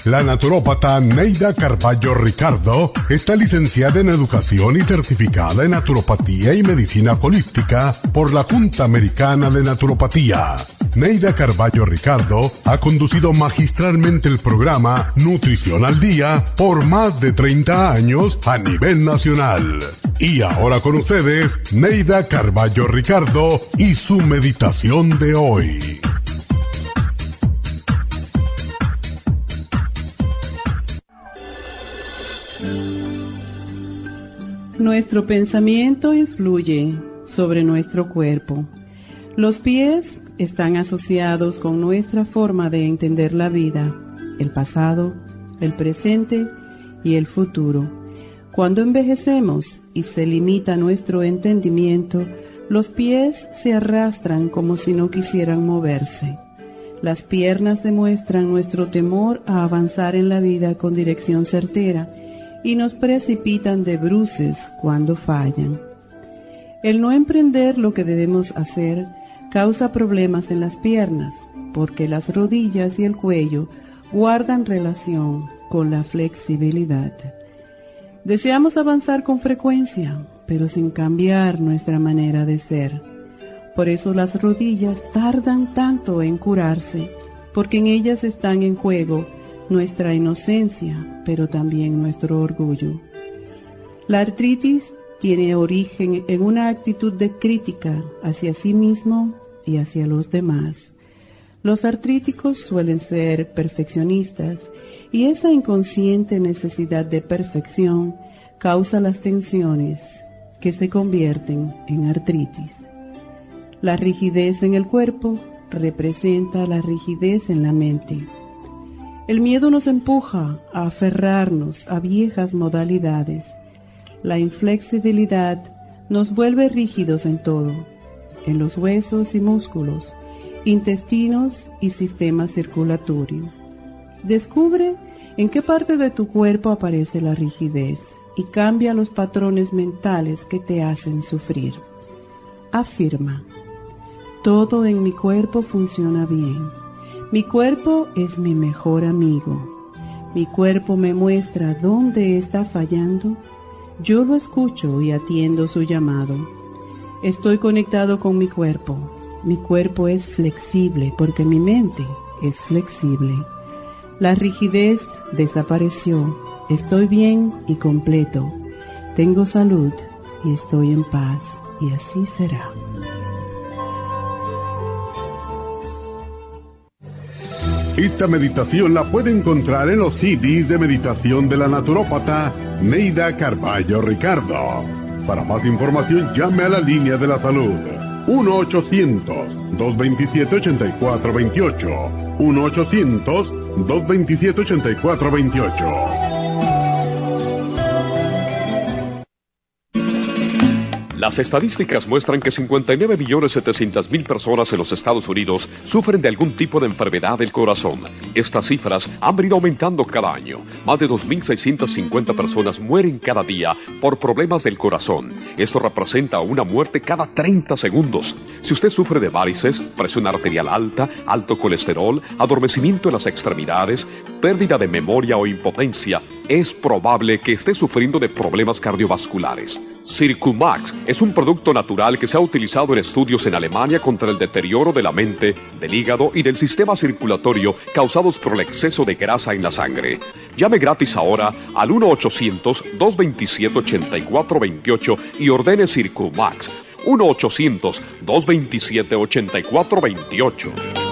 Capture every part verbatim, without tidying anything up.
La naturópata Neida Carballo Ricardo está licenciada en Educación y certificada en Naturopatía y Medicina Holística por la Junta Americana de Naturopatía. Neida Carballo Ricardo ha conducido magistralmente el programa Nutrición al Día por más de treinta años a nivel nacional. Y ahora con ustedes, Neida Carballo Ricardo y su meditación de hoy. Nuestro pensamiento influye sobre nuestro cuerpo. Los pies están asociados con nuestra forma de entender la vida, el pasado, el presente y el futuro. Cuando envejecemos y se limita nuestro entendimiento, los pies se arrastran como si no quisieran moverse. Las piernas demuestran nuestro temor a avanzar en la vida con dirección certera y nos precipitan de bruces cuando fallan. El no emprender lo que debemos hacer causa problemas en las piernas, porque las rodillas y el cuello guardan relación con la flexibilidad. Deseamos avanzar con frecuencia, pero sin cambiar nuestra manera de ser. Por eso las rodillas tardan tanto en curarse, porque en ellas están en juego nuestra inocencia, pero también nuestro orgullo. La artritis tiene origen en una actitud de crítica hacia sí mismo y hacia los demás. Los artríticos suelen ser perfeccionistas y esa inconsciente necesidad de perfección causa las tensiones que se convierten en artritis. La rigidez en el cuerpo representa la rigidez en la mente. El miedo nos empuja a aferrarnos a viejas modalidades. La inflexibilidad nos vuelve rígidos en todo, en los huesos y músculos, intestinos y sistema circulatorio. Descubre en qué parte de tu cuerpo aparece la rigidez y cambia los patrones mentales que te hacen sufrir. Afirma: todo en mi cuerpo funciona bien. Mi cuerpo es mi mejor amigo. Mi cuerpo me muestra dónde está fallando. Yo lo escucho y atiendo su llamado. Estoy conectado con mi cuerpo. Mi cuerpo es flexible porque mi mente es flexible. La rigidez desapareció. Estoy bien y completo. Tengo salud y estoy en paz. Y así será. Esta meditación la puede encontrar en los C Ds de meditación de la naturópata Neida Carballo Ricardo. Para más información, llame a la línea de la salud uno ochocientos, dos veintisiete, ochenta y cuatro veintiocho. uno ochocientos, dos veintisiete, ochenta y cuatro veintiocho. Las estadísticas muestran que cincuenta y nueve millones setecientas mil personas en los Estados Unidos sufren de algún tipo de enfermedad del corazón. Estas cifras han venido aumentando cada año. Más de dos mil seiscientas cincuenta personas mueren cada día por problemas del corazón. Esto representa una muerte cada treinta segundos. Si usted sufre de varices, presión arterial alta, alto colesterol, adormecimiento en las extremidades, pérdida de memoria o impotencia, es probable que esté sufriendo de problemas cardiovasculares. Circumax es un producto natural que se ha utilizado en estudios en Alemania contra el deterioro de la mente, del hígado y del sistema circulatorio causados por el exceso de grasa en la sangre. Llame gratis ahora al uno ochocientos, dos veintisiete, ochenta y cuatro veintiocho y ordene Circumax. uno ochocientos, dos veintisiete, ochenta y cuatro veintiocho.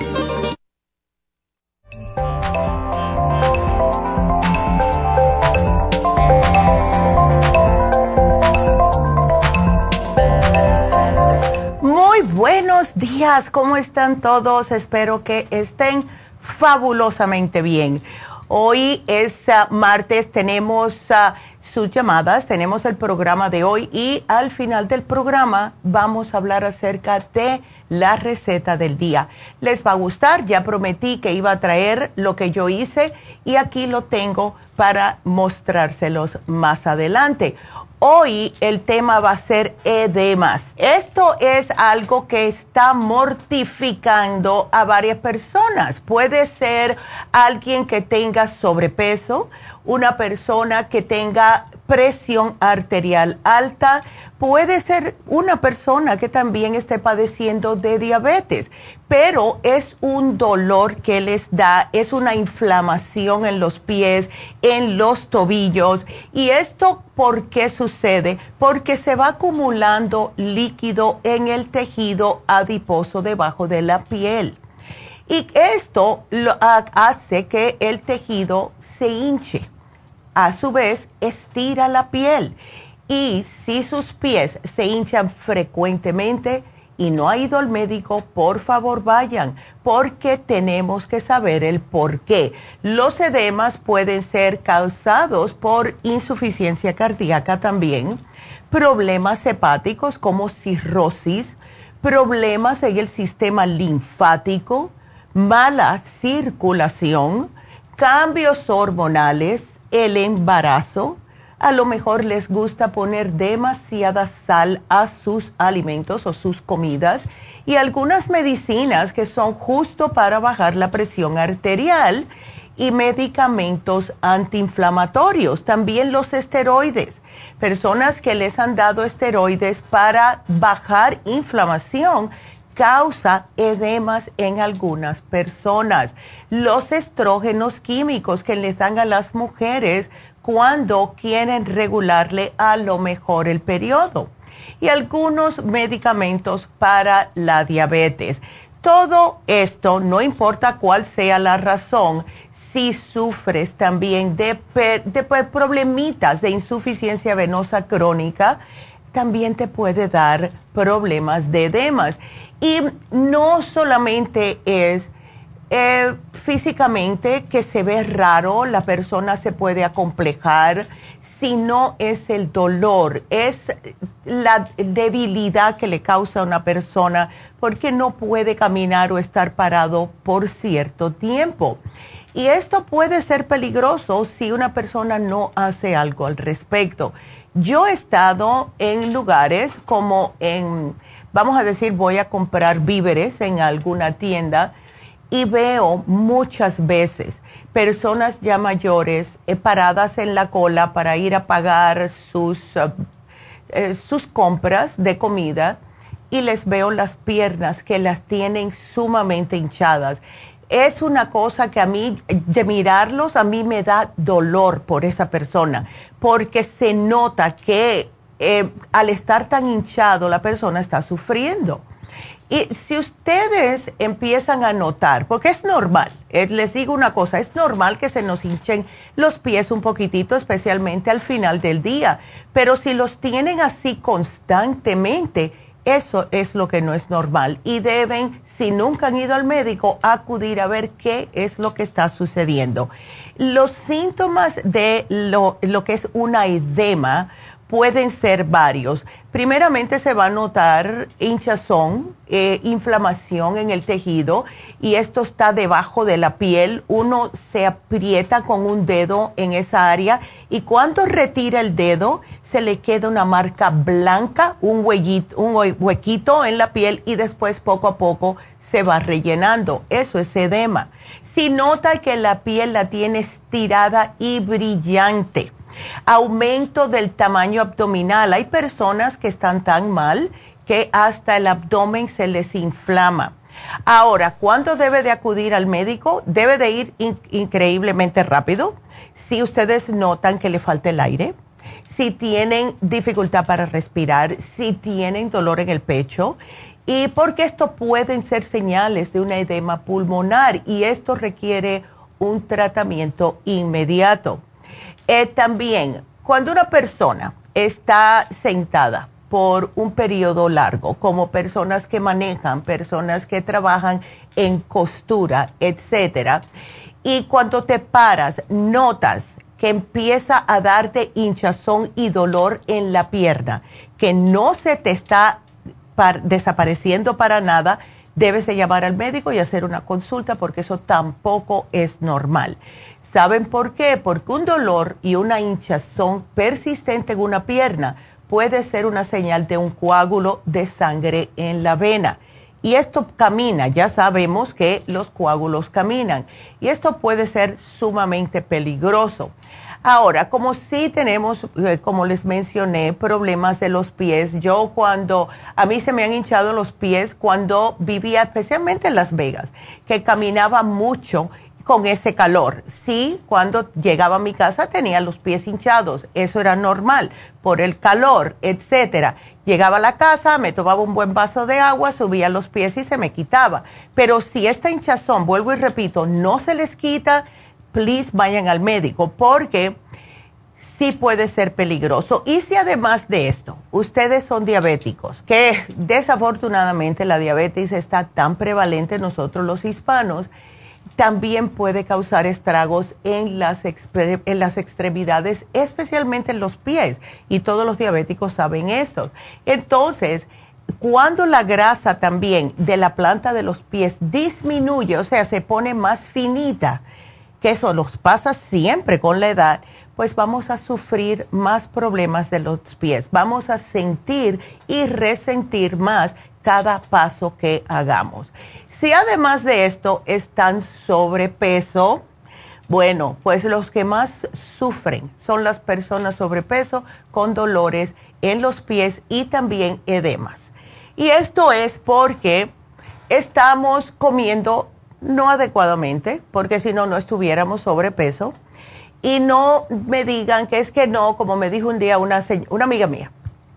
Buenos días, ¿cómo están todos? Espero que estén fabulosamente bien. Hoy es uh, martes, tenemos uh, sus llamadas, tenemos el programa de hoy y al final del programa vamos a hablar acerca de la receta del día. Les va a gustar, ya prometí que iba a traer lo que yo hice y aquí lo tengo para mostrárselos más adelante. Hoy el tema va a ser edemas. Esto es algo que está mortificando a varias personas. Puede ser alguien que tenga sobrepeso, una persona que tenga presión arterial alta, puede ser una persona que también esté padeciendo de diabetes, pero es un dolor que les da, es una inflamación en los pies, en los tobillos. ¿Y esto por qué sucede? Porque se va acumulando líquido en el tejido adiposo debajo de la piel. Y esto lo hace que el tejido se hinche. A su vez, estira la piel. Y si sus pies se hinchan frecuentemente y no ha ido al médico, por favor vayan, porque tenemos que saber el por qué. Los edemas pueden ser causados por insuficiencia cardíaca también, problemas hepáticos como cirrosis, problemas en el sistema linfático, mala circulación, cambios hormonales, el embarazo. A lo mejor les gusta poner demasiada sal a sus alimentos o sus comidas, y algunas medicinas que son justo para bajar la presión arterial y medicamentos antiinflamatorios, también los esteroides. Personas que les han dado esteroides para bajar inflamación causa edemas en algunas personas. Los estrógenos químicos que les dan a las mujeres cuando quieren regularle a lo mejor el periodo. Y algunos medicamentos para la diabetes. Todo esto, no importa cuál sea la razón, si sufres también de, de problemitas de insuficiencia venosa crónica, también te puede dar problemas de edemas. Y no solamente es eh, físicamente que se ve raro, la persona se puede acomplejar, sino es el dolor, es la debilidad que le causa a una persona porque no puede caminar o estar parado por cierto tiempo. Y esto puede ser peligroso si una persona no hace algo al respecto. Yo he estado en lugares como en, vamos a decir, voy a comprar víveres en alguna tienda y veo muchas veces personas ya mayores eh, paradas en la cola para ir a pagar sus, uh, eh, sus compras de comida, y les veo las piernas que las tienen sumamente hinchadas. Es una cosa que a mí, de mirarlos, a mí me da dolor por esa persona, porque se nota que eh, al estar tan hinchado la persona está sufriendo. Y si ustedes empiezan a notar, porque es normal, eh, les digo una cosa, es normal que se nos hinchen los pies un poquitito, especialmente al final del día, pero si los tienen así constantemente, eso es lo que no es normal, y deben, si nunca han ido al médico, acudir a ver qué es lo que está sucediendo. Los síntomas de lo, lo que es una edema pueden ser varios. Primeramente se va a notar hinchazón, eh, inflamación en el tejido, y esto está debajo de la piel. Uno se aprieta con un dedo en esa área y cuando retira el dedo se le queda una marca blanca, un huequito, un huequito en la piel, y después poco a poco se va rellenando. Eso es edema. Si nota que la piel la tiene estirada y brillante, aumento del tamaño abdominal. Hay personas que están tan mal que hasta el abdomen se les inflama. Ahora, ¿cuándo debe de acudir al médico? Debe de ir in- increíblemente rápido. Si ustedes notan que le falta el aire, si tienen dificultad para respirar, si tienen dolor en el pecho, y porque esto pueden ser señales de una edema pulmonar, y esto requiere un tratamiento inmediato. Eh, también, cuando una persona está sentada por un periodo largo, como personas que manejan, personas que trabajan en costura, etcétera, y cuando te paras, notas que empieza a darte hinchazón y dolor en la pierna, que no se te está par- desapareciendo para nada, debes de llamar al médico y hacer una consulta porque eso tampoco es normal. ¿Saben por qué? Porque un dolor y una hinchazón persistente en una pierna puede ser una señal de un coágulo de sangre en la vena. Y esto camina, ya sabemos que los coágulos caminan. Y esto puede ser sumamente peligroso. Ahora, como sí tenemos, eh, como les mencioné, problemas de los pies, yo cuando, a mí se me han hinchado los pies cuando vivía especialmente en Las Vegas, que caminaba mucho con ese calor. Sí, cuando llegaba a mi casa tenía los pies hinchados, eso era normal, por el calor, etcétera. Llegaba a la casa, me tomaba un buen vaso de agua, subía los pies y se me quitaba. Pero si esta hinchazón, vuelvo y repito, no se les quita, please vayan al médico porque sí puede ser peligroso. Y si además de esto, ustedes son diabéticos, que desafortunadamente la diabetes está tan prevalente en nosotros los hispanos, también puede causar estragos en las, en las extremidades, especialmente en los pies. Y todos los diabéticos saben esto. Entonces, cuando la grasa también de la planta de los pies disminuye, o sea, se pone más finita, que eso nos pasa siempre con la edad, pues vamos a sufrir más problemas de los pies. Vamos a sentir y resentir más cada paso que hagamos. Si además de esto están sobrepeso, bueno, pues los que más sufren son las personas sobrepeso con dolores en los pies y también edemas. Y esto es porque estamos comiendo no adecuadamente, porque si no, no estuviéramos sobrepeso. Y no me digan que es que no, como me dijo un día una, una amiga mía.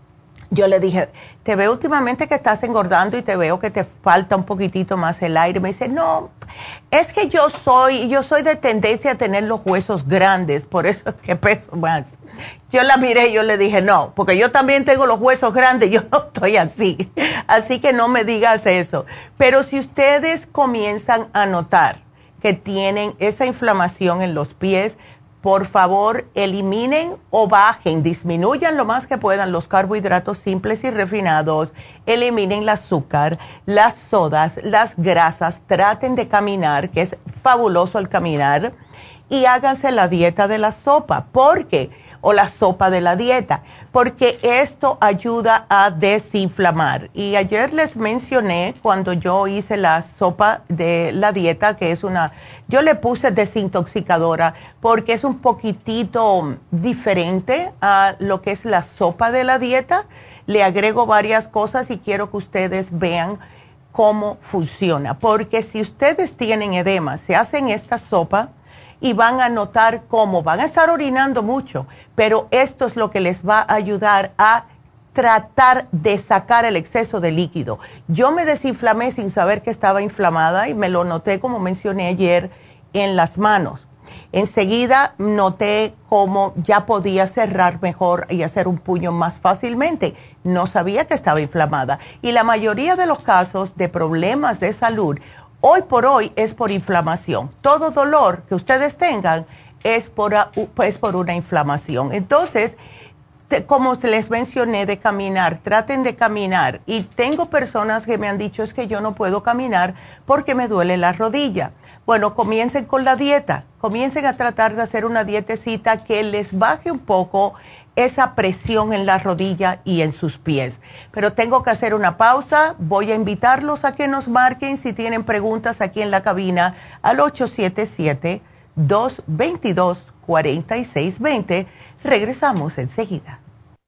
Yo le dije, te veo últimamente que estás engordando y te veo que te falta un poquitito más el aire. Me dice, no, es que yo soy, yo soy de tendencia a tener los huesos grandes, por eso es que peso más. Yo la miré y yo le dije, no, porque yo también tengo los huesos grandes, yo no estoy así. Así que no me digas eso. Pero si ustedes comienzan a notar que tienen esa inflamación en los pies, por favor, eliminen o bajen, disminuyan lo más que puedan los carbohidratos simples y refinados, eliminen el azúcar, las sodas, las grasas, traten de caminar, que es fabuloso el caminar, y háganse la dieta de la sopa, porque, o la sopa de la dieta, porque esto ayuda a desinflamar. Y ayer les mencioné cuando yo hice la sopa de la dieta, que es una, yo le puse desintoxicadora porque es un poquitito diferente a lo que es la sopa de la dieta. Le agrego varias cosas y quiero que ustedes vean cómo funciona, porque si ustedes tienen edema, se hacen esta sopa y van a notar cómo van a estar orinando mucho, pero esto es lo que les va a ayudar a tratar de sacar el exceso de líquido. Yo me desinflamé sin saber que estaba inflamada y me lo noté, como mencioné ayer, en las manos. Enseguida noté cómo ya podía cerrar mejor y hacer un puño más fácilmente. No sabía que estaba inflamada. Y la mayoría de los casos de problemas de salud hoy por hoy es por inflamación. Todo dolor que ustedes tengan es por, es por una inflamación. Entonces, te, como les mencioné de caminar, traten de caminar. Y tengo personas que me han dicho es que yo no puedo caminar porque me duele la rodilla. Bueno, comiencen con la dieta. Comiencen a tratar de hacer una dietecita que les baje un poco esa presión en la rodilla y en sus pies. Pero tengo que hacer una pausa. Voy a invitarlos a que nos marquen si tienen preguntas aquí en la cabina al ocho siete siete, dos dos dos, cuatro seis dos cero. Regresamos enseguida.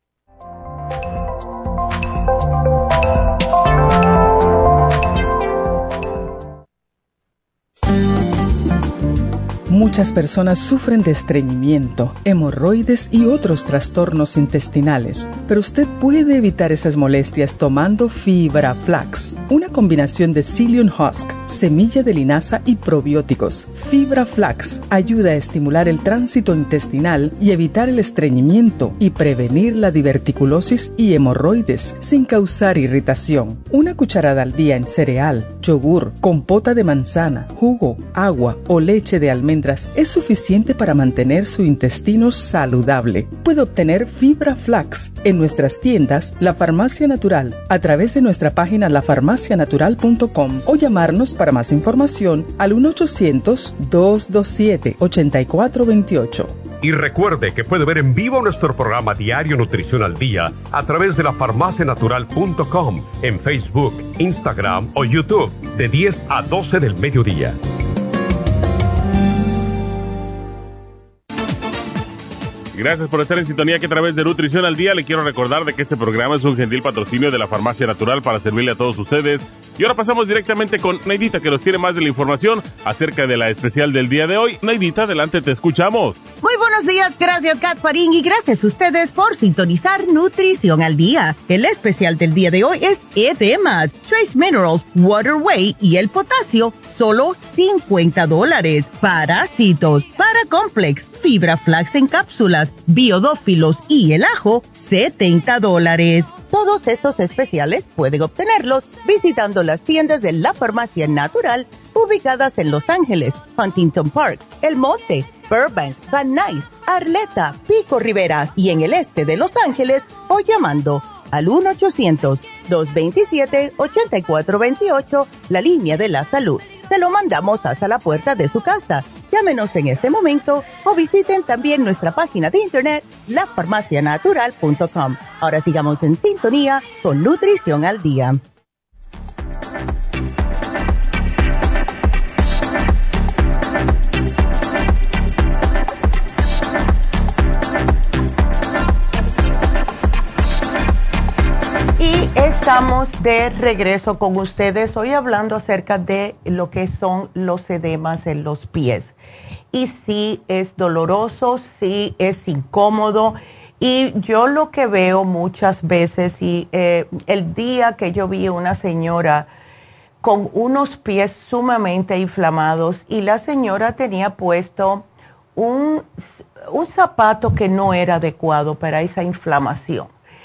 Muchas personas sufren de estreñimiento, hemorroides y otros trastornos intestinales, pero usted puede evitar esas molestias tomando Fibra Flax, una combinación de psyllium husk, semilla de linaza y probióticos. Fibra Flax ayuda a estimular el tránsito intestinal y evitar el estreñimiento y prevenir la diverticulosis y hemorroides sin causar irritación. Una cucharada al día en cereal, yogur, compota de manzana, jugo, agua o leche de almendras tiendas es suficiente para mantener su intestino saludable. Puede obtener Fibra Flax en nuestras tiendas La Farmacia Natural a través de nuestra página la farmacia natural punto com o llamarnos para más información al uno ochocientos, dos dos siete, ocho cuatro dos ocho. Y recuerde que puede ver en vivo nuestro programa Diario Nutrición al Día a través de la farmacia natural punto com en Facebook, Instagram o YouTube de diez a doce del mediodía. Gracias por estar en sintonía que a través de Nutrición al Día le quiero recordar de que este programa es un gentil patrocinio de la Farmacia Natural para servirle a todos ustedes. Y ahora pasamos directamente con Neidita, que nos tiene más de la información acerca de la especial del día de hoy. Neidita, adelante, te escuchamos. Muy buenos días, gracias Gasparín y gracias a ustedes por sintonizar Nutrición al Día. El especial del día de hoy es edemas, Trace Minerals, Waterway y el potasio, solo cincuenta dólares. Parásitos, Paracomplex, Fibra Flax en cápsulas, biodófilos y el ajo, setenta dólares. Todos estos especiales pueden obtenerlos visitando las tiendas de la Farmacia Natural ubicadas en Los Ángeles, Huntington Park, El Monte, Burbank, Van Nuys, Arleta, Pico Rivera y en el este de Los Ángeles o llamando al uno ochocientos, dos veintisiete, ochenta y cuatro veintiocho, la línea de la salud. Se lo mandamos hasta la puerta de su casa. Llámenos en este momento o visiten también nuestra página de internet, la farmacia natural punto com. Ahora sigamos en sintonía con Nutrición al Día. Estamos de regreso con ustedes hoy hablando acerca de lo que son los edemas en los pies. Y sí es doloroso, sí es incómodo. Y yo lo que veo muchas veces, y eh, el día que yo vi una señora con unos pies sumamente inflamados y la señora tenía puesto un, un zapato que no era adecuado para esa inflamación.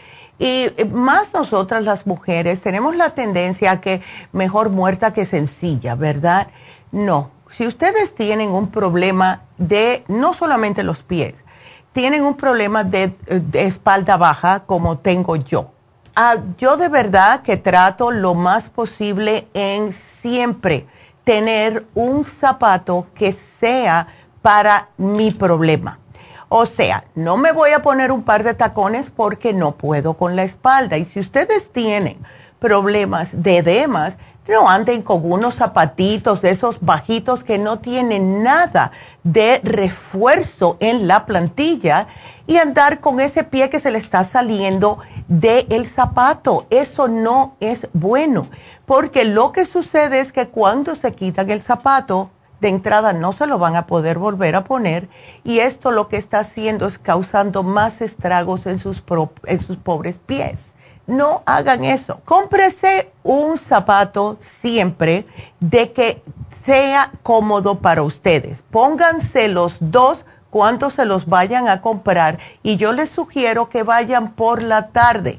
Y más nosotras las mujeres tenemos la tendencia a que mejor muerta que sencilla, ¿verdad? No, si ustedes tienen un problema de no solamente los pies, tienen un problema de, de espalda baja como tengo yo. Ah, yo de verdad que trato lo más posible en siempre tener un zapato que sea para mi problema. O sea, no me voy a poner un par de tacones porque no puedo con la espalda. Y si ustedes tienen problemas de edemas, no anden con unos zapatitos de esos bajitos que no tienen nada de refuerzo en la plantilla y andar con ese pie que se le está saliendo del zapato. Eso no es bueno, porque lo que sucede es que cuando se quitan el zapato, de entrada no se lo van a poder volver a poner y esto lo que está haciendo es causando más estragos en sus, pro, en sus pobres pies. No hagan eso. Cómprese un zapato siempre de que sea cómodo para ustedes. Pónganse los dos cuando se los vayan a comprar y yo les sugiero que vayan por la tarde.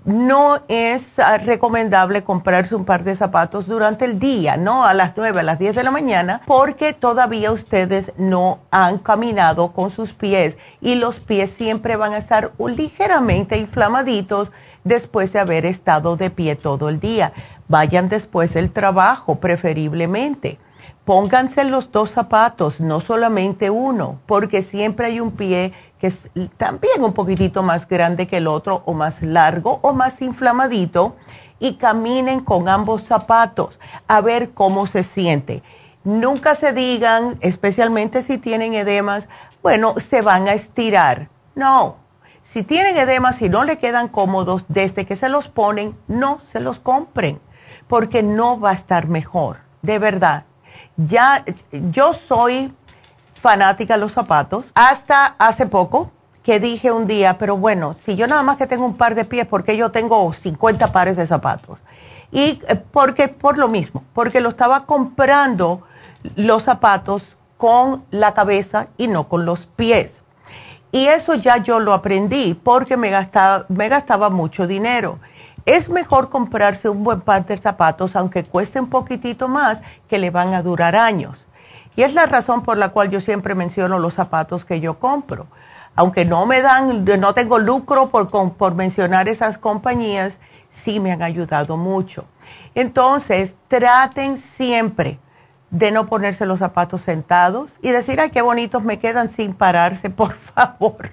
No es uh, recomendable comprarse un par de zapatos durante el día, no a las nueve, a las diez de la mañana, porque todavía ustedes no han caminado con sus pies y los pies siempre van a estar ligeramente inflamaditos después de haber estado de pie todo el día. Vayan después del trabajo, preferiblemente. Pónganse los dos zapatos, no solamente uno, porque siempre hay un pie que es también un poquitito más grande que el otro, o más largo, o más inflamadito, y caminen con ambos zapatos a ver cómo se siente. Nunca se digan, especialmente si tienen edemas, bueno, se van a estirar. No, si tienen edemas y no le quedan cómodos desde que se los ponen, no se los compren, porque no va a estar mejor, de verdad. Ya, yo soy fanática de los zapatos, hasta hace poco que dije un día, pero bueno, si yo nada más que tengo un par de pies, ¿por qué yo tengo cincuenta pares de zapatos? Y porque, por lo mismo, porque lo estaba comprando los zapatos con la cabeza y no con los pies. Y eso ya yo lo aprendí porque me gastaba, me gastaba mucho dinero. Es mejor comprarse un buen par de zapatos, aunque cueste un poquitito más, que le van a durar años. Y es la razón por la cual yo siempre menciono los zapatos que yo compro. Aunque no me dan, no tengo lucro por, por mencionar esas compañías, sí me han ayudado mucho. Entonces, traten siempre de no ponerse los zapatos sentados y decir, ay, qué bonitos me quedan sin pararse, por favor.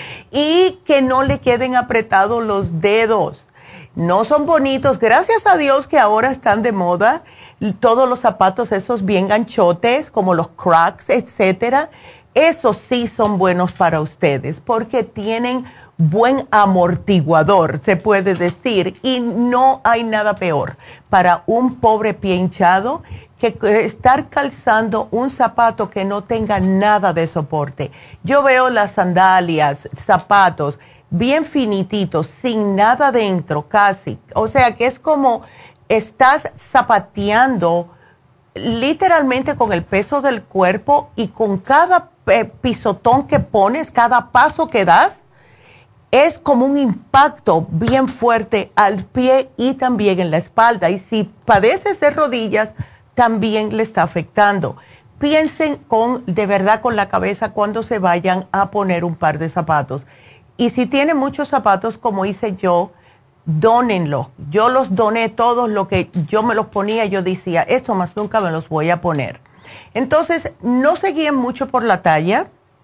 Y que no le queden apretados los dedos. No son bonitos. Gracias a Dios que ahora están de moda todos los zapatos esos bien anchotes, como los Crocs, etcétera. Esos sí son buenos para ustedes porque tienen buen amortiguador, se puede decir, y no hay nada peor para un pobre pie hinchado que estar calzando un zapato que no tenga nada de soporte. Yo veo las sandalias, zapatos bien finititos, sin nada dentro casi. O sea que es como estás zapateando literalmente con el peso del cuerpo y con cada pisotón que pones, cada paso que das, es como un impacto bien fuerte al pie y también en la espalda. Y si padeces de rodillas, también le está afectando. Piensen con, de verdad con la cabeza cuando se vayan a poner un par de zapatos. Y si tienen muchos zapatos, como hice yo, dónenlos. Yo los doné todos, lo que yo me los ponía, yo decía, esto más nunca me los voy a poner. Entonces, no se guíen mucho por la talla,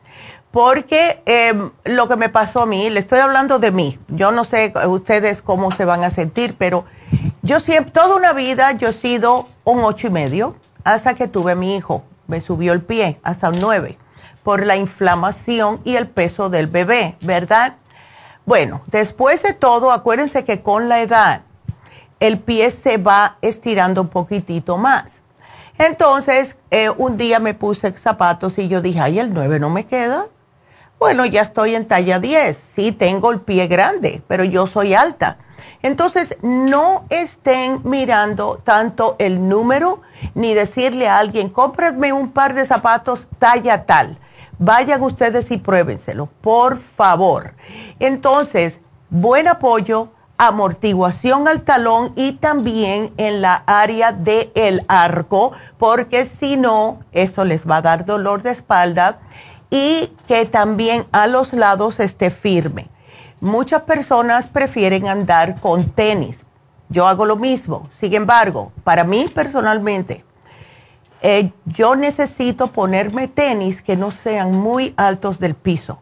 porque eh, lo que me pasó a mí, le estoy hablando de mí, yo no sé ustedes cómo se van a sentir, pero yo siempre, toda una vida, yo he sido un ocho y medio, hasta que tuve a mi hijo, me subió el pie hasta un nueve, por la inflamación y el peso del bebé, ¿verdad? Bueno, después de todo, acuérdense que con la edad, el pie se va estirando un poquitito más. Entonces, eh, un día me puse zapatos y yo dije, ay, el nueve no me queda. Bueno, ya estoy en talla diez. Sí, tengo el pie grande, pero yo soy alta. Entonces, no estén mirando tanto el número ni decirle a alguien, cómprenme un par de zapatos talla tal. Vayan ustedes y pruébenselo, por favor. Entonces, buen apoyo, amortiguación al talón y también en la área del arco, porque si no, eso les va a dar dolor de espalda, y que también a los lados esté firme. Muchas personas prefieren andar con tenis. Yo hago lo mismo. Sin embargo, para mí personalmente, eh, yo necesito ponerme tenis que no sean muy altos del piso.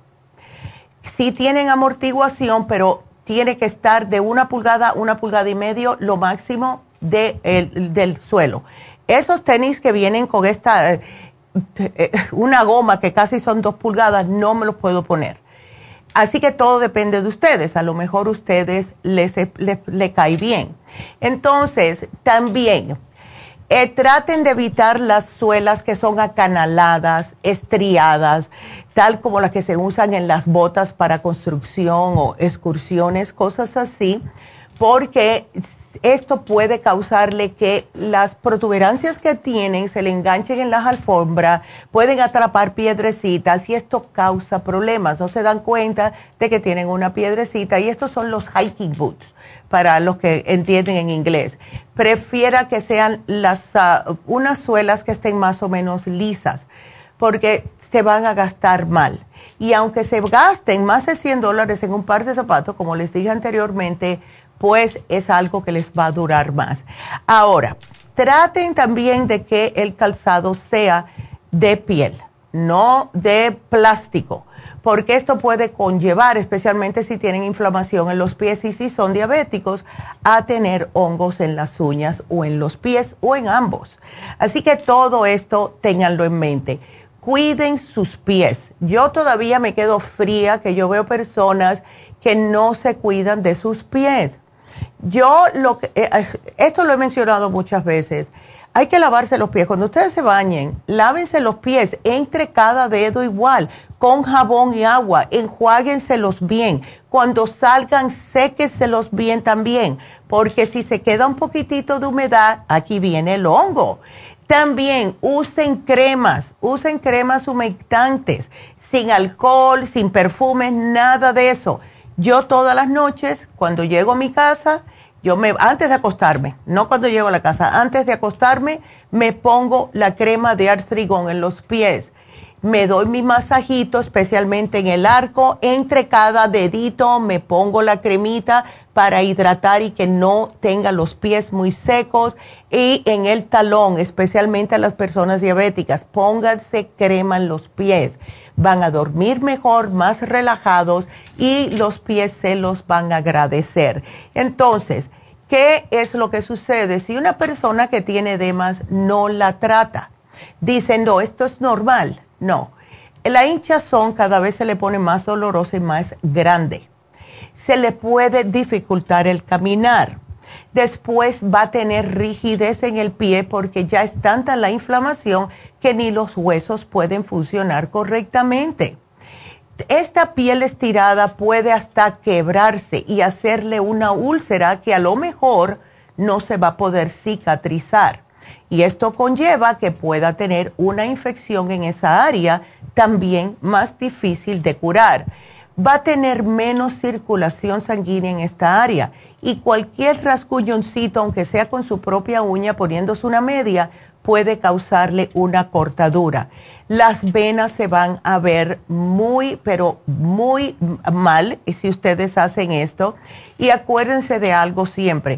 Sí tienen amortiguación, pero tiene que estar de una pulgada, una pulgada y medio, lo máximo de el, del suelo. Esos tenis que vienen con esta, eh, eh, una goma que casi son dos pulgadas, no me los puedo poner. Así que todo depende de ustedes. A lo mejor a ustedes les, les, les cae bien. Entonces, también, eh, traten de evitar las suelas que son acanaladas, estriadas, tal como las que se usan en las botas para construcción o excursiones, cosas así, porque esto puede causarle que las protuberancias que tienen se le enganchen en las alfombras, pueden atrapar piedrecitas y esto causa problemas. No se dan cuenta de que tienen una piedrecita y estos son los hiking boots, para los que entienden en inglés. Prefiera que sean las, uh, unas suelas que estén más o menos lisas, porque se van a gastar mal. Y aunque se gasten más de cien dólares en un par de zapatos, como les dije anteriormente, pues es algo que les va a durar más. Ahora, traten también de que el calzado sea de piel, no de plástico, porque esto puede conllevar, especialmente si tienen inflamación en los pies y si son diabéticos, a tener hongos en las uñas o en los pies o en ambos. Así que todo esto ténganlo en mente. Cuiden sus pies. Yo todavía me quedo fría que yo veo personas que no se cuidan de sus pies. Yo, lo que, eh, esto lo he mencionado muchas veces, hay que lavarse los pies. Cuando ustedes se bañen, lávense los pies entre cada dedo igual, con jabón y agua, enjuáguenselos bien. Cuando salgan, séquenselos bien también, porque si se queda un poquitito de humedad, aquí viene el hongo. También usen cremas, usen cremas humectantes, sin alcohol, sin perfumes, nada de eso. Yo todas las noches, cuando llego a mi casa, Yo me, antes de acostarme, no cuando llego a la casa, antes de acostarme me pongo la crema de artrigón en los pies. Me doy mi masajito, especialmente en el arco, entre cada dedito me pongo la cremita para hidratar y que no tenga los pies muy secos. Y en el talón, especialmente a las personas diabéticas, pónganse crema en los pies. Van a dormir mejor, más relajados y los pies se los van a agradecer. Entonces, ¿qué es lo que sucede si una persona que tiene edemas no la trata? Dicen, no, esto es normal. No, la hinchazón cada vez se le pone más dolorosa y más grande. Se le puede dificultar el caminar. Después va a tener rigidez en el pie porque ya es tanta la inflamación que ni los huesos pueden funcionar correctamente. Esta piel estirada puede hasta quebrarse y hacerle una úlcera que a lo mejor no se va a poder cicatrizar. Y esto conlleva que pueda tener una infección en esa área, también más difícil de curar. Va a tener menos circulación sanguínea en esta área y cualquier rasguñoncito, aunque sea con su propia uña poniéndose una media, puede causarle una cortadura. Las venas se van a ver muy, pero muy mal si ustedes hacen esto. Y acuérdense de algo siempre,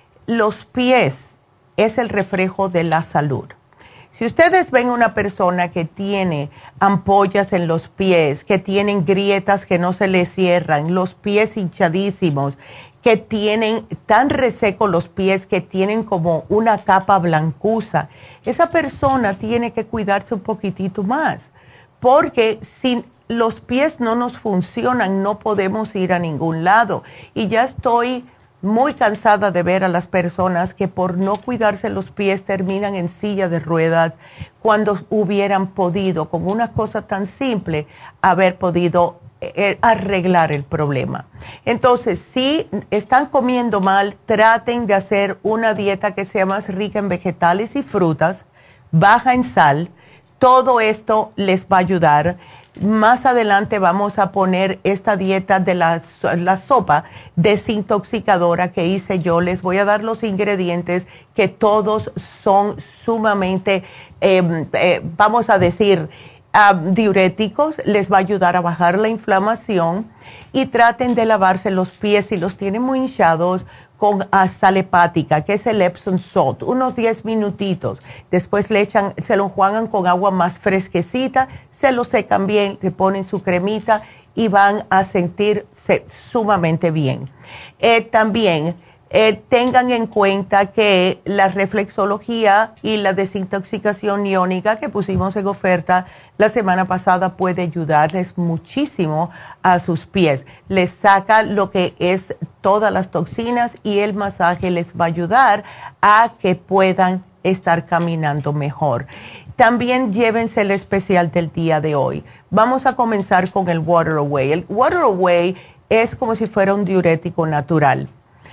los pies es el reflejo de la salud. Si ustedes ven una persona que tiene ampollas en los pies, que tienen grietas que no se le cierran, los pies hinchadísimos, que tienen tan resecos los pies que tienen como una capa blancuza, esa persona tiene que cuidarse un poquitito más, porque si los pies no nos funcionan, no podemos ir a ningún lado. Y ya estoy muy cansada de ver a las personas que por no cuidarse los pies terminan en silla de ruedas cuando hubieran podido, con una cosa tan simple, haber podido eh, arreglar el problema. Entonces, si están comiendo mal, traten de hacer una dieta que sea más rica en vegetales y frutas, baja en sal. Todo esto les va a ayudar. Más adelante vamos a poner esta dieta de la, la sopa desintoxicadora que hice yo. Les voy a dar los ingredientes que todos son sumamente, eh, eh, vamos a decir, uh, diuréticos. Les va a ayudar a bajar la inflamación y traten de lavarse los pies si los tienen muy hinchados con uh, sal hepática, que es el Epsom salt, unos diez minutitos. Después le echan, se lo enjuagan con agua más fresquecita, se lo secan bien, le ponen su cremita y van a sentirse sumamente bien. Eh, también eh, tengan en cuenta que la reflexología y la desintoxicación iónica que pusimos en oferta la semana pasada puede ayudarles muchísimo a sus pies. Les saca lo que es todas las toxinas y el masaje les va a ayudar a que puedan estar caminando mejor. También llévense el especial del día de hoy. Vamos a comenzar con el Water Away. El Water Away es como si fuera un diurético natural.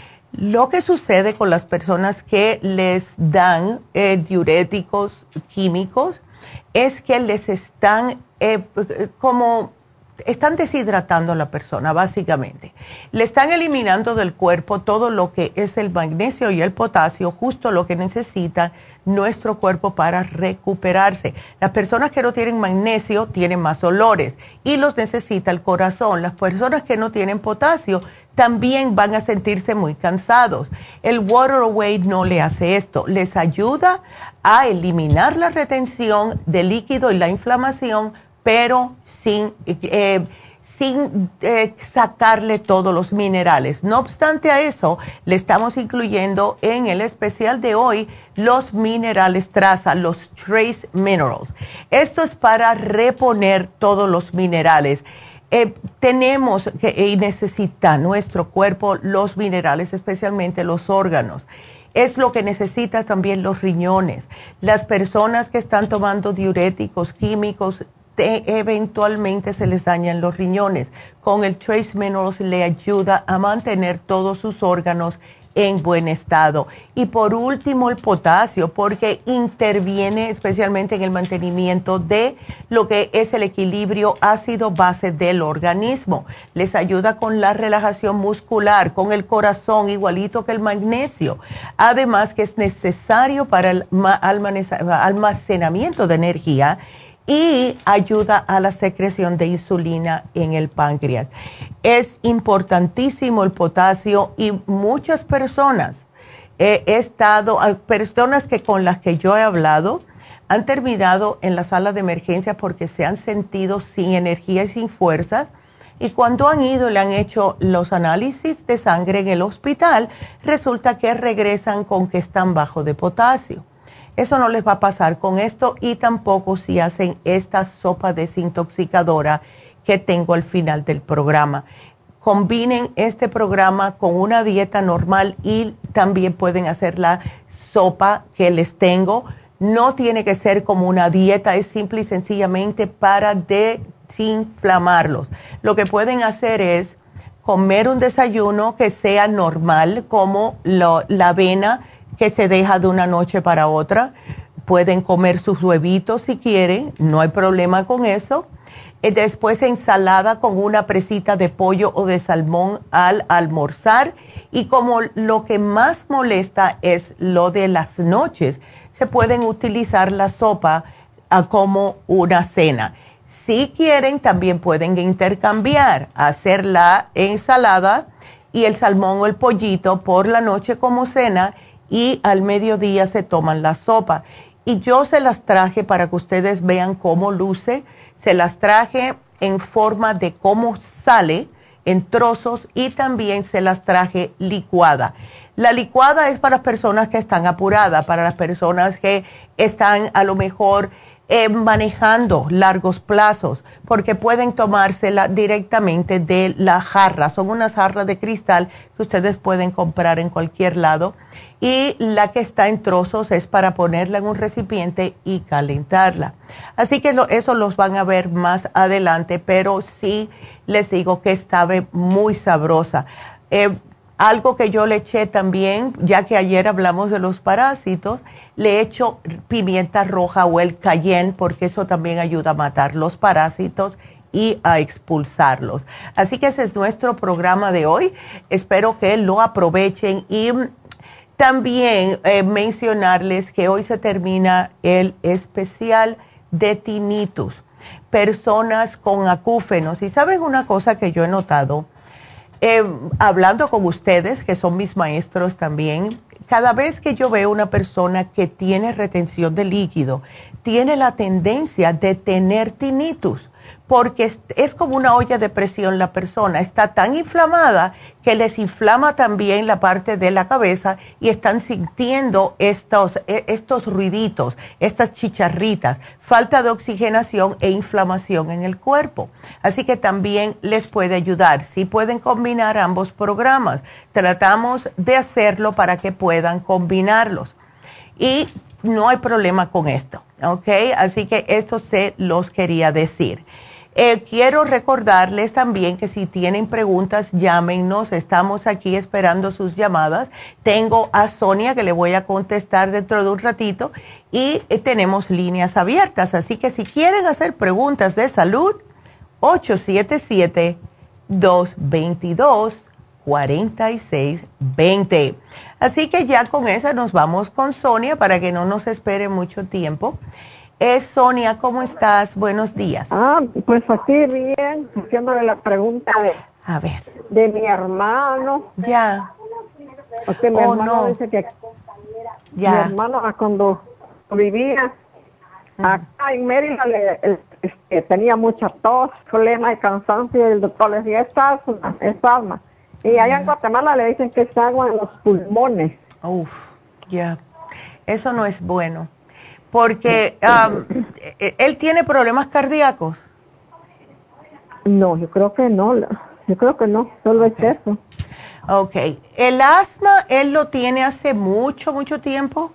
Lo que sucede con las personas que les dan eh, diuréticos químicos es que les están eh, como están deshidratando a la persona, básicamente. Le están eliminando del cuerpo todo lo que es el magnesio y el potasio, justo lo que necesita nuestro cuerpo para recuperarse. Las personas que no tienen magnesio tienen más dolores y los necesita el corazón. Las personas que no tienen potasio también van a sentirse muy cansados. El Water Away no le hace esto, les ayuda a eliminar la retención de líquido y la inflamación, pero sin, eh, sin eh, sacarle todos los minerales. No obstante a eso, le estamos incluyendo en el especial de hoy los minerales traza, los Trace Minerals. Esto es para reponer todos los minerales. Eh, tenemos que, y necesita nuestro cuerpo los minerales, especialmente los órganos. Es lo que necesita también los riñones. Las personas que están tomando diuréticos químicos, Te, eventualmente se les dañan los riñones. Con el Trace Minerals le ayuda a mantener todos sus órganos en buen estado. Y por último, el potasio, porque interviene especialmente en el mantenimiento de lo que es el equilibrio ácido-base del organismo. Les ayuda con la relajación muscular, con el corazón, igualito que el magnesio. Además que es necesario para el almacenamiento de energía y ayuda a la secreción de insulina en el páncreas. Es importantísimo el potasio y muchas personas, eh, he estado, personas que con las que yo he hablado, han terminado en la sala de emergencia porque se han sentido sin energía y sin fuerzas, y cuando han ido y le han hecho los análisis de sangre en el hospital, resulta que regresan con que están bajo de potasio. Eso no les va a pasar con esto y tampoco si hacen esta sopa desintoxicadora que tengo al final del programa. Combinen este programa con una dieta normal y también pueden hacer la sopa que les tengo. No tiene que ser como una dieta, es simple y sencillamente para desinflamarlos. Lo que pueden hacer es comer un desayuno que sea normal, como lo, la avena, que se deja de una noche para otra. Pueden comer sus huevitos si quieren, no hay problema con eso. Después ensalada con una presita de pollo o de salmón al almorzar. Y como lo que más molesta es lo de las noches, se pueden utilizar la sopa uh, como una cena. Si quieren, también pueden intercambiar, hacer la ensalada y el salmón o el pollito por la noche como cena, y al mediodía se toman la sopa. Y yo se las traje para que ustedes vean cómo luce. Se las traje en forma de cómo sale en trozos y también se las traje licuada. La licuada es para las personas que están apuradas, para las personas que están a lo mejor eh, manejando largos plazos, porque pueden tomársela directamente de la jarra. Son unas jarras de cristal que ustedes pueden comprar en cualquier lado. Y la que está en trozos es para ponerla en un recipiente y calentarla. Así que lo, eso los van a ver más adelante, pero sí les digo que sabe muy sabrosa. Eh, algo que yo le eché también, ya que ayer hablamos de los parásitos, le echo pimienta roja o el cayenne, porque eso también ayuda a matar los parásitos y a expulsarlos. Así que ese es nuestro programa de hoy. Espero que lo aprovechen y también eh, mencionarles que hoy se termina el especial de tinnitus, personas con acúfenos. Y saben una cosa que yo he notado, eh, hablando con ustedes, que son mis maestros también, cada vez que yo veo una persona que tiene retención de líquido, tiene la tendencia de tener tinnitus, porque es, es como una olla de presión la persona. Está tan inflamada que les inflama también la parte de la cabeza y están sintiendo estos, estos ruiditos, estas chicharritas, falta de oxigenación e inflamación en el cuerpo. Así que también les puede ayudar. Si pueden combinar ambos programas, tratamos de hacerlo para que puedan combinarlos. Y no hay problema con esto, ¿ok? Así que esto se los quería decir. Eh, quiero recordarles también que si tienen preguntas, llámenos. Estamos aquí esperando sus llamadas. Tengo a Sonia que le voy a contestar dentro de un ratito y eh, tenemos líneas abiertas. Así que si quieren hacer preguntas de salud, ocho siete siete, dos dos dos, cuatro seis dos cero. Así que ya con esa nos vamos con Sonia para que no nos espere mucho tiempo. Es Sonia, ¿cómo estás? Buenos días. Ah, pues aquí bien, haciéndole la pregunta de, a ver. de mi hermano. Ya. Porque mi oh, hermano no. dice que ya. mi hermano cuando vivía acá en Maryland le, le, este, tenía mucha tos, problema de cansancio y el doctor le decía, es asma, es asma. Y allá en Guatemala le dicen que es agua en los pulmones. Uf, ya. Eso no es bueno. Porque um, él tiene problemas cardíacos. No, yo creo que no. Yo creo que no, solo okay. es eso. Ok. ¿El asma, él lo tiene hace mucho, mucho tiempo?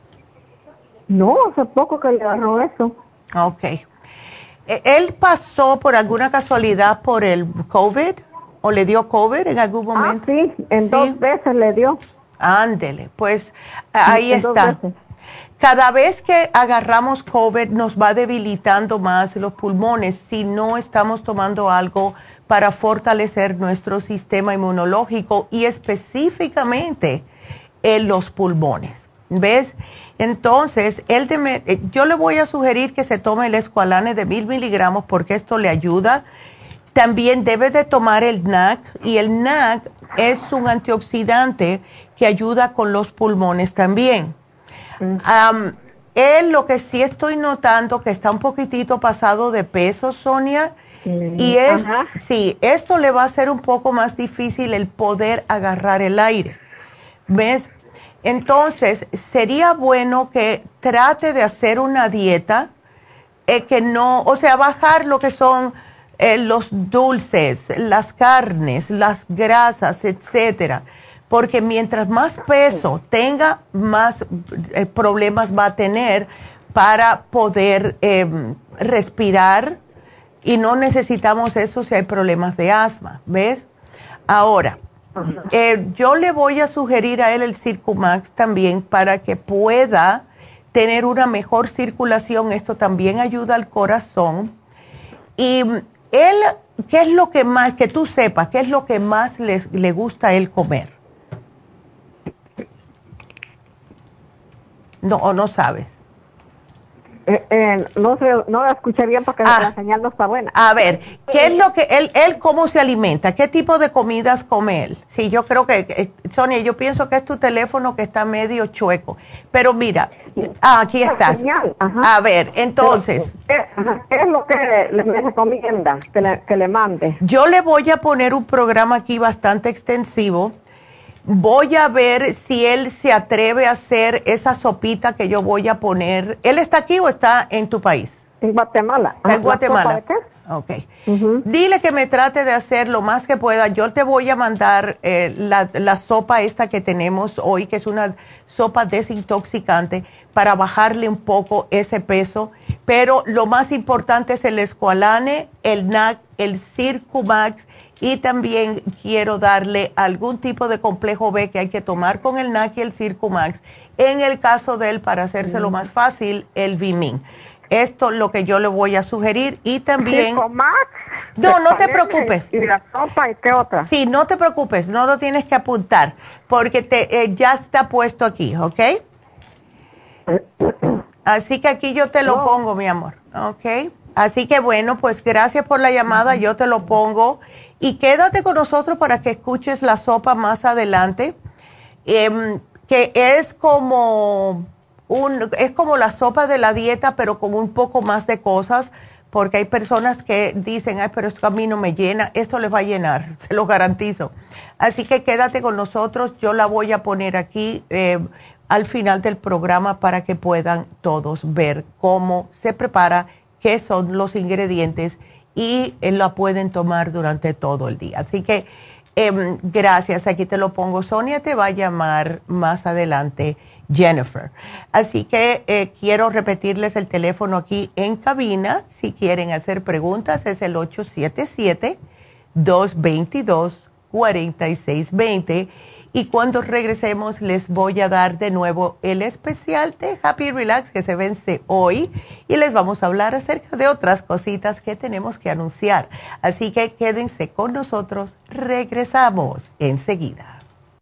No, hace poco que le agarró eso. Ok. ¿Él pasó por alguna casualidad por el COVID? ¿O le dio COVID en algún momento? Ah, sí, en ¿Sí? dos veces le dio. Ándele, pues ahí está. Cada vez que agarramos COVID nos va debilitando más los pulmones si no estamos tomando algo para fortalecer nuestro sistema inmunológico y específicamente en los pulmones. ¿Ves? Entonces, él de, yo le voy a sugerir que se tome el Esqualane de mil miligramos porque esto le ayuda. También debe de tomar el N A C y el N A C es un antioxidante que ayuda con los pulmones también. Um, él lo que sí estoy notando que está un poquitito pasado de peso, Sonia, mm, y es, ajá. sí, esto le va a hacer un poco más difícil el poder agarrar el aire. ¿Ves? Entonces, sería bueno que trate de hacer una dieta eh, que no, o sea, bajar lo que son eh, los dulces, las carnes, las grasas, etcétera. Porque mientras más peso tenga, más eh, problemas va a tener para poder eh, respirar y no necesitamos eso si hay problemas de asma, ¿ves? Ahora, eh, yo le voy a sugerir a él el Circumax también para que pueda tener una mejor circulación. Esto también ayuda al corazón. Y él, ¿qué es lo que más, que tú sepas, qué es lo que más les, le gusta a él comer? No, o no sabes. Eh, eh, no sé, no la escuché bien porque ah, la señal no está buena. A ver, ¿qué es lo que él, él cómo se alimenta? ¿Qué tipo de comidas come él? Sí, yo creo que, eh, Sonia, yo pienso que es tu teléfono que está medio chueco. Pero mira, ah, aquí estás. A ver, entonces. Pero, ¿qué, ¿Qué es lo que le, me recomienda que le, que le mande? Yo le voy a poner un programa aquí bastante extensivo. Voy a ver si él se atreve a hacer esa sopita que yo voy a poner. ¿Él está aquí o está en tu país? En Guatemala. ¿En Guatemala? Ok. Uh-huh. Dile que me trate de hacer lo más que pueda. Yo te voy a mandar eh, la, la sopa esta que tenemos hoy, que es una sopa desintoxicante, para bajarle un poco ese peso. Pero lo más importante es el Esqualane, el N A C, el Circumax, y también quiero darle algún tipo de complejo B que hay que tomar con el N A C y el Circumax. En el caso de él, para hacérselo mm. más fácil, el Vimin. Esto es lo que yo le voy a sugerir. Y también... ¿Circumax? No, no te preocupes. ¿Y la sopa y qué otra? Sí, no te preocupes, no lo tienes que apuntar, porque te, eh, ya está puesto aquí, ¿ok? Así que aquí yo te lo no. pongo, mi amor, ¿ok? Así que bueno, pues gracias por la llamada, yo te lo pongo. Y quédate con nosotros para que escuches la sopa más adelante, eh, que es como, un, es como la sopa de la dieta, pero con un poco más de cosas, porque hay personas que dicen, ay, pero esto a mí no me llena. Esto les va a llenar, se lo garantizo. Así que quédate con nosotros, yo la voy a poner aquí eh, al final del programa para que puedan todos ver cómo se prepara, qué son los ingredientes y eh, la pueden tomar durante todo el día. Así que eh, gracias, aquí te lo pongo. Sonia te va a llamar más adelante, Jennifer. Así que eh, quiero repetirles el teléfono aquí en cabina. Si quieren hacer preguntas es el ocho siete siete, dos dos dos, cuatro seis dos cero. Y cuando regresemos les voy a dar de nuevo el especial de Happy Relax que se vence hoy y les vamos a hablar acerca de otras cositas que tenemos que anunciar. Así que quédense con nosotros, regresamos enseguida.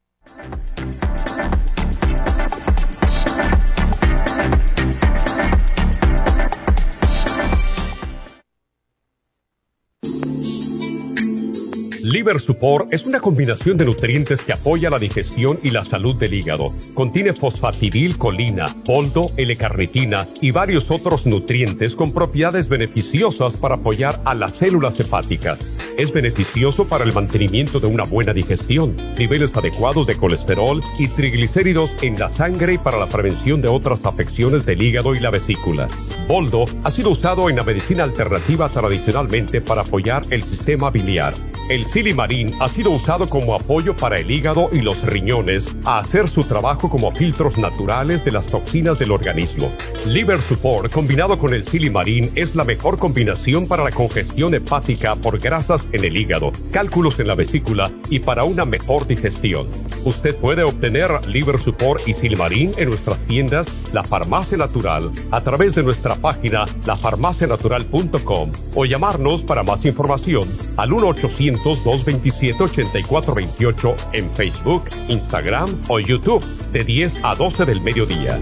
Liver Support es una combinación de nutrientes que apoya la digestión y la salud del hígado. Contiene fosfatidilcolina, boldo, L-carnitina y varios otros nutrientes con propiedades beneficiosas para apoyar a las células hepáticas. Es beneficioso para el mantenimiento de una buena digestión, niveles adecuados de colesterol y triglicéridos en la sangre y para la prevención de otras afecciones del hígado y la vesícula. Boldo ha sido usado en la medicina alternativa tradicionalmente para apoyar el sistema biliar. El Silimarín ha sido usado como apoyo para el hígado y los riñones a hacer su trabajo como filtros naturales de las toxinas del organismo. Liver Support combinado con el Silimarín es la mejor combinación para la congestión hepática por grasas en el hígado, cálculos en la vesícula y para una mejor digestión. Usted puede obtener Liver Support y Silmarín en nuestras tiendas La Farmacia Natural a través de nuestra página la farmacia natural punto com o llamarnos para más información al uno ochocientos, dos veintisiete, ochenta y cuatro veintiocho en Facebook, Instagram o YouTube de diez a doce del mediodía.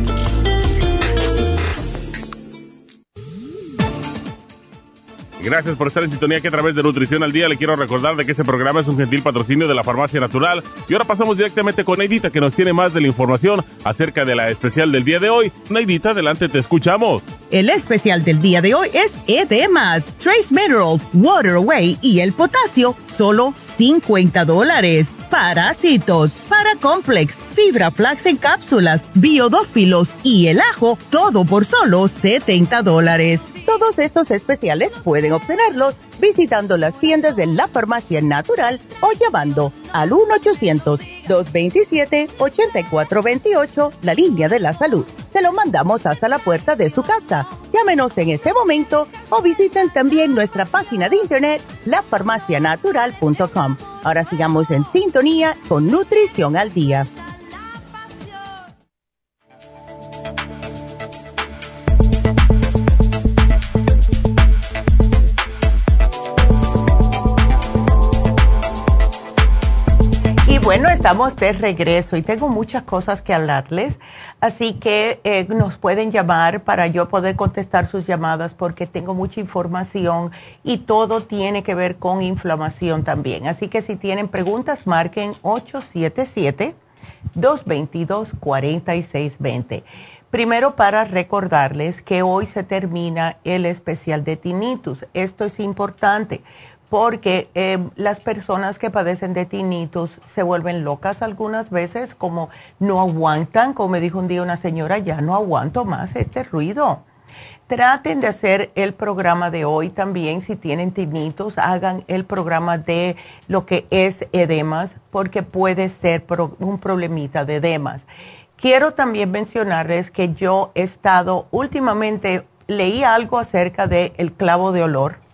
Gracias por estar en sintonía que a través de Nutrición al Día le quiero recordar de que este programa es un gentil patrocinio de la Farmacia Natural. Y ahora pasamos directamente con Neidita, que nos tiene más de la información acerca de la especial del día de hoy. Neidita, adelante, te escuchamos. El especial del día de hoy es Edemas, Trace Mineral, Water Away y el potasio, solo cincuenta dólares. Parásitos, Paracomplex, Fibra Flax en cápsulas, Biodófilos y el ajo, todo por solo setenta dólares. Todos estos especiales pueden obtenerlos visitando las tiendas de la Farmacia Natural o llamando al uno ochocientos, dos veintisiete, ochenta y cuatro veintiocho, la línea de la salud. Se lo mandamos hasta la puerta de su casa. Llámenos en este momento o visiten también nuestra página de internet, la farmacia natural punto com. Ahora sigamos en sintonía con Nutrición al Día. Bueno, estamos de regreso y tengo muchas cosas que hablarles, así que eh, nos pueden llamar para yo poder contestar sus llamadas porque tengo mucha información y todo tiene que ver con inflamación también. Así que si tienen preguntas, marquen ocho siete siete, dos dos dos, cuatro seis dos cero. Primero, para recordarles que hoy se termina el especial de tinnitus. Esto es importante porque eh, las personas que padecen de tinnitus se vuelven locas algunas veces, como no aguantan, como me dijo un día una señora, ya no aguanto más este ruido. Traten de hacer el programa de hoy también, si tienen tinnitus, hagan el programa de lo que es edemas, porque puede ser pro, un problemita de edemas. Quiero también mencionarles que yo he estado, últimamente leí algo acerca del clavo de olor,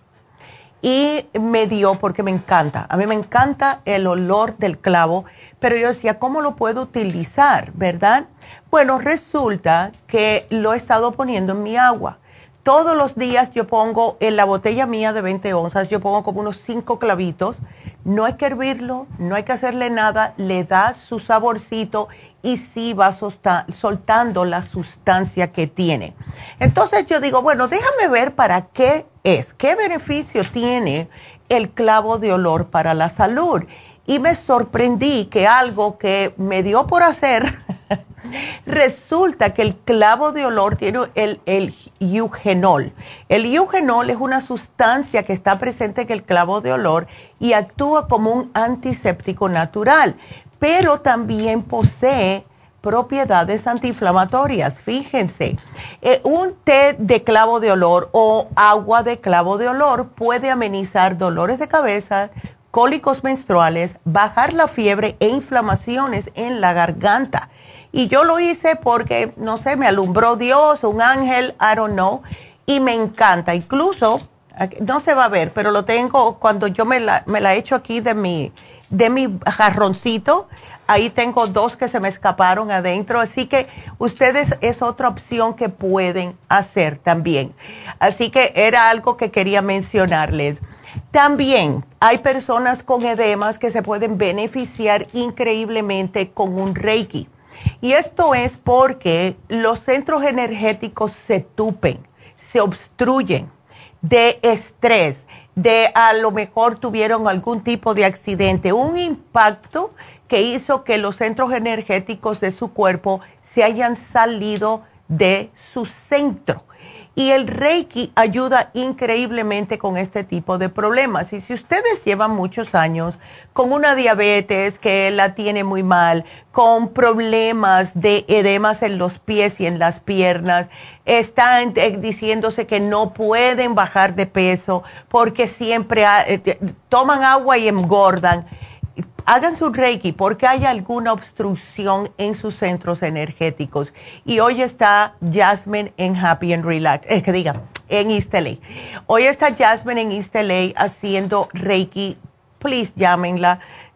y me dio, porque me encanta, a mí me encanta el olor del clavo, pero yo decía, ¿cómo lo puedo utilizar, verdad? Bueno, resulta que lo he estado poniendo en mi agua. Todos los días yo pongo, en la botella mía de veinte onzas, yo pongo como unos cinco clavitos. No hay que hervirlo, no hay que hacerle nada, le da su saborcito y sí va soltando la sustancia que tiene. Entonces yo digo, bueno, déjame ver para qué es, qué beneficio tiene el clavo de olor para la salud. Y me sorprendí que algo que me dio por hacer, resulta que el clavo de olor tiene el, el eugenol. El eugenol es una sustancia que está presente en el clavo de olor y actúa como un antiséptico natural, pero también posee propiedades antiinflamatorias. Fíjense, eh, un té de clavo de olor o agua de clavo de olor puede amenizar dolores de cabeza, cólicos menstruales, bajar la fiebre e inflamaciones en la garganta. Y yo lo hice porque, no sé, me alumbró Dios, un ángel, I don't know, y me encanta. Incluso, no se va a ver, pero lo tengo cuando yo me la, me la echo aquí de mi, de mi jarroncito. Ahí tengo dos que se me escaparon adentro, así que ustedes es otra opción que pueden hacer también. Así que era algo que quería mencionarles. También hay personas con edemas que se pueden beneficiar increíblemente con un Reiki. Y esto es porque los centros energéticos se tupen, se obstruyen de estrés, de a lo mejor tuvieron algún tipo de accidente, un impacto que hizo que los centros energéticos de su cuerpo se hayan salido de su centro. Y el Reiki ayuda increíblemente con este tipo de problemas. Y si ustedes llevan muchos años con una diabetes que la tiene muy mal, con problemas de edemas en los pies y en las piernas, están eh, diciéndose que no pueden bajar de peso porque siempre eh, toman agua y engordan, hagan su Reiki porque hay alguna obstrucción en sus centros energéticos. Y hoy está Jasmine en Happy and Relax, eh, que diga, en East L A. Hoy está Jasmine en East L A haciendo Reiki. Please llámenla.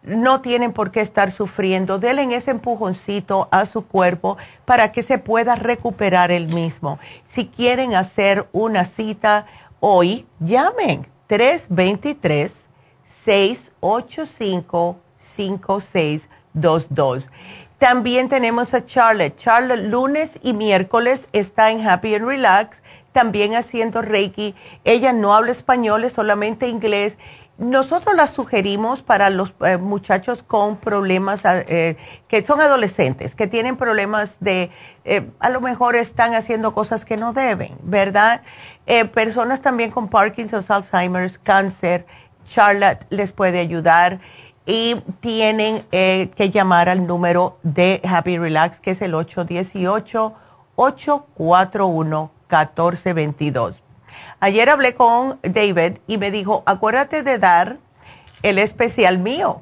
no tienen por qué estar sufriendo. Denle ese empujoncito a su cuerpo para que se pueda recuperar el mismo. Si quieren hacer una cita hoy, llamen tres dos tres, seis ocho cinco, cinco seis dos dos. También tenemos a Charlotte. Charlotte lunes y miércoles está en Happy and Relax, también haciendo Reiki. Ella no habla español, es solamente inglés. Nosotros la sugerimos para los eh, muchachos con problemas, eh, que son adolescentes, que tienen problemas de, eh, a lo mejor están haciendo cosas que no deben, ¿verdad? Eh, personas también con Parkinson, Alzheimer's, cáncer, Charlotte les puede ayudar y tienen eh, que llamar al número de Happy Relax, que es el ocho uno ocho, ocho cuatro uno, uno cuatro dos dos. Ayer hablé con David y me dijo, acuérdate de dar el especial mío.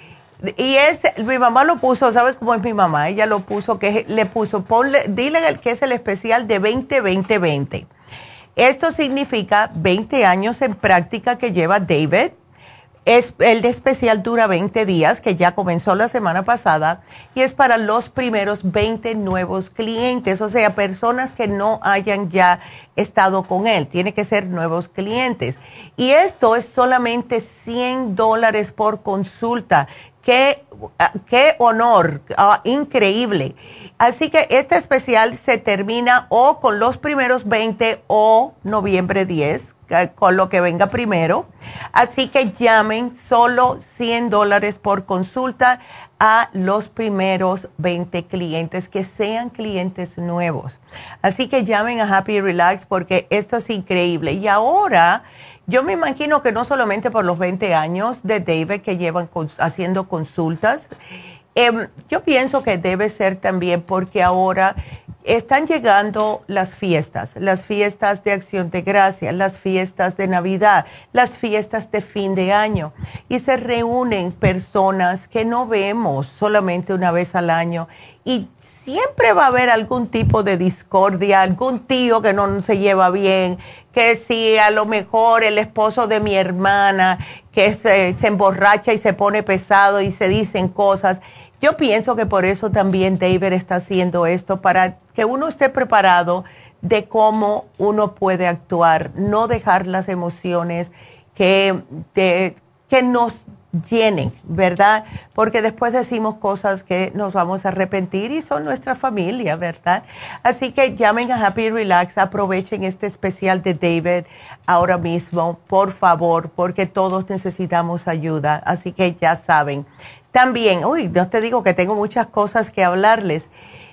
Y es, mi mamá lo puso, ¿sabes cómo es mi mamá? Ella lo puso, que le puso, ponle, dile el que es el especial de veinte veinte veinte. Esto significa veinte años en práctica que lleva David. Es, el de especial dura veinte días, que ya comenzó la semana pasada, y es para los primeros veinte nuevos clientes, o sea, personas que no hayan ya estado con él. Tiene que ser nuevos clientes. Y esto es solamente cien dólares por consulta. ¡Qué, qué honor! Uh, increíble. Así que este especial se termina o con los primeros veinte o noviembre diez, con lo que venga primero. Así que llamen, solo cien dólares por consulta a los primeros veinte clientes, que sean clientes nuevos. Así que llamen a Happy Relax porque esto es increíble. Y ahora, yo me imagino que no solamente por los veinte años de David que llevan con, haciendo consultas, eh, yo pienso que debe ser también porque ahora están llegando las fiestas, las fiestas de Acción de Gracias, las fiestas de Navidad, las fiestas de fin de año. Y se reúnen personas que no vemos solamente una vez al año. Y siempre va a haber algún tipo de discordia, algún tío que no se lleva bien, que si a lo mejor el esposo de mi hermana, que se, se emborracha y se pone pesado y se dicen cosas. Yo pienso que por eso también David está haciendo esto, para que uno esté preparado de cómo uno puede actuar, no dejar las emociones que, de, que nos llenen, ¿verdad? Porque después decimos cosas que nos vamos a arrepentir y son nuestra familia, ¿verdad? Así que llamen a Happy Relax, aprovechen este especial de David ahora mismo, por favor, porque todos necesitamos ayuda, así que ya saben. También, uy, no te digo que tengo muchas cosas que hablarles.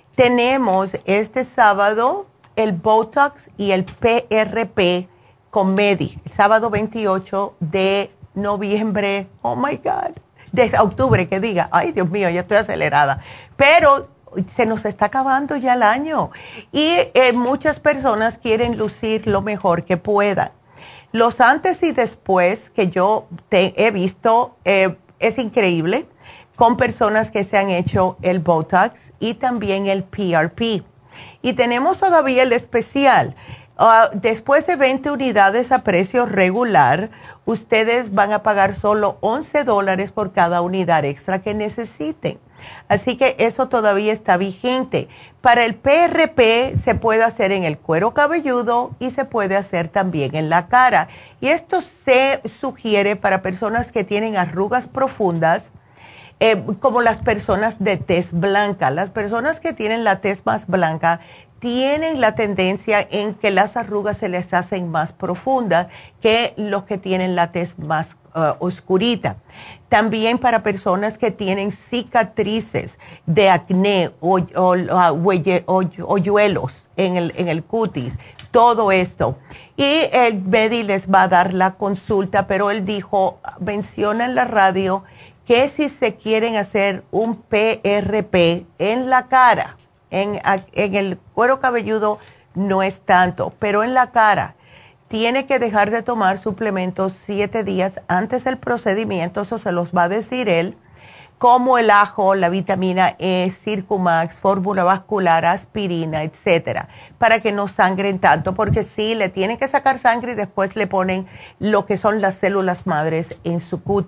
Tenemos este sábado el Botox y el P R P con Medi, el sábado veintiocho de noviembre, oh my God, de octubre, que diga, ay Dios mío, ya estoy acelerada, pero se nos está acabando ya el año y eh, muchas personas quieren lucir lo mejor que puedan. Los antes y después que yo te he visto eh, es increíble, con personas que se han hecho el Botox y también el P R P. Y tenemos todavía el especial. Uh, después de veinte unidades a precio regular, ustedes van a pagar solo once dólares por cada unidad extra que necesiten. Así que eso todavía está vigente. Para el P R P se puede hacer en el cuero cabelludo y se puede hacer también en la cara. Y esto se sugiere para personas que tienen arrugas profundas, Eh, como las personas de tez blanca. Las personas que tienen la tez más blanca tienen la tendencia en que las arrugas se les hacen más profundas que los que tienen la tez más uh, oscurita. También para personas que tienen cicatrices de acné o, o, uh, huelle, o hoyuelos en el, en el cutis, todo esto. Y el Medi les va a dar la consulta, pero él dijo, menciona en la radio que si se quieren hacer un P R P en la cara, en, en el cuero cabelludo no es tanto, pero en la cara, tiene que dejar de tomar suplementos siete días antes del procedimiento, eso se los va a decir él, como el ajo, la vitamina E, Circumax, fórmula vascular, aspirina, etcétera, para que no sangren tanto, porque sí, le tienen que sacar sangre y después le ponen lo que son las células madres en su cutis.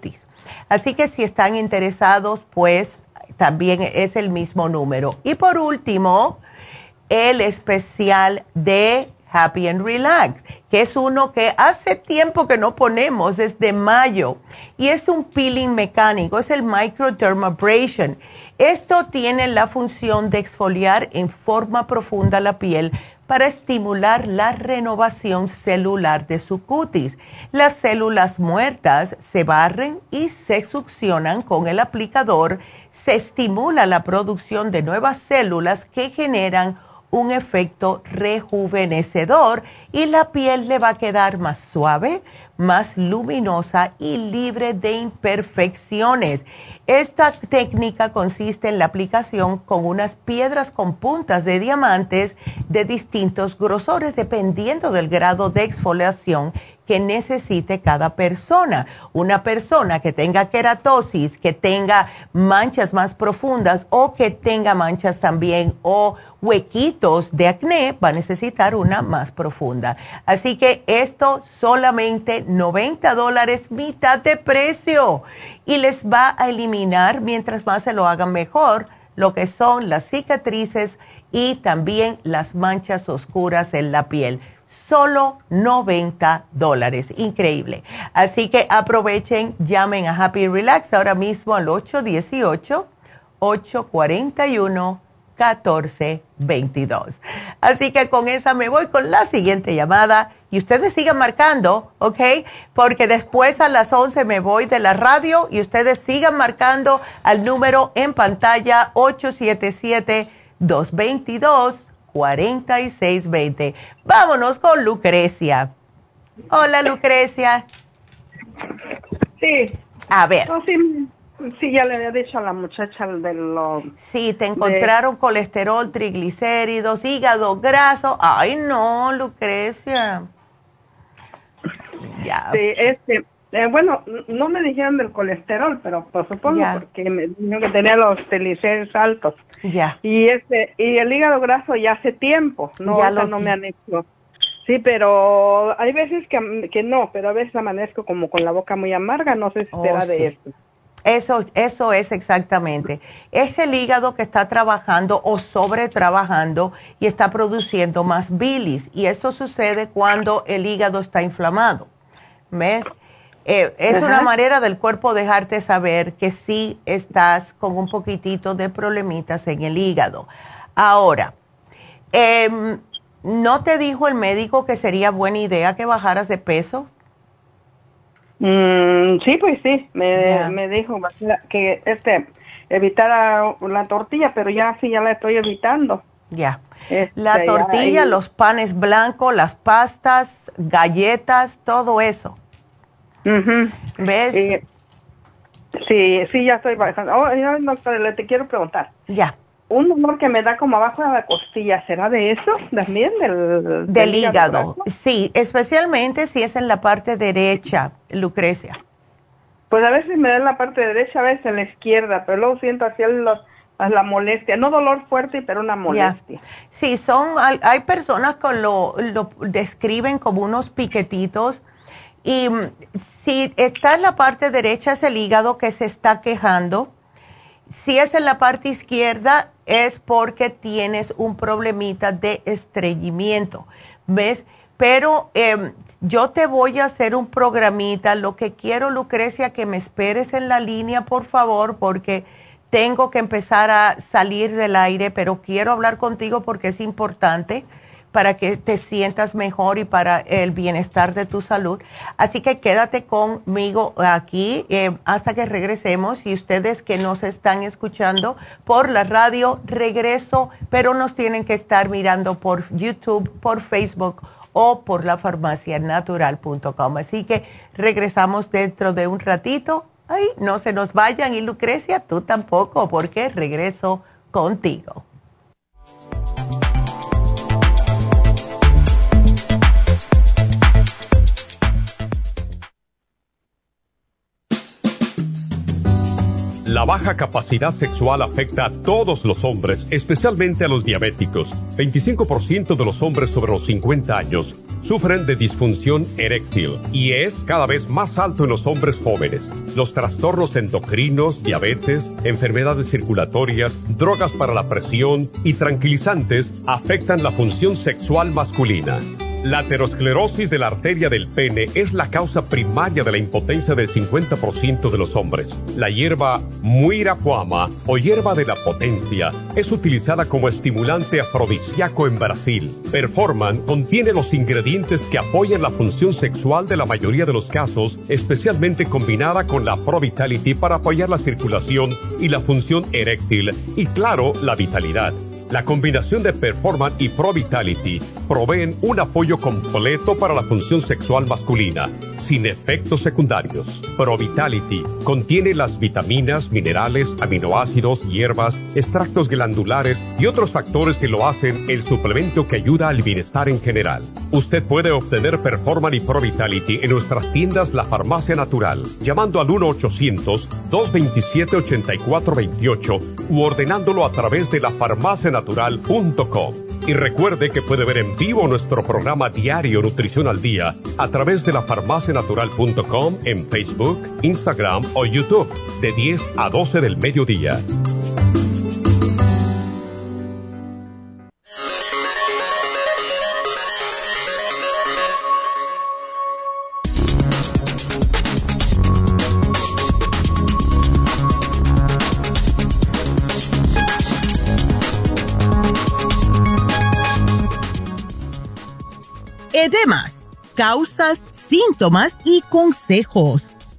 Así que si están interesados, pues también es el mismo número. Y por último, el especial de Happy and Relax, que es uno que hace tiempo que no ponemos, desde mayo, y es un peeling mecánico, es el Microdermabrasion. Esto tiene la función de exfoliar en forma profunda la piel para estimular la renovación celular de su cutis. Las células muertas se barren y se succionan con el aplicador, se estimula la producción de nuevas células que generan un efecto rejuvenecedor y la piel le va a quedar más suave, más luminosa y libre de imperfecciones. Esta técnica consiste en la aplicación con unas piedras con puntas de diamantes de distintos grosores dependiendo del grado de exfoliación que necesite cada persona. Una persona que tenga queratosis, que tenga manchas más profundas o que tenga manchas también o huequitos de acné, va a necesitar una más profunda. Así que esto solamente noventa dólares, mitad de precio. Y les va a eliminar, mientras más se lo hagan mejor, lo que son las cicatrices y también las manchas oscuras en la piel. Solo noventa dólares. Increíble. Así que aprovechen, llamen a Happy Relax ahora mismo al ocho uno ocho, ocho cuatro uno, uno cuatro dos dos. Así que con esa me voy con la siguiente llamada y ustedes sigan marcando, ¿ok? Porque después a las once me voy de la radio y ustedes sigan marcando al número en pantalla ocho siete siete, dos dos dos, cuatro seis dos cero. Vámonos con Lucrecia. Hola, Lucrecia. Sí. A ver. No, sí, sí, ya le había dicho a la muchacha de lo... Sí, te encontraron de... colesterol, triglicéridos, hígado graso. Ay, no, Lucrecia. Ya. Sí, este... Eh, bueno, no me dijeron del colesterol, pero por supongo ya. Porque me dijeron que tenía los triglicéridos altos. Ya. Y este y el hígado graso ya hace tiempo, no, ya lo... no me han hecho. Sí, pero hay veces que, que no, pero a veces amanezco como con la boca muy amarga, no sé si oh, será sí. de esto. Eso, eso es exactamente. Es el hígado que está trabajando o sobretrabajando y está produciendo más bilis. Y esto sucede cuando el hígado está inflamado. ¿Ves? Eh, es Ajá. una manera del cuerpo dejarte saber que sí estás con un poquitito de problemitas en el hígado. Ahora, eh, ¿no te dijo el médico que sería buena idea que bajaras de peso? Mm, sí, pues sí, me, me dijo que este evitara la tortilla, pero ya sí, ya la estoy evitando. Ya, este, la tortilla, ya, y... los panes blancos, las pastas, galletas, todo eso. Uh-huh. ¿Ves? Eh, sí, sí, ya estoy bajando. Oh, no, doctor, le te quiero preguntar. Ya. Un dolor que me da como abajo de la costilla, ¿será de eso también? Del, del, del hígado, sí, especialmente si es en la parte derecha, Lucrecia. Pues a veces me da en la parte derecha, a veces en la izquierda, pero luego siento así los, la molestia, no dolor fuerte, pero una molestia. Ya. Sí, son, hay, hay personas que lo, lo describen como unos piquetitos. Y si está en la parte derecha es el hígado que se está quejando. Si es en la parte izquierda es porque tienes un problemita de estreñimiento, ¿ves? Pero eh, yo te voy a hacer un programita. Lo que quiero, Lucrecia, que me esperes en la línea, por favor, porque tengo que empezar a salir del aire, pero quiero hablar contigo porque es importante para que te sientas mejor y para el bienestar de tu salud. Así que quédate conmigo aquí eh, hasta que regresemos. Y ustedes que nos están escuchando por la radio, regreso, pero nos tienen que estar mirando por YouTube, por Facebook o por la farmacia natural punto com. Así que regresamos dentro de un ratito. Ay, no se nos vayan. Y Lucrecia, tú tampoco, porque regreso contigo. La baja capacidad sexual afecta a todos los hombres, especialmente a los diabéticos. veinticinco por ciento de los hombres sobre los cincuenta años sufren de disfunción eréctil y es cada vez más alto en los hombres jóvenes. Los trastornos endocrinos, diabetes, enfermedades circulatorias, drogas para la presión y tranquilizantes afectan la función sexual masculina. La aterosclerosis de la arteria del pene es la causa primaria de la impotencia del cincuenta por ciento de los hombres. La hierba muirapuama o hierba de la potencia es utilizada como estimulante afrodisíaco en Brasil. Performan contiene los ingredientes que apoyan la función sexual de la mayoría de los casos, especialmente combinada con la Pro Vitality para apoyar la circulación y la función eréctil y, claro, la vitalidad. La combinación de Performan y Pro Vitality proveen un apoyo completo para la función sexual masculina, sin efectos secundarios. Pro Vitality contiene las vitaminas, minerales, aminoácidos, hierbas, extractos glandulares y otros factores que lo hacen el suplemento que ayuda al bienestar en general. Usted puede obtener Performan y Pro Vitality en nuestras tiendas La Farmacia Natural, llamando al uno ochocientos, dos veintisiete, ochenta y cuatro veintiocho u ordenándolo a través de la farmacia natural punto com. Y recuerde que puede ver en vivo nuestro programa diario Nutrición al Día a través de la farmacia natural punto com en Facebook, Instagram o YouTube de diez a doce del mediodía. Edemas, causas, síntomas y consejos.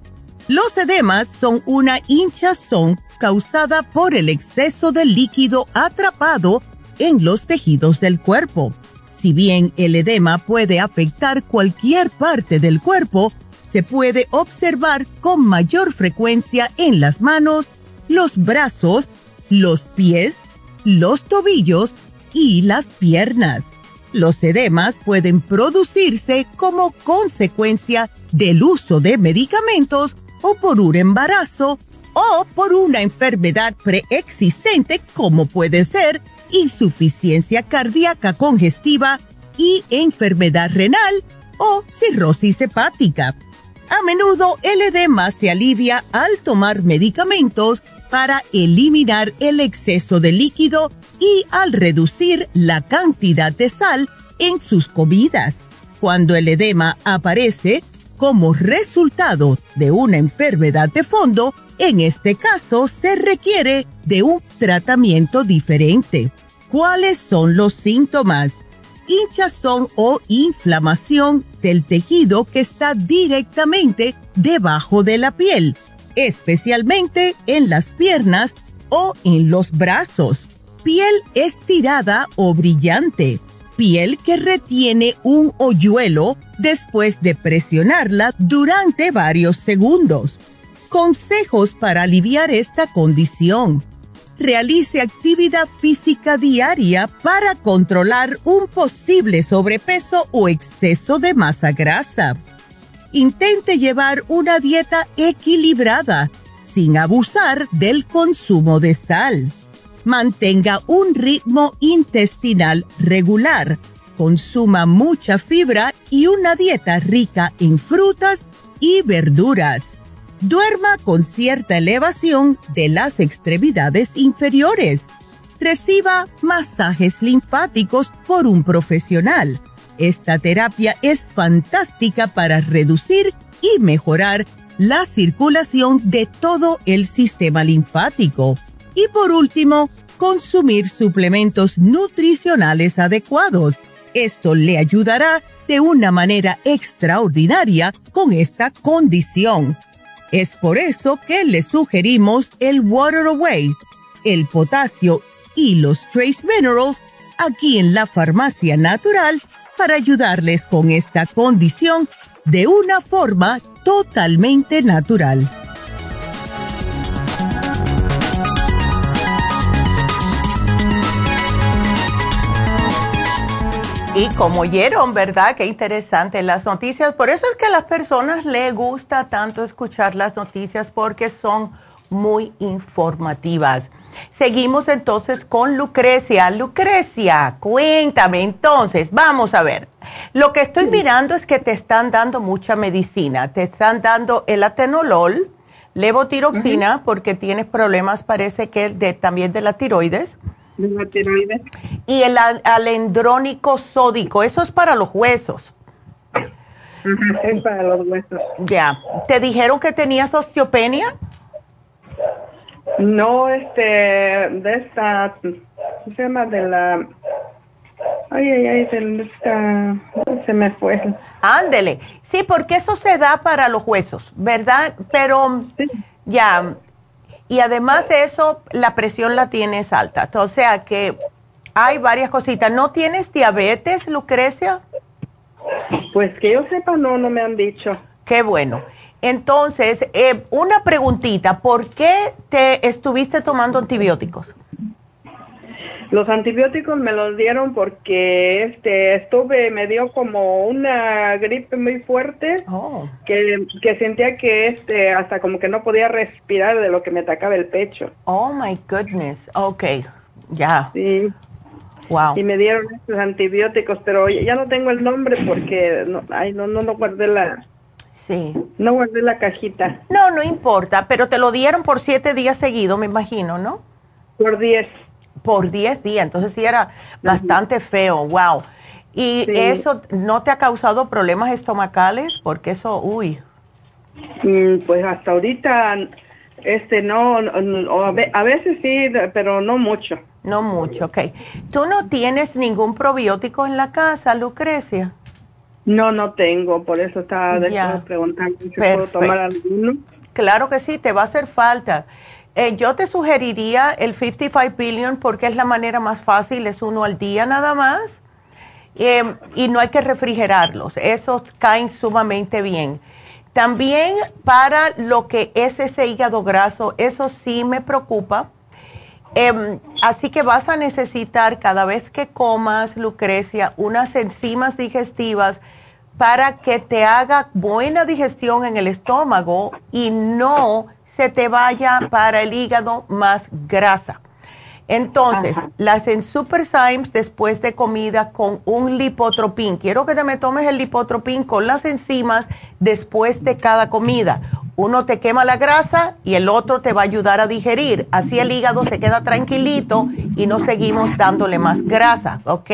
Los edemas son una hinchazón causada por el exceso de líquido atrapado en los tejidos del cuerpo. Si bien el edema puede afectar cualquier parte del cuerpo, se puede observar con mayor frecuencia en las manos, los brazos, los pies, los tobillos y las piernas. Los edemas pueden producirse como consecuencia del uso de medicamentos o por un embarazo o por una enfermedad preexistente como puede ser insuficiencia cardíaca congestiva y enfermedad renal o cirrosis hepática. A menudo el edema se alivia al tomar medicamentos para eliminar el exceso de líquido y al reducir la cantidad de sal en sus comidas. Cuando el edema aparece como resultado de una enfermedad de fondo, en este caso se requiere de un tratamiento diferente. ¿Cuáles son los síntomas? Hinchazón o inflamación del tejido que está directamente debajo de la piel, especialmente en las piernas o en los brazos. Piel estirada o brillante. Piel que retiene un hoyuelo después de presionarla durante varios segundos. Consejos para aliviar esta condición. Realice actividad física diaria para controlar un posible sobrepeso o exceso de masa grasa. Intente llevar una dieta equilibrada, sin abusar del consumo de sal. Mantenga un ritmo intestinal regular. Consuma mucha fibra y una dieta rica en frutas y verduras. Duerma con cierta elevación de las extremidades inferiores. Reciba masajes linfáticos por un profesional. Esta terapia es fantástica para reducir y mejorar la circulación de todo el sistema linfático. Y por último, consumir suplementos nutricionales adecuados. Esto le ayudará de una manera extraordinaria con esta condición. Es por eso que le sugerimos el Water Away, el potasio y los Trace Minerals aquí en la Farmacia Natural para ayudarles con esta condición de una forma totalmente natural. Y como oyeron, ¿verdad? Qué interesante las noticias. Por eso es que a las personas les gusta tanto escuchar las noticias porque son muy informativas. Seguimos entonces con Lucrecia. Lucrecia, cuéntame entonces, vamos a ver. Lo que estoy mirando es que te están dando mucha medicina. Te están dando el atenolol, levotiroxina, uh-huh. porque tienes problemas, parece que de, también de la tiroides. De la tiroides. Y el alendrónico sódico, eso es para los huesos. Uh-huh, es para los huesos. Ya. ¿Te dijeron que tenías osteopenia? No, este, de esta, ¿cómo se llama? De la, ay, ay, ay, de esta, se me fue. Ándele, sí, porque eso se da para los huesos, ¿verdad? Pero, sí. ya, y además de eso, la presión la tienes alta, o sea que hay varias cositas. ¿No tienes diabetes, Lucrecia? Pues que yo sepa, no, no me han dicho. Qué bueno. Entonces, eh, una preguntita, ¿por qué te estuviste tomando antibióticos? Los antibióticos me los dieron porque este estuve, me dio como una gripe muy fuerte, oh. que, que sentía que este hasta como que no podía respirar de lo que me atacaba el pecho. Oh my goodness, okay, ya. Sí. Wow. Y me dieron estos antibióticos, pero ya no tengo el nombre porque no, ay, no, no, no guardé la... Sí. No guardé la cajita. No, no importa, pero te lo dieron por siete días seguidos, me imagino, ¿no? Por diez. Por diez días, entonces sí era bastante feo, wow. ¿Y sí. eso no te ha causado problemas estomacales? Porque eso, uy. Mm, pues hasta ahorita, este, no, no, a veces sí, pero no mucho. No mucho, ok. ¿Tú no tienes ningún probiótico en la casa, Lucrecia? No, no tengo, por eso estaba yeah. preguntando si Perfecto. puedo tomar alguno. Claro que sí, te va a hacer falta. Eh, yo te sugeriría el cincuenta y cinco billion porque es la manera más fácil, es uno al día nada más. Eh, y no hay que refrigerarlos, esos caen sumamente bien. También para lo que es ese hígado graso, eso sí me preocupa. Eh, así que vas a necesitar cada vez que comas, Lucrecia, unas enzimas digestivas para que te haga buena digestión en el estómago y no se te vaya para el hígado más grasa. Entonces, Ajá. las en Super Symes después de comida con un lipotropín. Quiero que te me tomes el lipotropín con las enzimas después de cada comida. Uno te quema la grasa y el otro te va a ayudar a digerir. Así el hígado se queda tranquilito y no seguimos dándole más grasa, ¿ok?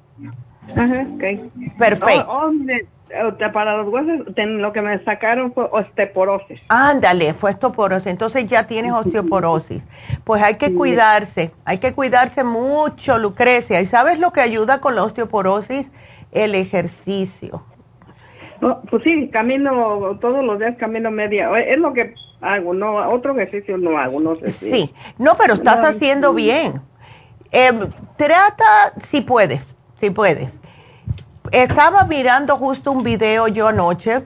Ajá, ok. Perfecto. Oh, oh, me, para los huesos, lo que me sacaron fue osteoporosis. Ándale, fue osteoporosis. Entonces ya tienes osteoporosis. Pues hay que sí. cuidarse, hay que cuidarse mucho, Lucrecia. ¿Y sabes lo que ayuda con la osteoporosis? El ejercicio. No, pues sí, camino, todos los días camino media, es lo que hago, no, otro ejercicio no hago, no sé si. Sí, no, pero estás no, haciendo sí. bien. Eh, trata, si puedes, si puedes. Estaba mirando justo un video yo anoche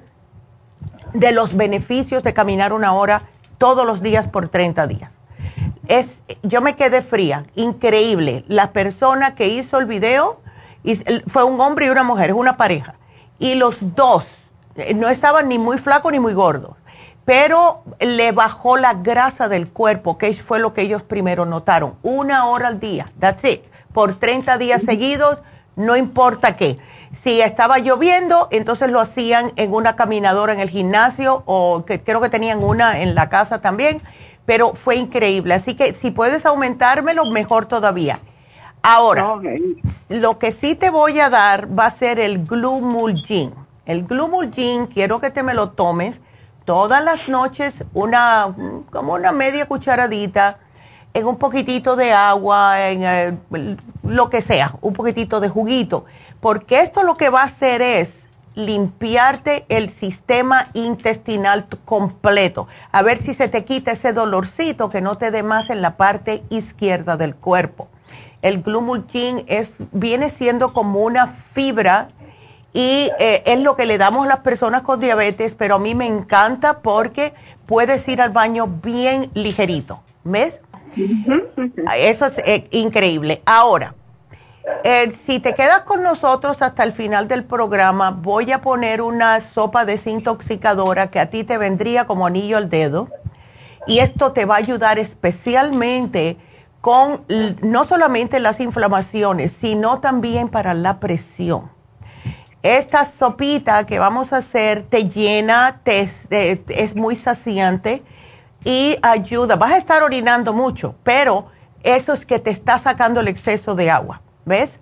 de los beneficios de caminar una hora todos los días por treinta días. Es, yo me quedé fría, increíble. La persona que hizo el video fue un hombre y una mujer, es una pareja. Y los dos no estaban ni muy flacos ni muy gordos, pero le bajó la grasa del cuerpo, que fue lo que ellos primero notaron. Una hora al día, that's it, por treinta días seguidos, no importa qué. Si estaba lloviendo, entonces lo hacían en una caminadora en el gimnasio, o que creo que tenían una en la casa también, pero fue increíble. Así que si puedes aumentármelo, mejor todavía. Ahora, okay. lo que sí te voy a dar va a ser el Glumulgin. El Glumulgin, quiero que te me lo tomes todas las noches, una como una media cucharadita, en un poquitito de agua, en eh, lo que sea, un poquitito de juguito. Porque esto lo que va a hacer es limpiarte el sistema intestinal completo. A ver si se te quita ese dolorcito que no te dé más en la parte izquierda del cuerpo. El Glumulgin es, viene siendo como una fibra y eh, es lo que le damos a las personas con diabetes, pero a mí me encanta porque puedes ir al baño bien ligerito. ¿Ves? Uh-huh. Eso es eh, increíble. Ahora, eh, si te quedas con nosotros hasta el final del programa, voy a poner una sopa desintoxicadora que a ti te vendría como anillo al dedo. Y esto te va a ayudar especialmente con no solamente las inflamaciones, sino también para la presión. Esta sopita que vamos a hacer te llena, te, te, es muy saciante y ayuda. Vas a estar orinando mucho, pero eso es que te está sacando el exceso de agua, ¿ves?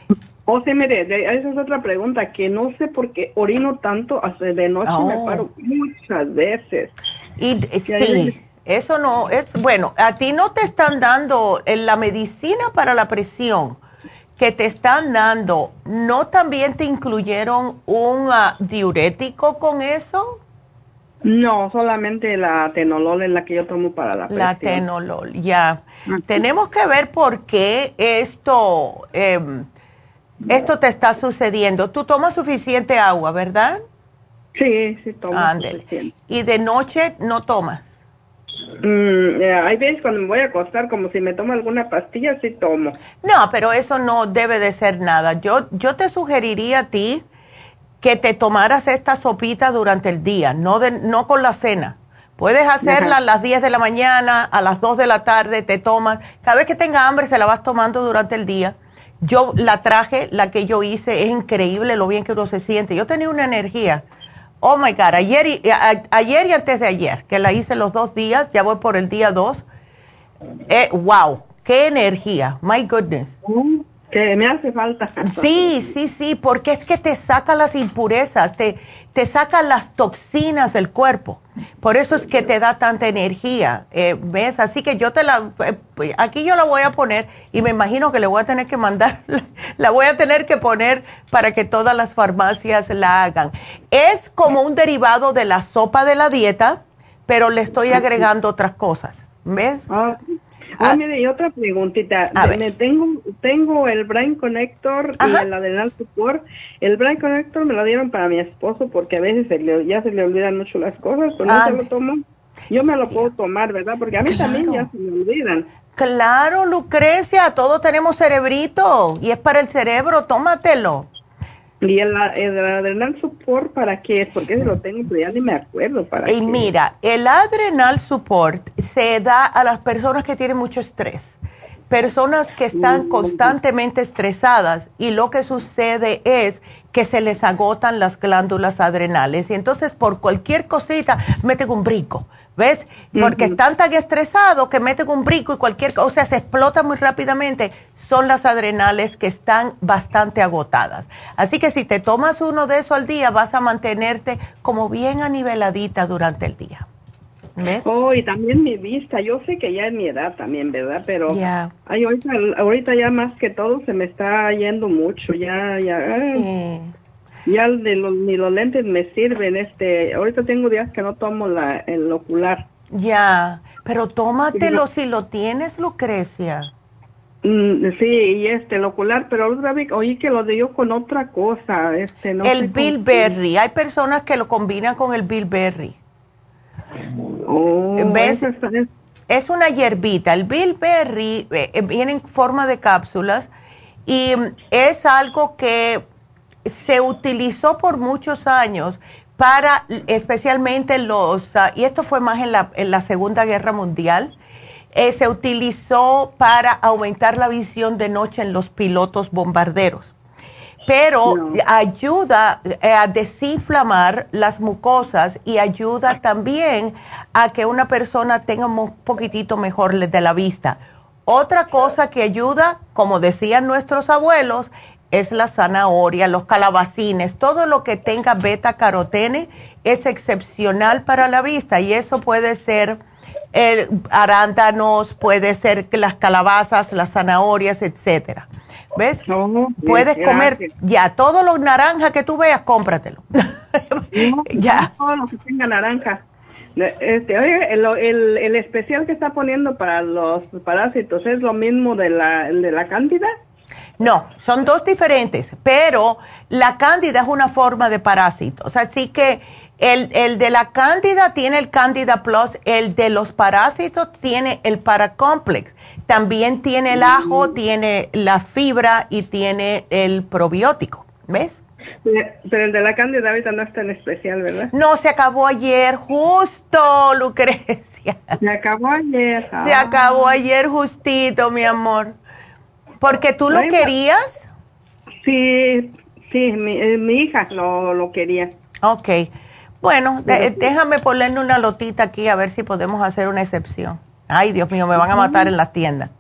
O sea, mire, esa es otra pregunta, que no sé por qué orino tanto, hasta de noche oh. me paro muchas veces. Y sí, eso no, es bueno, a ti no te están dando la medicina para la presión que te están dando, ¿no también te incluyeron un uh, diurético con eso? No, solamente la atenolol es la que yo tomo para la presión. La atenolol, ya. Uh-huh. Tenemos que ver por qué esto... Eh, Esto te está sucediendo. Tú tomas suficiente agua, ¿verdad? Sí, sí tomo Ándale. suficiente. ¿Y de noche no tomas? Mm, yeah, hay veces cuando me voy a acostar, como si me tomo alguna pastilla, sí tomo. No, pero eso no debe de ser nada. Yo, yo te sugeriría a ti que te tomaras esta sopita durante el día, no, de, no con la cena. Puedes hacerla Ajá. a las diez de la mañana, a las dos de la tarde, te tomas. Cada vez que tenga hambre, se la vas tomando durante el día. Yo la traje, la que yo hice, es increíble lo bien que uno se siente. Yo tenía una energía. Oh, my God, ayer y, a, ayer y antes de ayer, que la hice los dos días, ya voy por el día dos. Eh, wow, qué energía, my goodness. Mm, que me hace falta. Sí, sí, sí, porque es que te saca las impurezas, te, te saca las toxinas del cuerpo. Por eso es que te da tanta energía, eh, ¿ves? Así que yo te la, eh, aquí yo la voy a poner y me imagino que le voy a tener que mandar, la voy a tener que poner para que todas las farmacias la hagan. Es como un derivado de la sopa de la dieta, pero le estoy agregando otras cosas, ¿ves? Ah, ah mire, y otra preguntita. Me tengo, tengo el Brain Connector Ajá. y el Adrenal Support. El Brain Connector me lo dieron para mi esposo porque a veces se le, ya se le olvidan mucho las cosas, pero ah, no se lo tomo. Yo me lo sí. puedo tomar, ¿verdad? Porque a mí claro. también ya se me olvidan. Claro, Lucrecia, todos tenemos cerebrito y es para el cerebro, tómatelo. ¿Y el, el Adrenal Support para qué es? Porque si lo tengo, pero ya ni me acuerdo para y qué. Mira, el Adrenal Support se da a las personas que tienen mucho estrés, personas que están constantemente estresadas y lo que sucede es que se les agotan las glándulas adrenales y entonces por cualquier cosita meten un brinco, ¿ves? Porque uh-huh. están tan estresados que meten un brinco y cualquier cosa, o sea, se explota muy rápidamente. Son las adrenales que están bastante agotadas. Así que si te tomas uno de eso al día, vas a mantenerte como bien aniveladita durante el día. ¿Ves? Oh, y también mi vista. Yo sé que ya es mi edad también, ¿verdad? Pero yeah. ay, ahorita, ahorita ya más que todo se me está yendo mucho. Ya, ya. Sí. Ya de los, ni los lentes me sirven. Este, ahorita tengo días que no tomo la, el ocular. Ya, pero tómatelo sí. si lo tienes, Lucrecia. Mm, sí, y este, el ocular, pero otra vez oí que lo dio con otra cosa. Este, no el bilberry. Hay personas que lo combinan con el bilberry. Oh, ¿ves? Es, es una hierbita. El bilberry eh, viene en forma de cápsulas y es algo que se utilizó por muchos años para especialmente los, uh, y esto fue más en la, en la Segunda Guerra Mundial, eh, se utilizó para aumentar la visión de noche en los pilotos bombarderos. Pero no. ayuda a desinflamar las mucosas y ayuda también a que una persona tenga un poquitito mejor de la vista. Otra cosa que ayuda, como decían nuestros abuelos, es la zanahoria, los calabacines, todo lo que tenga beta carotene es excepcional para la vista y eso puede ser el arándanos, puede ser las calabazas, las zanahorias, etcétera. ¿Ves? No, puedes bien, comer gracias. Ya todo lo naranja que tú veas, cómpratelo. No, ya. Todo lo que tenga naranja. Este, oye, el, el, el especial que está poniendo para los parásitos es lo mismo de la, de la cándida. No, son dos diferentes, pero la cándida es una forma de parásito. O sea, así que el, el de la cándida tiene el Candida Plus, el de los parásitos tiene el Paracomplex. También tiene el ajo, mm. tiene la fibra y tiene el probiótico, ¿ves? Pero el de la Cándida ahorita no es tan especial, ¿verdad? No, se acabó ayer, justo, Lucrecia. Se acabó ayer. Ah. Se acabó ayer justito, mi amor. ¿Porque tú lo querías? Sí, sí, mi, mi hija lo, lo quería. Ok. Bueno, de, déjame ponerle una lotita aquí a ver si podemos hacer una excepción. Ay, Dios mío, me van a matar en las tiendas.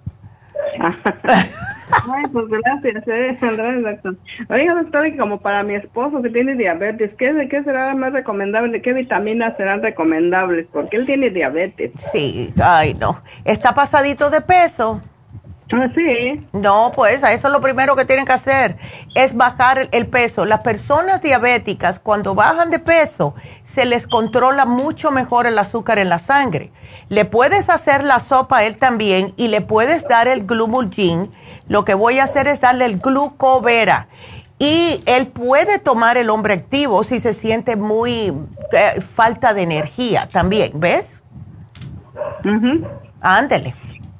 Ay, pues gracias, eh, gracias, doctor. Oiga, doctor, como para mi esposo que tiene diabetes, ¿qué, ¿qué será más recomendable? ¿Qué vitaminas serán recomendables? Porque él tiene diabetes. Sí, ay, no. ¿Está pasadito de peso? Ah, sí. No, pues a eso lo primero que tienen que hacer es bajar el peso. Las personas diabéticas, cuando bajan de peso, se les controla mucho mejor el azúcar en la sangre. Le puedes hacer la sopa a él también y le puedes dar el Glumulgin. Lo que voy a hacer es darle el Glucovera. Y él puede tomar el hombre activo si se siente muy eh, falta de energía también, ¿ves? Uh-huh. Ándele.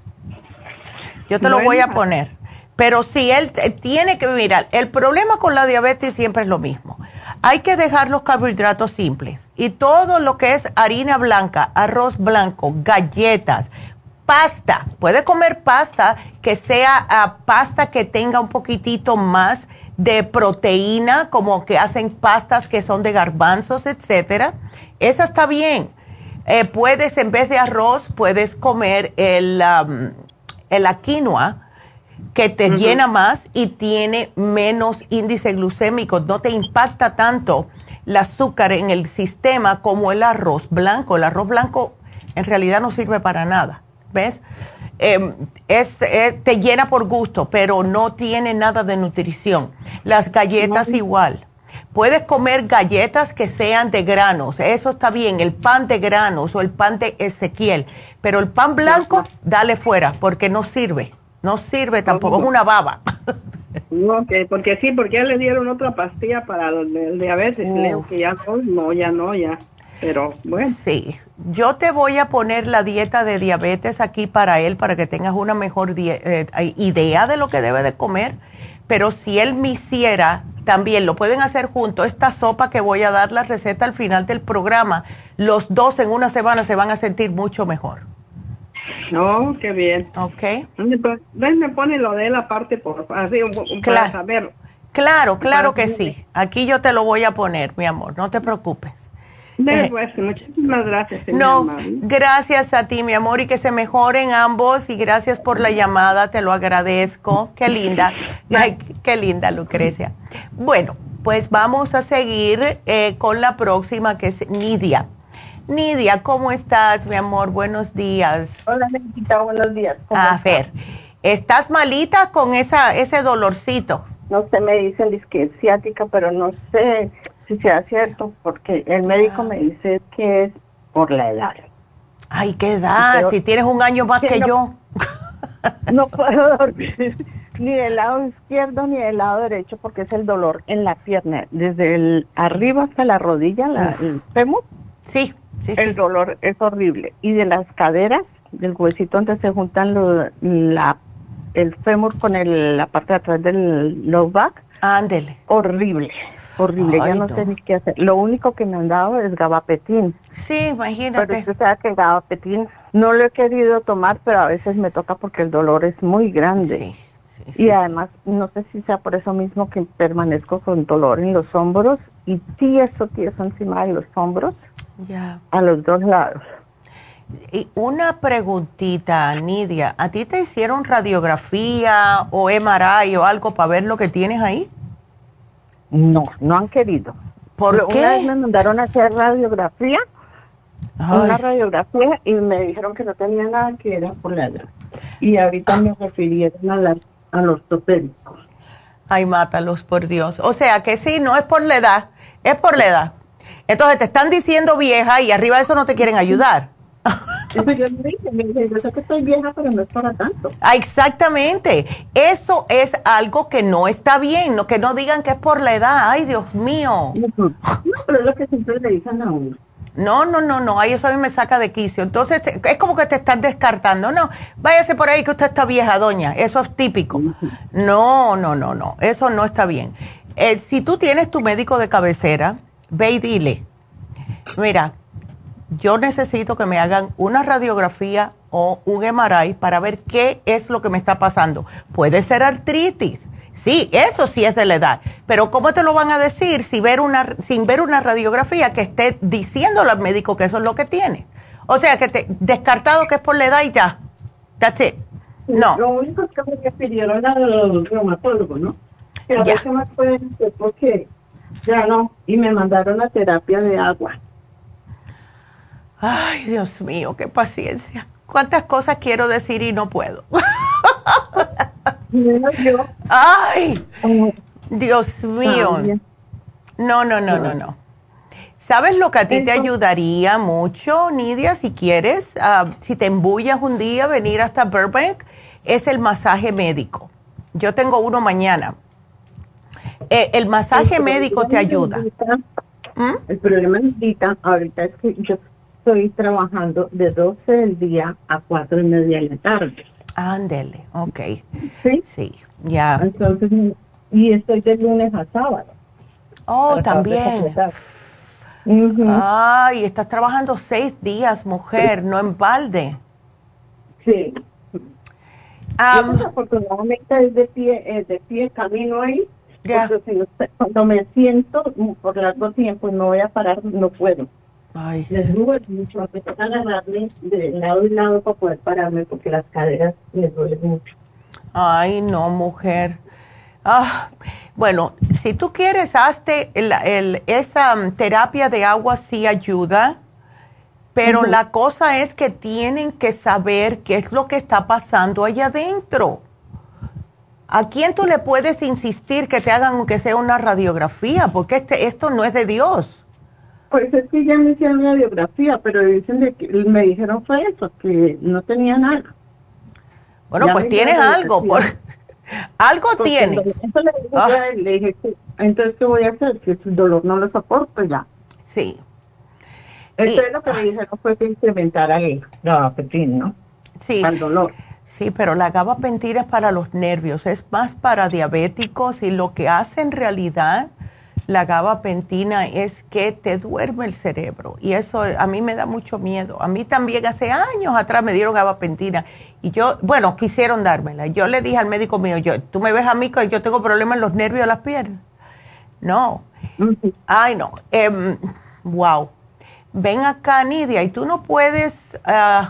Yo te lo voy a poner. Pero si él tiene que, mirar, el problema con la diabetes siempre es lo mismo. Hay que dejar los carbohidratos simples. Y todo lo que es harina blanca, arroz blanco, galletas, pasta. Puede comer pasta que sea uh, pasta que tenga un poquitito más de proteína, como que hacen pastas que son de garbanzos, etcétera. Esa está bien. Eh, puedes, en vez de arroz, puedes comer el... Um, la quinoa, que te uh-huh. llena más y tiene menos índice glucémico, no te impacta tanto el azúcar en el sistema como el arroz blanco. El arroz blanco en realidad no sirve para nada, ¿ves? Eh, es, eh, te llena por gusto, pero no tiene nada de nutrición. Las galletas uh-huh. igual. Puedes comer galletas que sean de granos, eso está bien, el pan de granos o el pan de Ezequiel, pero el pan blanco, dale fuera, porque no sirve, no sirve tampoco, es una baba. Ok, porque sí, porque ya le dieron otra pastilla para el, el diabetes, uh. Leo que ya no, no, ya no, ya, pero bueno. Sí, yo te voy a poner la dieta de diabetes aquí para él, para que tengas una mejor eh, idea de lo que debe de comer, pero si él me hiciera... También lo pueden hacer juntos. Esta sopa que voy a dar la receta al final del programa, los dos en una semana se van a sentir mucho mejor. No, qué bien. Ok. Ven, me pone lo de la parte por así un, un claro. para saber. Claro, claro que sí. Aquí yo te lo voy a poner, mi amor, no te preocupes. De, pues, muchísimas gracias. No, gracias a ti, mi amor, y que se mejoren ambos, y gracias por la llamada, te lo agradezco. Qué linda, ay, qué linda, Lucrecia. Bueno, pues vamos a seguir eh, con la próxima, que es Nidia. Nidia, ¿cómo estás, mi amor? Buenos días. Hola, Neidita, buenos días. A ver, ¿estás malita con esa ese dolorcito? No sé, me dicen disque ciática, pero no sé si sea cierto, porque el médico me dice que es por la edad. Ay, ¿qué edad? Pero, si tienes un año más que, que no, yo. No puedo dormir ni del lado izquierdo ni del lado derecho, porque es el dolor en la pierna, desde el arriba hasta la rodilla, la, el fémur. Sí, sí, El sí. dolor es horrible. Y de las caderas, del huesito donde se juntan lo, la, el fémur con el, la parte de atrás del low back. Ándele. Horrible. Horrible, Ay, ya no, no sé ni qué hacer. Lo único que me han dado es gabapentin. Sí, imagínate. Pero usted sabe que el gabapentin no lo he querido tomar, pero a veces me toca porque el dolor es muy grande. Sí, sí, sí, y además, no sé si sea por eso mismo que permanezco con dolor en los hombros y tieso, tieso encima de los hombros, ya. A los dos lados. Y una preguntita, Nidia, ¿a ti te hicieron radiografía o M R I o algo para ver lo que tienes ahí? No, no han querido. ¿Por Una qué? Una vez me mandaron a hacer radiografía, Ay. una radiografía, y me dijeron que no tenía nada, que era por la edad. Y ahorita me refirieron a, la, a los ortopédicos. Ay, mátalos, por Dios. O sea, que sí, no es por la edad, es por la edad. Entonces te están diciendo vieja y arriba de eso no te quieren ayudar. Yo me dije, me dije, yo sé que estoy vieja, pero no es para tanto. Ah, exactamente. Eso es algo que no está bien, no, que no digan que es por la edad. Ay, Dios mío. No, pero es lo que siempre le dicen a uno. No, no, no, no, ay, eso a mí me saca de quicio. Entonces, es como que te están descartando. No, váyase por ahí que usted está vieja, doña. Eso es típico. No, no, no, no, eso no está bien. eh, si tú tienes tu médico de cabecera, ve y dile, mira, yo necesito que me hagan una radiografía o un M R I para ver qué es lo que me está pasando. Puede ser artritis. Sí, eso sí es de la edad. Pero ¿cómo te lo van a decir si ver una, sin ver una radiografía que esté diciéndole al médico que eso es lo que tiene? O sea, que te, descartado que es por la edad y ya. That's it. No. Lo único que me refirieron a los reumatólogos, ¿no? Que a veces me pueden hacer porque ya no. Y me mandaron a terapia de agua. Ay, Dios mío, qué paciencia. ¿Cuántas cosas quiero decir y no puedo? Ay, Dios mío. No, no, no, no, no. ¿Sabes lo que a ti te ayudaría mucho, Nidia, si quieres? Uh, si te embullas un día, venir hasta Burbank, es el masaje médico. Yo tengo uno mañana. Eh, el masaje el médico te ayuda. Ahorita, ¿Mm? El problema ahorita, ahorita es que yo estoy trabajando de doce del día a cuatro y media de la tarde. Ándele, ok. Sí. Sí, ya. Entonces, y estoy de lunes a sábado. Oh, también. Uh-huh. Ay, estás trabajando seis días, mujer, sí. No en balde. Sí. Um, yo, afortunadamente es de pie, es de pie camino ahí. Yeah. Porque si no, cuando me siento por largo tiempo no voy a parar, no puedo. Ay. Les duele mucho, me toca agarrarme de lado y lado para poder pararme porque las caderas les duelen mucho. Ay, no, mujer. Ah, bueno, si tú quieres, hazte el, el, esa um, terapia de agua sí ayuda, pero uh-huh. La cosa es que tienen que saber qué es lo que está pasando allá adentro. ¿A quién tú le puedes insistir que te hagan aunque sea una radiografía? Porque este, esto no es de Dios. Pues es que ya me hicieron radiografía, pero dicen de que me dijeron fue eso, que no tenía nada. Bueno, ya pues tienes algo, por, algo Porque tiene. Entonces le dije, ah. le dije que, entonces ¿qué voy a hacer? Si el dolor no lo soporto ya. Sí. Entonces y, lo que me dijeron fue que incrementara el gabapentina, ¿no? Sí. Al dolor. Sí, pero la gabapentina es para los nervios, es más para diabéticos y lo que hace en realidad la gabapentina es que te duerme el cerebro y eso a mí me da mucho miedo. A mí también hace años atrás me dieron gabapentina y yo, bueno, quisieron dármela. Yo le dije al médico mío, yo, tú me ves a mí que yo tengo problemas en los nervios de las piernas. No. Uh-huh. Ay, no. Um, wow. Ven acá, Nidia, y tú no puedes... Uh,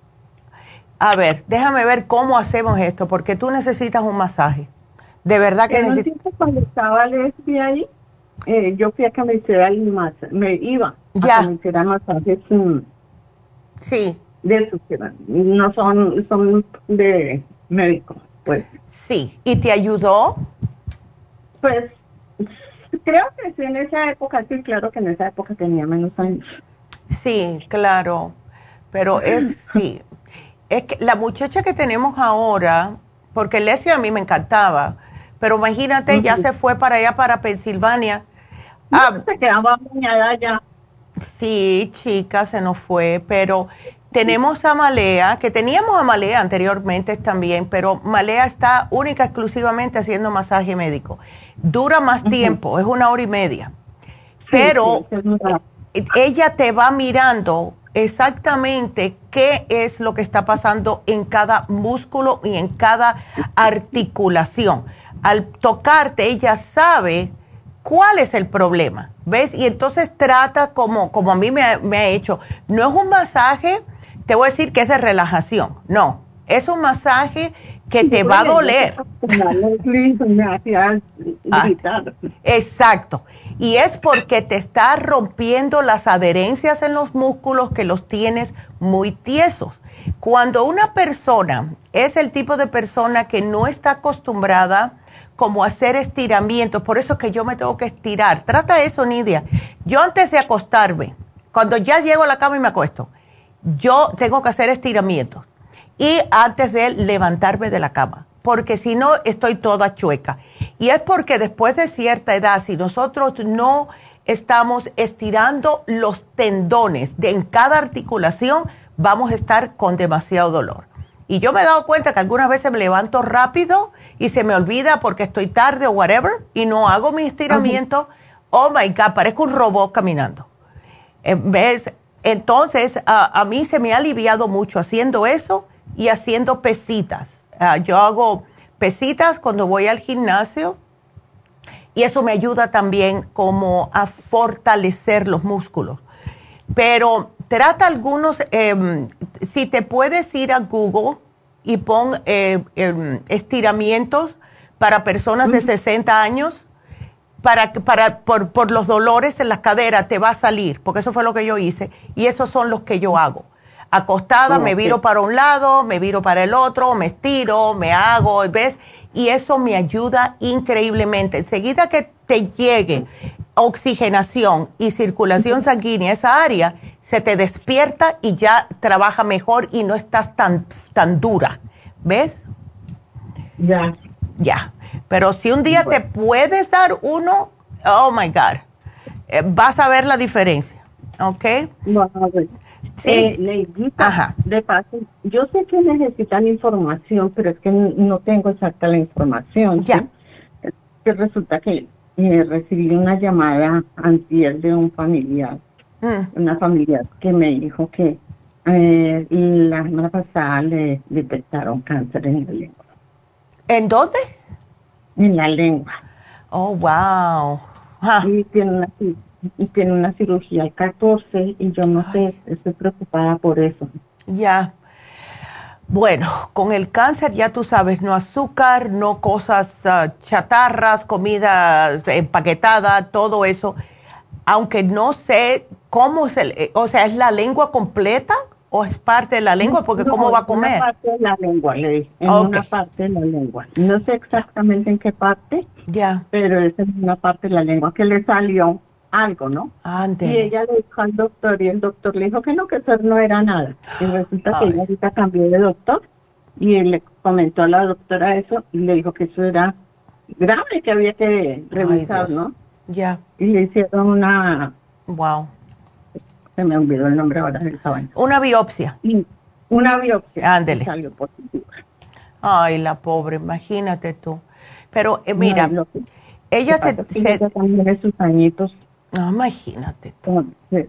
a ver, déjame ver cómo hacemos esto, porque tú necesitas un masaje. De verdad que necesitas... Cuando estaba Leslie ahí, eh, yo fui a que me hiciera el masaje, me iba ya. a que me hiciera masajes um, sí. de esos que no son, son de médico, pues. Sí, ¿y te ayudó? Pues, creo que sí, en esa época, sí, claro que en esa época tenía menos años. Sí, claro, pero es, sí, es que la muchacha que tenemos ahora, porque Leslie a mí me encantaba, pero imagínate, uh-huh. ya se fue para allá, para Pensilvania. No, ah, se quedaba bañada allá. Sí, chica, se nos fue, pero tenemos a Malea, que teníamos a Malea anteriormente también, pero Malea está única, exclusivamente haciendo masaje médico. Dura más uh-huh. tiempo, es una hora y media, sí, pero sí, es ella te va mirando exactamente qué es lo que está pasando en cada músculo y en cada articulación. Al tocarte, ella sabe cuál es el problema, ¿ves? Y entonces trata como, como a mí me ha, me ha hecho. No es un masaje, te voy a decir que es de relajación, no. Es un masaje que te va a doler. Ah, exacto. Y es porque te está rompiendo las adherencias en los músculos que los tienes muy tiesos. Cuando una persona es el tipo de persona que no está acostumbrada como a hacer estiramientos, por eso es que yo me tengo que estirar. Trata eso, Nidia. Yo antes de acostarme, cuando ya llego a la cama y me acuesto, yo tengo que hacer estiramientos. Y antes de levantarme de la cama, porque si no estoy toda chueca. Y es porque después de cierta edad, si nosotros no estamos estirando los tendones de en cada articulación, vamos a estar con demasiado dolor. Y yo me he dado cuenta que algunas veces me levanto rápido y se me olvida porque estoy tarde o whatever y no hago mi estiramiento. Uh-huh. Oh my God, parezco un robot caminando. ¿Ves? Entonces, a, a mí se me ha aliviado mucho haciendo eso y haciendo pesitas. Uh, yo hago pesitas cuando voy al gimnasio y eso me ayuda también como a fortalecer los músculos. Pero trata algunos, eh, si te puedes ir a Google y pon eh, eh, estiramientos para personas de sesenta años, para, para, por, por los dolores en las caderas te va a salir, porque eso fue lo que yo hice, y esos son los que yo hago. Acostada, okay. Me viro para un lado, me viro para el otro, me estiro, me hago, ¿ves? Y eso me ayuda increíblemente. Enseguida que te llegue oxigenación y circulación sanguínea a esa área, se te despierta y ya trabaja mejor y no estás tan, tan dura. ¿Ves? Ya. Ya. Pero si un día bueno. te puedes dar uno, oh my God, eh, vas a ver la diferencia. ¿Ok? Bueno, a ver. Sí. Eh, Neidita, Ajá. de paso, yo sé que necesitan información, pero es que no tengo exacta la información. Ya. ¿sí? Que resulta que eh, recibí una llamada antier de un familiar, mm. una familiar que me dijo que eh, la semana pasada le detectaron cáncer en la lengua. ¿En dónde? En la lengua. Oh, wow. Ah. Y tiene una, y tiene una cirugía el catorce y yo no sé, estoy preocupada por eso. Ya. Bueno, con el cáncer ya tú sabes, no azúcar, no cosas uh, chatarras, comida empaquetada, todo eso. Aunque no sé cómo es el, o sea, ¿es la lengua completa o es parte de la lengua? Porque no, ¿cómo va a comer? En una parte de la lengua, le dije, en okay. una parte de la lengua. No sé exactamente en qué parte, ya, pero es en una parte de la lengua que le salió algo, ¿no? Ande. Y ella le dijo al doctor y el doctor le dijo que no, que eso no era nada. Y resulta Ay. que ella ahorita cambió de doctor y él le comentó a la doctora eso y le dijo que eso era grave, que había que revisar, Ay, ¿no? Ya. Y le hicieron una... Wow. Se me olvidó el nombre ahora del sabaño. Una biopsia. Y una biopsia. Ándele. Salió positiva. Ay, la pobre, imagínate tú. Pero eh, mira, no, que, ella se... se ella también de sus añitos. No, imagínate tú. Sí.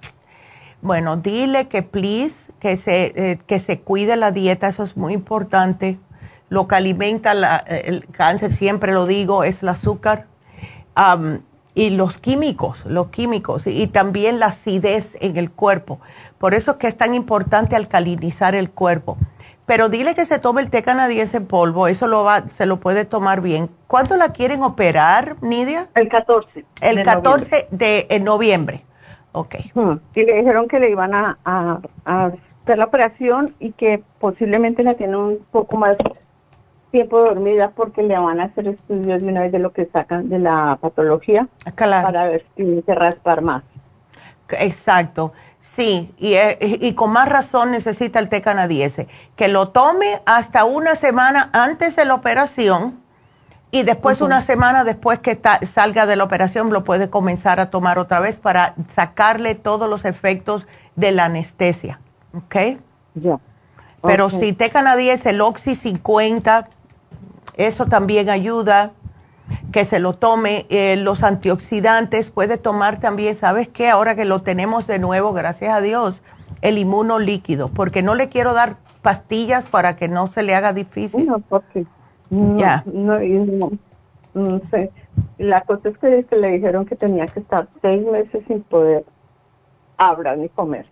Bueno, dile que please, que se, eh, que se cuide la dieta, eso es muy importante. Lo que alimenta la, el cáncer, siempre lo digo, es el azúcar um, y los químicos, los químicos y, y también la acidez en el cuerpo. Por eso es que es tan importante alcalinizar el cuerpo. Pero dile que se tome el té canadiense en polvo, eso lo va, se lo puede tomar bien. ¿Cuándo la quieren operar, Nidia? El catorce. El de catorce noviembre. de en noviembre. Ok. Hmm. Y le dijeron que le iban a, a, a hacer la operación y que posiblemente la tienen un poco más tiempo dormida porque le van a hacer estudios de una vez de lo que sacan de la patología, claro, para ver si tiene que raspar más. Exacto. Sí, y, y con más razón necesita el té canadiense. Que lo tome hasta una semana antes de la operación y después uh-huh. una semana después que ta, salga de la operación lo puede comenzar a tomar otra vez para sacarle todos los efectos de la anestesia. ¿Ok? Ya. Yeah. Pero okay. si té canadiense, el Oxy cincuenta, eso también ayuda. Que se lo tome, eh, los antioxidantes, puede tomar también, ¿sabes qué? Ahora que lo tenemos de nuevo, gracias a Dios, el inmunolíquido, porque no le quiero dar pastillas para que no se le haga difícil. No, porque no, ya. no, no, no sé. La cosa es que, que le dijeron que tenía que estar seis meses sin poder hablar ni comer.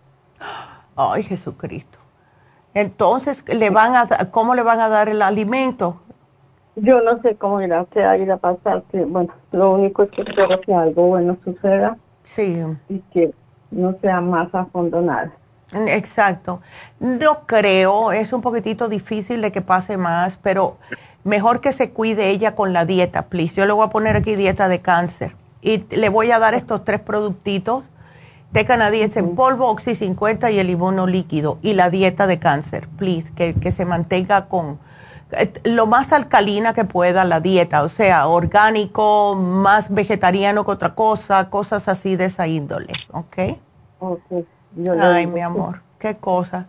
Ay, Jesucristo. Entonces, ¿le van a, ¿cómo le van a dar el alimento? Yo no sé cómo irá a ir a pasar, que bueno, lo único es que espero que algo bueno suceda. Sí. Y que no sea más a fondo nada. Exacto. No creo, es un poquitito difícil de que pase más, pero mejor que se cuide ella con la dieta, please. Yo le voy a poner aquí dieta de cáncer y le voy a dar estos tres productitos, té canadiense uh-huh. en polvo, Oxy cincuenta y el inmunolíquido y la dieta de cáncer, please, que, que se mantenga con lo más alcalina que pueda la dieta, o sea, orgánico, más vegetariano que otra cosa, cosas así de esa índole, ¿ok? Ok. Yo Ay, mi amor, qué cosa.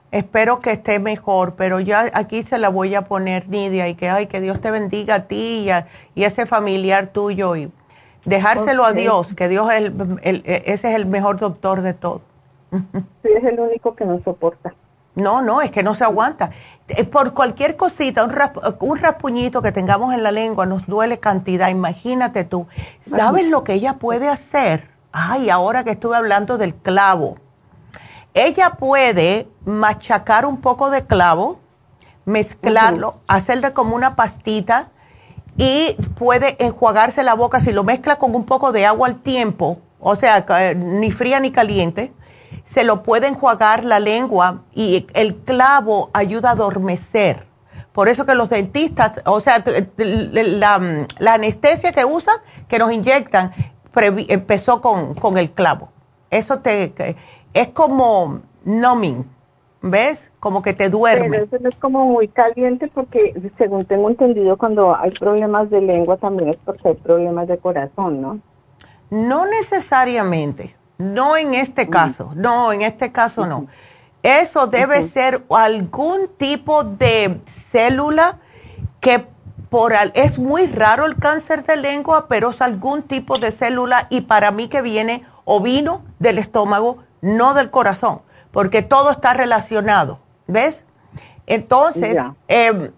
Espero que esté mejor, pero ya aquí se la voy a poner, Nidia, y que, ay, que Dios te bendiga a ti y a, y a ese familiar tuyo y dejárselo okay. a Dios, que Dios es el, el, ese es el mejor doctor de todo. Sí, es el único que nos soporta. No, no, es que no se aguanta. Por cualquier cosita, un, rasp un raspuñito que tengamos en la lengua nos duele cantidad, imagínate tú. ¿Sabes ay. lo que ella puede hacer? Ay, ahora que estuve hablando del clavo. Ella puede machacar un poco de clavo, mezclarlo, uh-huh. hacerle como una pastita y puede enjuagarse la boca si lo mezcla con un poco de agua al tiempo, o sea, ni fría ni caliente, se lo puede enjuagar la lengua y el clavo ayuda a adormecer. Por eso que los dentistas, o sea, la, la anestesia que usan, que nos inyectan, empezó con, con el clavo. Eso te... es como numbing, ¿ves? Como que te duerme. Pero eso no es como muy caliente porque, según tengo entendido, cuando hay problemas de lengua también es porque hay problemas de corazón, ¿no? No necesariamente, no en este uh-huh. caso, no, en este caso uh-huh. no. Eso debe uh-huh. ser algún tipo de célula que por al, es muy raro el cáncer de lengua, pero es algún tipo de célula y para mí que viene o vino del estómago, no del corazón, porque todo está relacionado, ¿ves? Entonces, yeah. eh,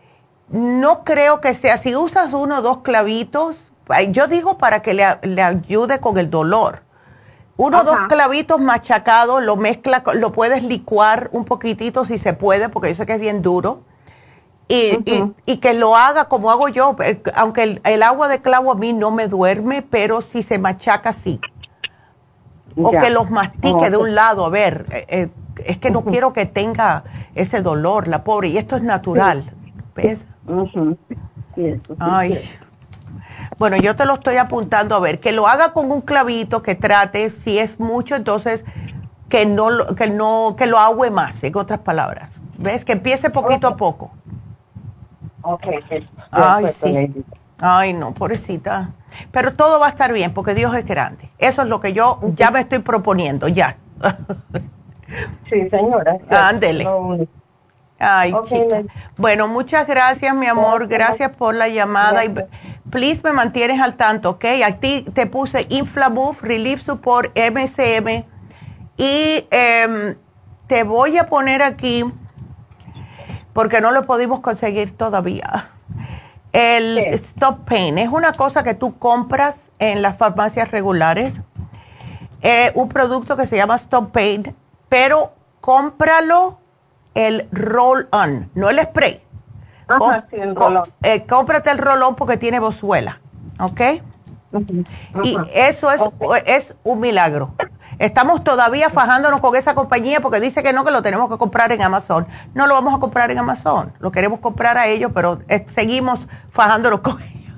no creo que sea, si usas uno o dos clavitos, yo digo para que le, le ayude con el dolor. Uno o dos clavitos machacados, lo mezcla, lo puedes licuar un poquitito si se puede, porque yo sé que es bien duro, y, uh-huh. y, y que lo haga como hago yo, aunque el, el agua de clavo a mí no me duerme, pero si se machaca, sí. O ya. que los mastique oh, de un lado, a ver, eh, eh, es que no uh-huh. quiero que tenga ese dolor, la pobre, y esto es natural, sí. ¿ves? Uh-huh. Sí, eso sí, ay, sí. Bueno, yo te lo estoy apuntando, a ver, que lo haga con un clavito, que trate, si es mucho, entonces, que no, que no, que lo agüe más, en otras palabras, ¿ves? Que empiece poquito okay. a poco. Ok, okay. Ay, sí. Ay, no, pobrecita. Pero todo va a estar bien porque Dios es grande. Eso es lo que yo uh-huh. ya me estoy proponiendo, ya. Sí, señora. Ándele. No. Ay, okay, chica. Me... Bueno, muchas gracias, mi amor. Gracias por la llamada. Gracias. Y please me mantienes al tanto, ¿ok? A ti te puse Inflamove, Relief Support, M S M. Y eh, te voy a poner aquí, porque no lo pudimos conseguir todavía. El sí. Stop Pain es una cosa que tú compras en las farmacias regulares, eh, un producto que se llama Stop Pain, pero cómpralo el roll-on, no el spray. Ajá, Com sí, el roll-on. Eh, cómprate el roll-on porque tiene bozuela, ¿ok? Uh-huh. Y eso es, okay. es un milagro. Estamos todavía fajándonos con esa compañía porque dice que no, que lo tenemos que comprar en Amazon. No lo vamos a comprar en Amazon. Lo queremos comprar a ellos, pero eh, seguimos fajándonos con ellos.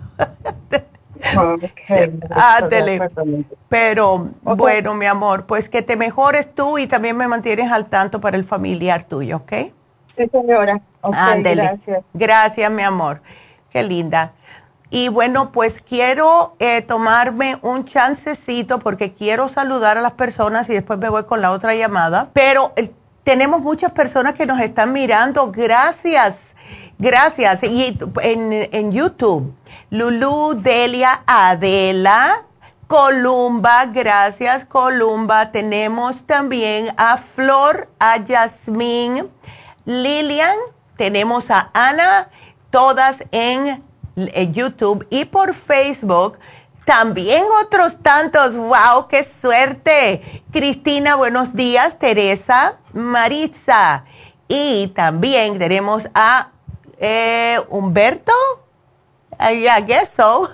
Okay. Ándele. Pero okay. bueno, mi amor, pues que te mejores tú y también me mantienes al tanto para el familiar tuyo, ¿ok? Sí, señora. Okay, ándele. Gracias. Gracias, mi amor. Qué linda. Y bueno, pues quiero eh, tomarme un chancecito porque quiero saludar a las personas y después me voy con la otra llamada. Pero eh, tenemos muchas personas que nos están mirando. Gracias, gracias. Y en, en YouTube, Lulú, Delia, Adela, Columba, gracias Columba. Tenemos también a Flor, a Yasmín, Lilian, tenemos a Ana, todas en YouTube y por Facebook, también otros tantos. ¡Wow! ¡Qué suerte! Cristina, buenos días. Teresa, Maritza. Y también tenemos a eh, Humberto. I, I guess so.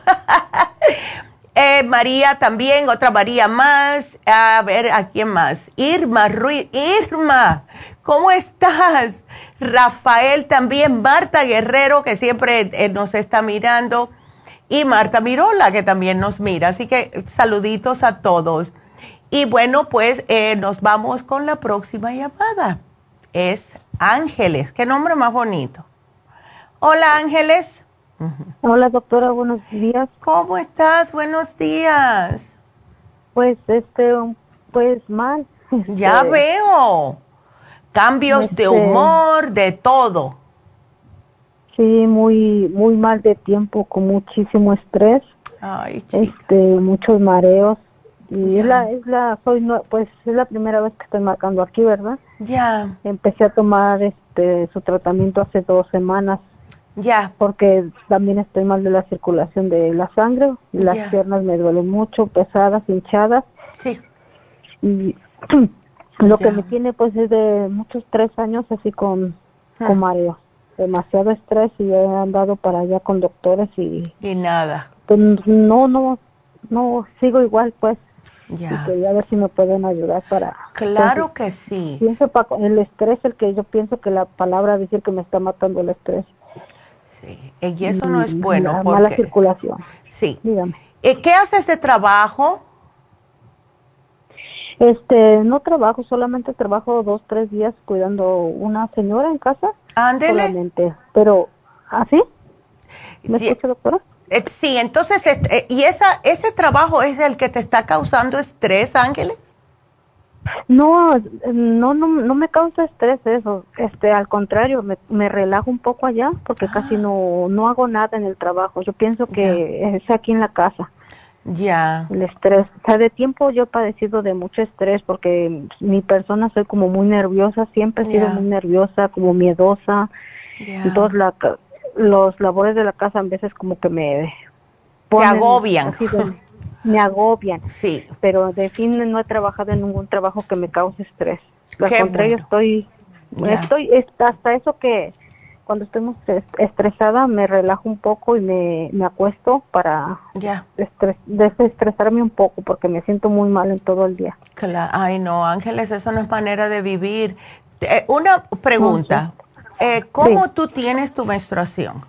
eh, María también, otra María más. A ver, ¿a quién más? Irma Ruiz. Irma, ¿cómo estás? Rafael también, Marta Guerrero, que siempre eh, nos está mirando, y Marta Mirola, que también nos mira. Así que saluditos a todos. Y bueno, pues eh, nos vamos con la próxima llamada. Es Ángeles. Qué nombre más bonito. Hola, Ángeles. Hola, doctora, buenos días. ¿Cómo estás? Buenos días. Pues, este, pues mal. Ya veo. cambios este, de humor, de todo. Sí, muy muy mal de tiempo, con muchísimo estrés. Ay, este, muchos mareos. Y es la, es la, soy, no, pues es la primera vez que estoy marcando aquí, ¿verdad? Ya. Empecé a tomar este su tratamiento hace dos semanas. Ya. Porque también estoy mal de la circulación de la sangre, las Ya. piernas me duelen mucho, pesadas, hinchadas. Sí. Y lo Ya. que me tiene pues es de muchos tres años así con, Ah. con mareo. Demasiado estrés y he andado para allá con doctores y... Y nada. Pues, no, no, no, sigo igual pues. Ya. Y quería ver si me pueden ayudar para... Claro entonces, que sí. Pienso pa, el estrés, el que yo pienso que la palabra decir que me está matando el estrés. Sí, y eso no es bueno. La porque... mala circulación. Sí. Dígame. ¿Qué haces de trabajo? Este, no trabajo, solamente trabajo dos, tres días cuidando una señora en casa. Ándele. Solamente, pero, ¿así? ¿Me Sí. escucha, doctora? Eh, sí, entonces, este, ¿y esa, ese trabajo es el que te está causando estrés, Ángeles? No, no, no, no me causa estrés eso. Este, al contrario, me, me relajo un poco allá porque Ah. casi no, no hago nada en el trabajo. Yo pienso que es aquí en la casa. Ya. El estrés. O sea, de tiempo yo he padecido de mucho estrés porque mi persona soy como muy nerviosa, siempre he sido Ya. muy nerviosa, como miedosa. Ya. Entonces la, ca- los labores de la casa a veces como que me Te agobian. así de- me agobian. Sí. Pero de fin no he trabajado en ningún trabajo que me cause estrés. Al Qué contrario, bueno. estoy, Ya. estoy es- hasta eso que cuando estoy muy estres- estresada me relajo un poco y me, me acuesto para Ya. estres- desestresarme un poco porque me siento muy mal en todo el día. Cla- Ay, no, Ángeles, eso no es manera de vivir. Eh, una pregunta. Eh, ¿Cómo Sí. tú tienes tu menstruación?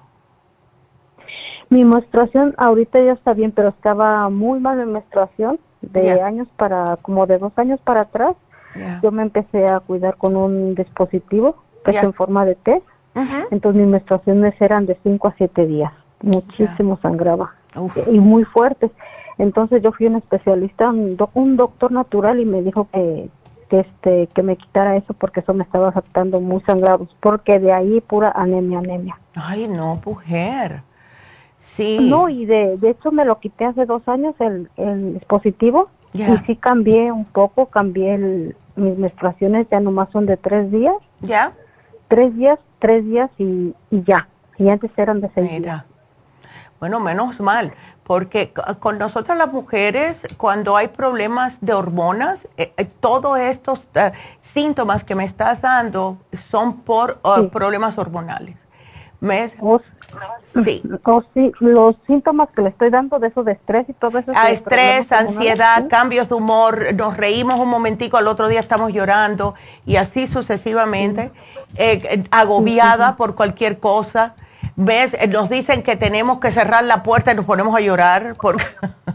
Mi menstruación ahorita ya está bien, pero estaba muy mal en menstruación de Ya. años para, como de dos años para atrás. Ya. Yo me empecé a cuidar con un dispositivo que Ya. es en forma de test. Ujú. Entonces mis menstruaciones eran de cinco a siete días. Muchísimo sangraba. Uf. Y muy fuertes. Entonces yo fui a un especialista, un, doc- un doctor natural, y me dijo que, que este que me quitara eso porque eso me estaba afectando muy sangrados. Porque de ahí pura anemia, anemia. Ay, no, mujer. Sí. No, y de, de hecho me lo quité hace dos años el, el dispositivo. Ya. Y sí cambié un poco, cambié el, mis menstruaciones, ya nomás son de tres días. ¿Ya? Tres días, tres días y, y ya. Y antes eran de seis días. Mira. Bueno, menos mal, porque c- con nosotras las mujeres, cuando hay problemas de hormonas, eh, eh, todos estos eh, síntomas que me estás dando son por uh, Sí. problemas hormonales. ¿Ves? O, Sí. o sí, los síntomas que le estoy dando de eso de estrés y todo eso. A de estrés, problemas hormonales, ansiedad, ¿sí? cambios de humor, nos reímos un momentico, al otro día estamos llorando y así sucesivamente, eh, eh, agobiada por cualquier cosa. ¿Ves? Eh, Nos dicen que tenemos que cerrar la puerta y nos ponemos a llorar porque...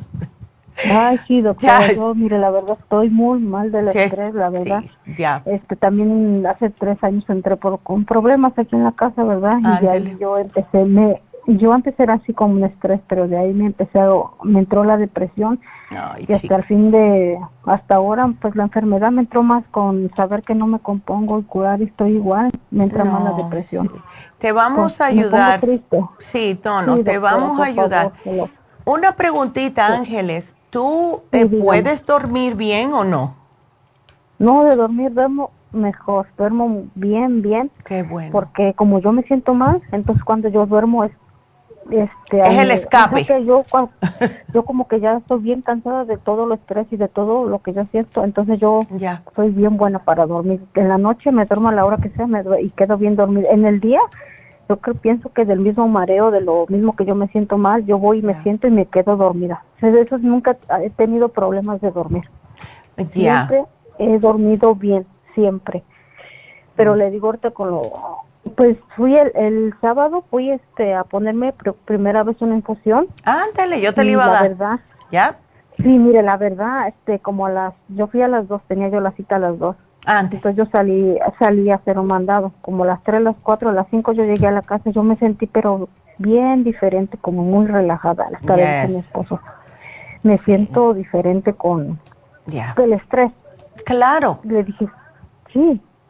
Ay, sí, doctora, Ya. yo, mire, la verdad estoy muy mal del Sí, estrés, la verdad. sí, ya. Este, también hace tres años entré por, con problemas aquí en la casa, ¿verdad? Y de Ándele. ahí yo empecé, me, yo antes era así como un estrés, pero de ahí me empecé, a, me entró la depresión. Ay, Y hasta chica. el fin de, hasta ahora, pues la enfermedad me entró más con saber que no me compongo y curar y estoy igual, me entra más la No, depresión. sí. Te vamos Pues, a me pongo ayudar. triste. Sí, no, no, Sí, te doctora, vamos a por ayudar. favor, te lo- Una preguntita, Ángeles. ¿Tú Sí, eh, dígame. puedes dormir bien o no? No, de dormir duermo mejor, duermo bien, bien, Qué bueno. porque como yo me siento mal, entonces cuando yo duermo es este Es el me- escape. o sea que yo cua- yo como que ya estoy bien cansada de todo el estrés y de todo lo que yo siento, entonces yo Ya. soy bien buena para dormir. En la noche me duermo a la hora que sea me due- y quedo bien dormida. En el día yo creo, pienso que del mismo mareo, de lo mismo que yo me siento mal, yo voy y me Ya. siento y me quedo dormida. O sea, de eso nunca he tenido problemas de dormir. Ya. Siempre he dormido bien, siempre. Pero Mm. le digo ahorita con lo... Pues fui el, el sábado, fui este a ponerme por primera vez una infusión. Ándale, yo te la y iba a la dar. verdad, ¿Ya? sí, mire, la verdad, este, como a las... Yo fui a las dos, tenía yo la cita a las dos. Antes. Entonces yo salí, salí a hacer un mandado. Como a las tres, las cuatro, a las cinco yo llegué a la casa. Yo me sentí pero bien diferente, como muy relajada. Hasta le dije a mi Yes. esposo, me siento diferente con Ya. el estrés. Claro. Le dije, sí.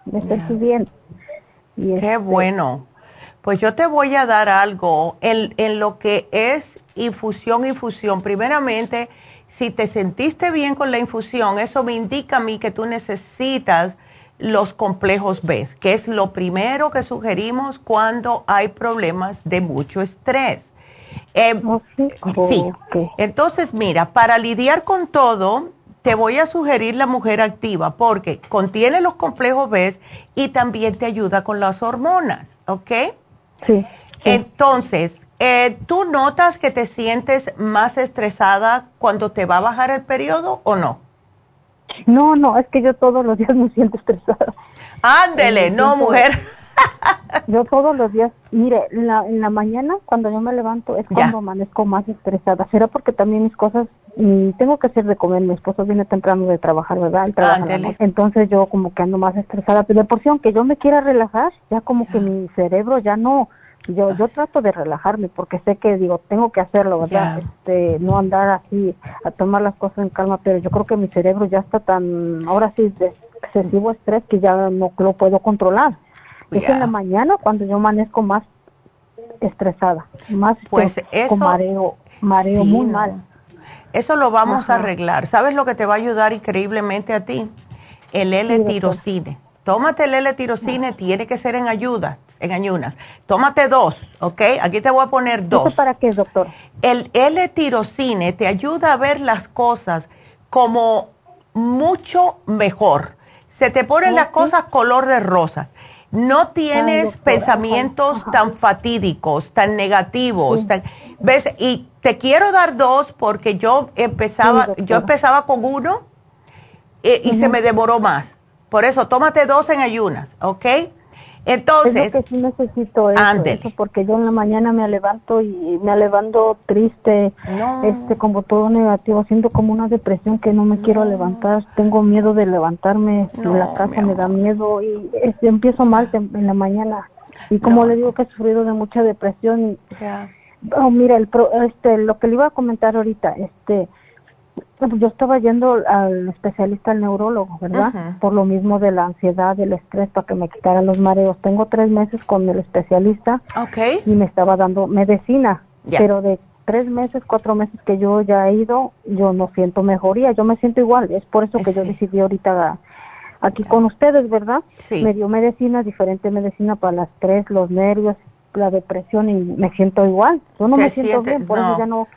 me estoy subiendo. Y Qué este, bueno. Pues yo te voy a dar algo en, en lo que es infusión, infusión. Primeramente, si te sentiste bien con la infusión, eso me indica a mí que tú necesitas los complejos B, que es lo primero que sugerimos cuando hay problemas de mucho estrés. Eh, okay. Sí, okay. Entonces mira, para lidiar con todo, te voy a sugerir la mujer activa porque contiene los complejos B y también te ayuda con las hormonas, ¿ok? Sí. sí. Entonces, eh, ¿tú notas que te sientes más estresada cuando te va a bajar el periodo o no? No, no, es que yo todos los días me siento estresada. Ándele, no, mujer. Yo todos los días, mire, en la, en la mañana cuando yo me levanto es cuando ya. amanezco más estresada. ¿Será porque también mis cosas, y tengo que hacer de comer? Mi esposo viene temprano de trabajar, ¿verdad? Él trabaja la noche. Entonces yo como que ando más estresada. Pero de por sí, aunque yo me quiera relajar, ya como ya. que mi cerebro ya no... Yo yo trato de relajarme porque sé que, digo, tengo que hacerlo, ¿verdad? Yeah. Este, no andar así a tomar las cosas en calma, pero yo creo que mi cerebro ya está tan, ahora sí, de excesivo estrés que ya no lo puedo controlar. Yeah. Es en la mañana cuando yo amanezco más estresada, más pues eso, con mareo, mareo sí, muy mal. Eso lo vamos Ajá. a arreglar. ¿Sabes lo que te va a ayudar increíblemente a ti? El L-tirocine. Sí, tómate el L-tirocine, no. tiene que ser en ayuda. En ayunas. Tómate dos, ¿ok? Aquí te voy a poner dos. ¿Eso para qué, doctor? El L-tirocine te ayuda a ver las cosas como mucho mejor. Se te ponen las cosas color de rosa. No tienes Ay, pensamientos ajá. tan fatídicos, tan negativos. Sí. Tan, ¿ves? Y te quiero dar dos porque yo empezaba, sí, yo empezaba con uno eh, y uh-huh. se me demoró más. Por eso, tómate dos en ayunas, ¿ok? Entonces, es lo que sí necesito eso, eso, porque yo en la mañana me levanto y me levanto triste, no. este, como todo negativo, siento como una depresión que no me no. quiero levantar, tengo miedo de levantarme, no, en la casa me da miedo y este, empiezo mal en la mañana y como no. le digo que he sufrido de mucha depresión. Yeah. Oh, mira, el pro, este, lo que le iba a comentar ahorita, este, yo estaba yendo al especialista, al neurólogo, ¿verdad? Uh-huh. Por lo mismo de la ansiedad, del estrés, para que me quitaran los mareos. Tengo tres meses con el especialista okay. y me estaba dando medicina, yeah. pero de tres meses, cuatro meses que yo ya he ido, yo no siento mejoría, yo me siento igual. Es por eso que sí. yo decidí ahorita aquí yeah. con ustedes, ¿verdad? Sí. Me dio medicina, diferente medicina para las estrés, los nervios, la depresión y me siento igual. Yo no me siento siente? bien, por no. eso ya no...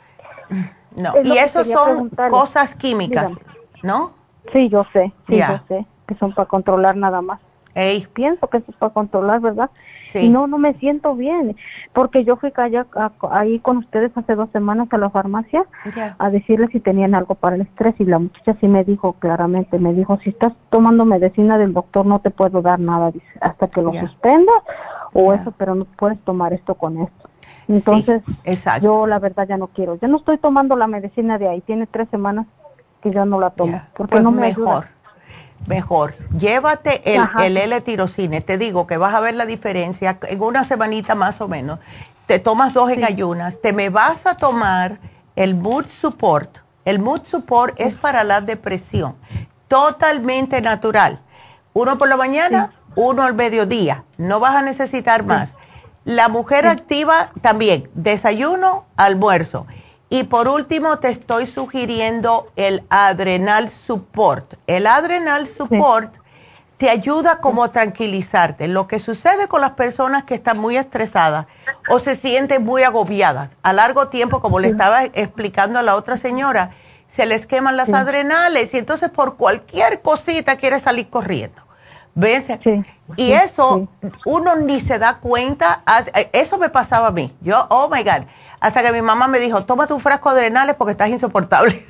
No, y eso son cosas químicas, Dígame. ¿no? Sí, yo sé, sí, yeah. yo sé, que son para controlar nada más. Ey. Pienso que eso es para controlar, ¿verdad? Sí. Y no, no me siento bien, porque yo fui allá, a, ahí con ustedes hace dos semanas a la farmacia yeah. a decirles si tenían algo para el estrés y la muchacha sí me dijo claramente, me dijo, si estás tomando medicina del doctor no te puedo dar nada, dice, hasta que lo yeah. suspendas o yeah. eso, pero no puedes tomar esto con esto. Entonces, sí, yo la verdad ya no quiero. Yo no estoy tomando la medicina de ahí. Tiene tres semanas que yo no la tomo. Yeah. Porque pues no me mejor, ayuda. Mejor. Llévate el, el L-tirocine. Te digo que vas a ver la diferencia en una semanita más o menos. Te tomas dos sí. en ayunas. Te me vas a tomar el Mood Support. El Mood Support sí. es para la depresión. Totalmente natural. Uno por la mañana, sí. uno al mediodía. No vas a necesitar sí. más. La mujer sí. activa también, desayuno, almuerzo. Y por último te estoy sugiriendo el Adrenal Support. El Adrenal Support sí. te ayuda como a tranquilizarte. Lo que sucede con las personas que están muy estresadas o se sienten muy agobiadas a largo tiempo, como sí. le estaba explicando a la otra señora, se les queman las sí. adrenales y entonces por cualquier cosita quiere salir corriendo. ¿Ves? Sí, y sí, eso, sí. uno ni se da cuenta. Eso me pasaba a mí. Yo, oh my God. Hasta que mi mamá me dijo, tómate un frasco de adrenales porque estás insoportable.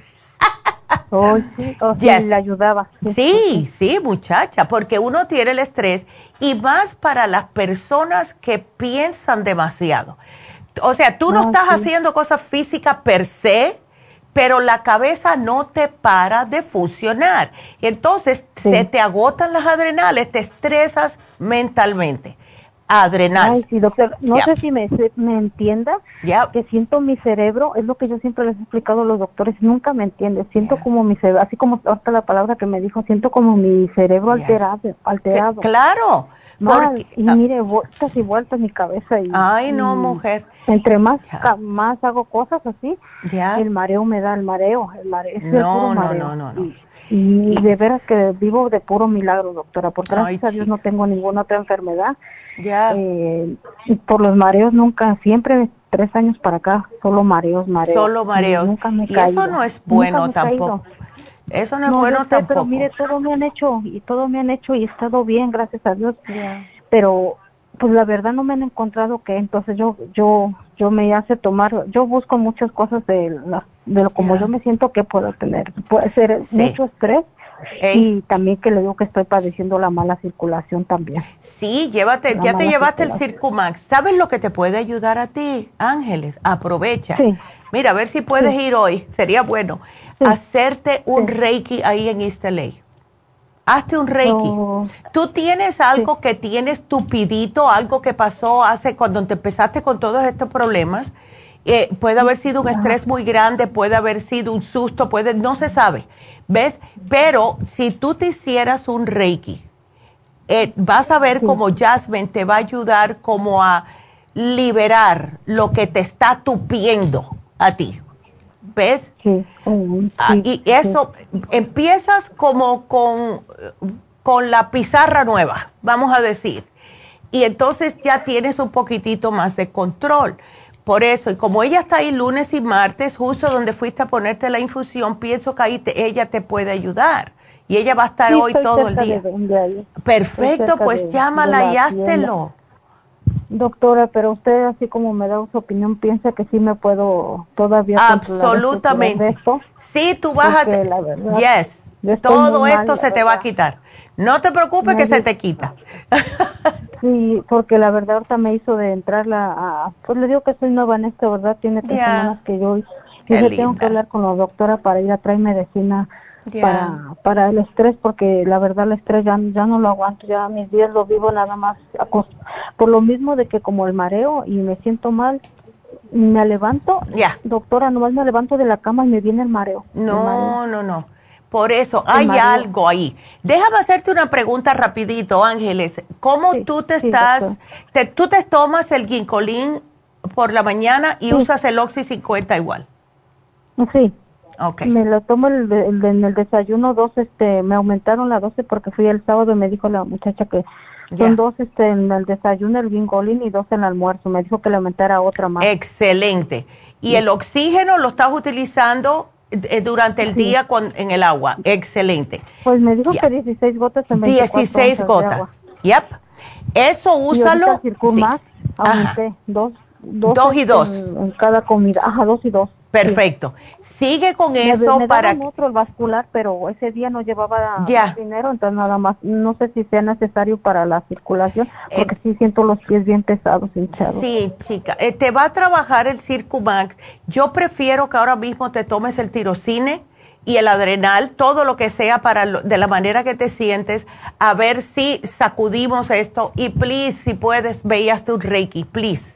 Oh, sí, oh, sí, yes. le ayudaba. Sí, sí, sí, muchacha, porque uno tiene el estrés y más para las personas que piensan demasiado. O sea, tú no oh, estás sí. haciendo cosas físicas per se, pero la cabeza no te para de funcionar. Entonces, sí. se te agotan las adrenales, te estresas mentalmente. Adrenal. Ay, sí, doctor. No Yep. sé si me, me entienda. Yep. Que siento mi cerebro, es lo que yo siempre les he explicado a los doctores, nunca me entiende. Siento yeah. como mi cerebro, así como ahorita la palabra que me dijo, siento como mi cerebro yes. alterado. alterado. Claro. Mal, porque, y mire, vueltas y vueltas mi cabeza. Y, ay, no, y mujer. Entre más yeah. más hago cosas así, yeah. el mareo me da, el mareo. El mareo es no, el puro no, mareo. no, no, no. Y, y, y de veras que vivo de puro milagro, doctora, porque gracias ay, a Dios no tengo ninguna otra enfermedad. Ya. Eh, por los mareos nunca, siempre tres años para acá, solo mareos, mareos. Solo mareos. Y, nunca me he y caído. eso no es bueno tampoco. Eso no es no, bueno sé, tampoco. Pero mire, todo me han hecho y todo me han hecho y he estado bien, gracias a Dios. Yeah. Pero pues la verdad no me han encontrado que entonces yo yo yo me hace tomar, yo busco muchas cosas de la, de lo como yeah. yo me siento que puedo tener. Puede ser sí. mucho estrés. Ey. Y también que le digo que estoy padeciendo la mala circulación también. Sí, llévate, la ya te llevaste el Circumax. ¿Sabes lo que te puede ayudar a ti, Ángeles? Aprovecha. Sí. Mira, a ver si puedes sí. ir hoy, sería bueno. Sí. Hacerte un sí. Reiki ahí en East L A. Hazte un Reiki. Oh. ¿Tú tienes algo sí. que tienes tupidito, algo que pasó hace cuando te empezaste con todos estos problemas? Eh, puede haber sido un estrés muy grande, puede haber sido un susto, puede, no se sabe, ¿ves? Pero si tú te hicieras un Reiki, eh, vas a ver sí. cómo Jasmine te va a ayudar como a liberar lo que te está tupiendo a ti, ¿ves? Sí. Uh, ah, sí y eso, sí. empiezas como con, con la pizarra nueva, vamos a decir, y entonces ya tienes un poquitito más de control. Por eso, y como ella está ahí lunes y martes, justo donde fuiste a ponerte la infusión, pienso que ahí te, ella te puede ayudar. Y ella va a estar sí, hoy todo el día. De, de ahí. Perfecto, pues de, llámala de y háztelo. Doctora, pero usted, así como me da su opinión, piensa que sí me puedo todavía absolutamente. Esto, sí, tú vas a... La verdad, yes, todo esto mal, se te va a quitar. No te preocupes que se te quita. Sí, porque la verdad ahorita me hizo de entrarla a... Pues le digo que soy nueva en esto, ¿verdad? Tiene tres yeah. semanas que yo... Y yo tengo que hablar con la doctora para ir a traer medicina yeah. para, para el estrés, porque la verdad el estrés ya, ya no lo aguanto, ya mis días lo vivo nada más. Por lo mismo de que como el mareo y me siento mal, me levanto, yeah. doctora, nomás me levanto de la cama y me viene el mareo. No, el mareo. no, no. Por eso, hay algo ahí. Déjame hacerte una pregunta rapidito, Ángeles. ¿Cómo sí, tú te sí, estás, te, tú te tomas el Ginkolin por la mañana y sí. usas el Oxy cincuenta igual? Sí. Okay. Me lo tomo el, el, en el desayuno dos, este, me aumentaron la dosis porque fui el sábado y me dijo la muchacha que son yeah. dos este, en el desayuno el Ginkolin y dos en el almuerzo. Me dijo que le aumentara otra más. Excelente. ¿Y sí. el oxígeno lo estás utilizando durante el sí. día con, en el agua? Excelente. Pues me dijo yeah. que dieciséis gotas en dieciséis gotas. Yep. Eso úsalo. Y Circumax, sí. aumenté dos, dos. Dos y dos. En, en cada comida. Ajá, dos y dos. Perfecto. Sí. Sigue con me, eso me para... Me otro el vascular, pero ese día no llevaba yeah. dinero, entonces nada más. No sé si sea necesario para la circulación, porque eh, sí siento los pies bien pesados, hinchados. Sí, chica. Eh, te va a trabajar el Circumax. Yo prefiero que ahora mismo te tomes el tirocine y el adrenal, todo lo que sea para lo, de la manera que te sientes, a ver si sacudimos esto. Y please, si puedes, veías un Reiki, please.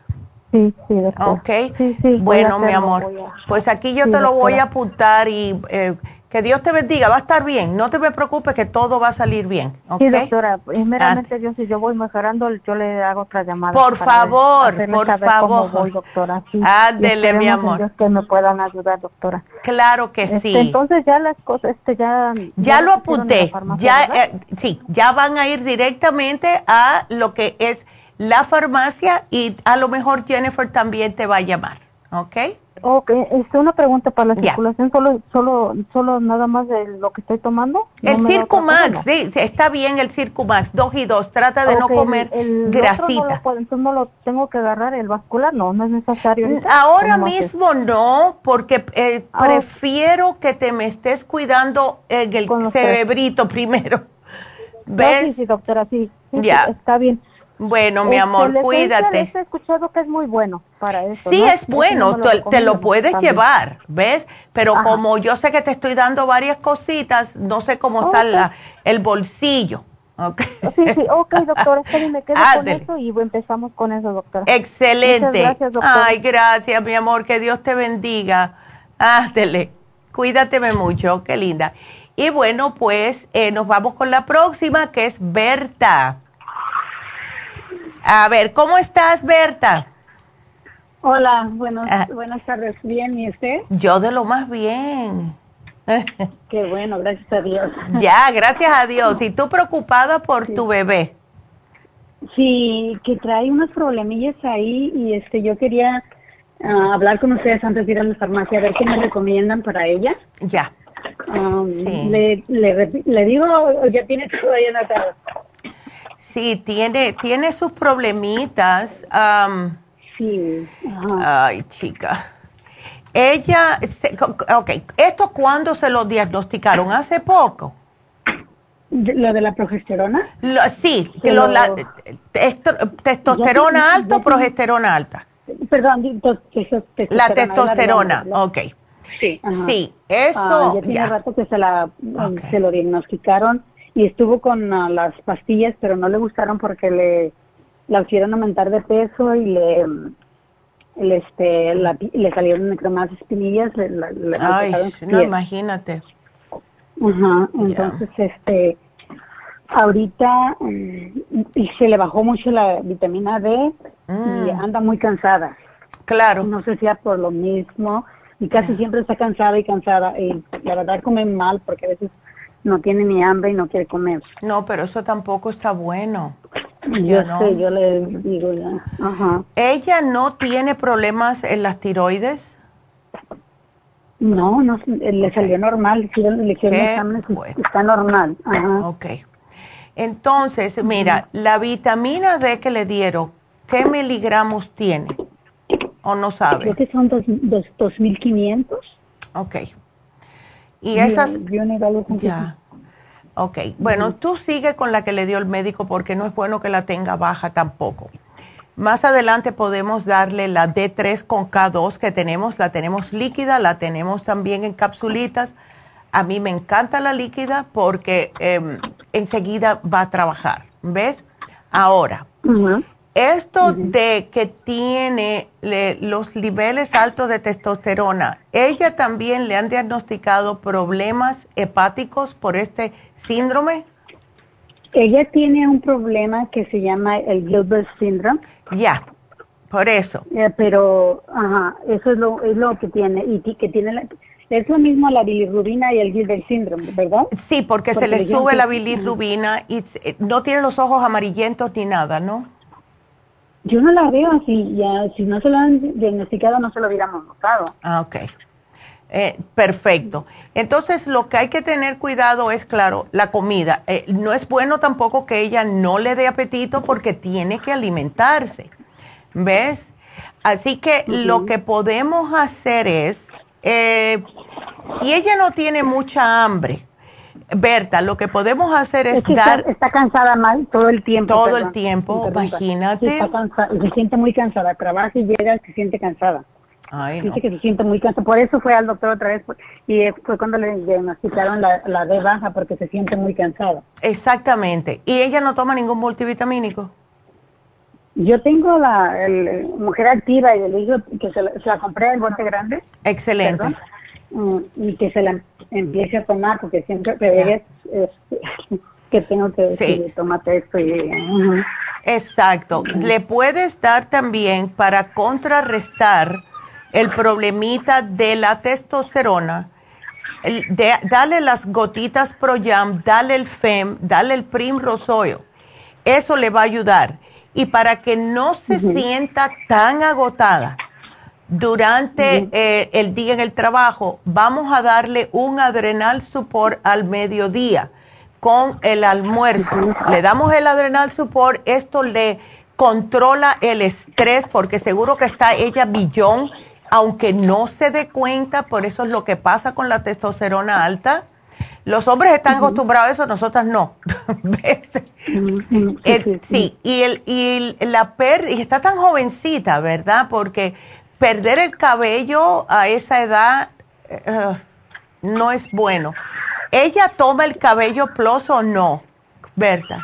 Sí, sí, doctora. Ok. Sí, sí, bueno, mi amor, a... pues aquí yo sí, te lo doctora. voy a apuntar y eh, que Dios te bendiga, va a estar bien. No te me preocupes que todo va a salir bien. ¿Okay? Sí, doctora, primeramente yo si yo voy mejorando, yo le hago otra llamada. Por favor, por favor. Voy, doctora. Sí, ándele, mi amor. Dios que me puedan ayudar, doctora. Claro que este, sí. Entonces ya las cosas, este ya... Ya, ya lo apunté, ya, eh, sí, ya van a ir directamente a lo que es la farmacia y a lo mejor Jennifer también te va a llamar, ¿ok? Ok, es una pregunta para la circulación, solo, solo, solo nada más de lo que estoy tomando. ¿No el Circumax, sí, está bien el Circumax, dos y dos, trata de okay, no comer el, el grasita. No lo puedo, entonces no lo tengo que agarrar, el vascular no, no es necesario. Ahora mismo no, porque eh, oh. prefiero que te me estés cuidando en el cerebrito tres. primero. ¿Ves? No, sí, sí, doctora, sí, sí, ya. sí, está bien. Bueno, mi amor, este, cuídate. He escuchado que es muy bueno para eso. Sí, ¿no? es bueno, lo te, te lo puedes también. llevar, ¿ves? Pero Ajá. como yo sé que te estoy dando varias cositas, no sé cómo está okay. la, el bolsillo, Okay. Sí, sí, ok, doctora, está bien, me quedo con eso y empezamos con eso, doctora. Excelente. Muchas gracias, doctora. Ay, gracias, mi amor, que Dios te bendiga. Ándele, cuídateme mucho, qué linda. Y bueno, pues eh, nos vamos con la próxima, que es Berta. A ver, ¿cómo estás, Berta? Hola, buenos, ah. buenas tardes. ¿Bien y usted? Yo de lo más bien. Qué bueno, gracias a Dios. Ya, gracias a Dios. ¿Y tú preocupada por sí. tu bebé? Sí, que trae unos problemillas ahí y este yo quería uh, hablar con ustedes antes de ir a la farmacia a ver qué me recomiendan para ella. Ya. Um, sí. le, le, le digo, ya tiene todo ahí anotado. Sí, tiene, tiene sus problemitas. Um, sí. Ajá. Ay, chica. Ella, ok, ¿esto cuándo se lo diagnosticaron? ¿Hace poco? ¿Lo de la progesterona? Lo, sí, que lo, la, testo, testosterona alta o progesterona alta. Perdón, testosterona. La testosterona, la ok. Sí, ajá. Sí, eso. Ah, ya tiene ya. rato que se, la, okay. se lo diagnosticaron y estuvo con uh, las pastillas, pero no le gustaron porque le la hicieron aumentar de peso y le... Le, este, la, le salieron más espinillas. Le, le, Ay, no, imagínate. Ajá, entonces, yeah. este, ahorita um, y se le bajó mucho la vitamina D mm. y anda muy cansada. Claro. No sé si es por lo mismo, y casi yeah. siempre está cansada y cansada, y la verdad come mal porque a veces no tiene ni hambre y no quiere comer. No, pero eso tampoco está bueno. Yo no. sé, yo le digo ya. Ajá. ¿Ella no tiene problemas en las tiroides? No, no, le okay. salió normal. Le hicieron exámenes, bueno. Está normal. Ajá. Ok. Entonces, mira, uh-huh. la vitamina D que le dieron, ¿qué miligramos tiene? ¿O no sabe? Creo que son dos, dos, dos mil quinientos. Ok. Y esas... Yo, yo ya. Ok, bueno, uh-huh. tú sigue con la que le dio el médico porque no es bueno que la tenga baja tampoco. Más adelante podemos darle la D tres con K dos que tenemos, la tenemos líquida, la tenemos también en capsulitas. A mí me encanta la líquida porque eh, enseguida va a trabajar, ¿ves? Ahora, uh-huh. esto uh-huh. de que tiene le, los niveles altos de testosterona, ¿ella también le han diagnosticado problemas hepáticos por este síndrome? Ella tiene un problema que se llama el Gilbert Syndrome. Ya, por eso. Eh, pero, ajá, eso es lo, es lo que tiene, y que tiene la, es lo mismo la bilirrubina y el Gilbert Syndrome, ¿verdad? Sí, porque, porque se le sube la bilirrubina y no tiene los ojos amarillentos ni nada, ¿no? Yo no la veo así, ya, si no se lo han diagnosticado no se lo hubiéramos notado. Ah, ok. Eh, perfecto. Entonces, lo que hay que tener cuidado es, claro, la comida. Eh, no es bueno tampoco que ella no le dé apetito porque tiene que alimentarse, ¿ves? Así que uh-huh. lo que podemos hacer es, eh, si ella no tiene mucha hambre, Berta, lo que podemos hacer es, es que dar... Está, está cansada mal todo el tiempo. Todo perdón, el tiempo, imagínate. Sí, está cansada, se siente muy cansada, trabaja y llega, se siente cansada. Ay, Dice no. que se siente muy cansada, por eso fue al doctor otra vez y fue cuando le diagnosticaron la, la D baja porque se siente muy cansada. Exactamente. ¿Y ella no toma ningún multivitamínico? Yo tengo la el, Mujer Activa y le digo que se la, se la compré en bote grande. Excelente. Perdón, um, y que se la empiece a tomar porque siempre es, es, que tengo que decir, sí. tómate esto y... Uh-huh. Exacto. Uh-huh. Le puedes dar también para contrarrestar el problemita de la testosterona, el, de, dale las gotitas Pro-Jam, dale el F E M, dale el Primrose Oil. Eso le va a ayudar. Y para que no se uh-huh. sienta tan agotada durante uh-huh. eh, el día en el trabajo, vamos a darle un Adrenal Support al mediodía con el almuerzo. Uh-huh. Le damos el Adrenal Support, esto le controla el estrés porque seguro que está ella billón, aunque no se dé cuenta, por eso es lo que pasa con la testosterona alta. Los hombres están uh-huh. acostumbrados a eso, nosotras no. ¿Ves? Uh-huh. el, sí, y, el, y el, la pérdida, y está tan jovencita, ¿verdad? Porque perder el cabello a esa edad uh, no es bueno. ¿Ella toma el cabello plus o no? Berta?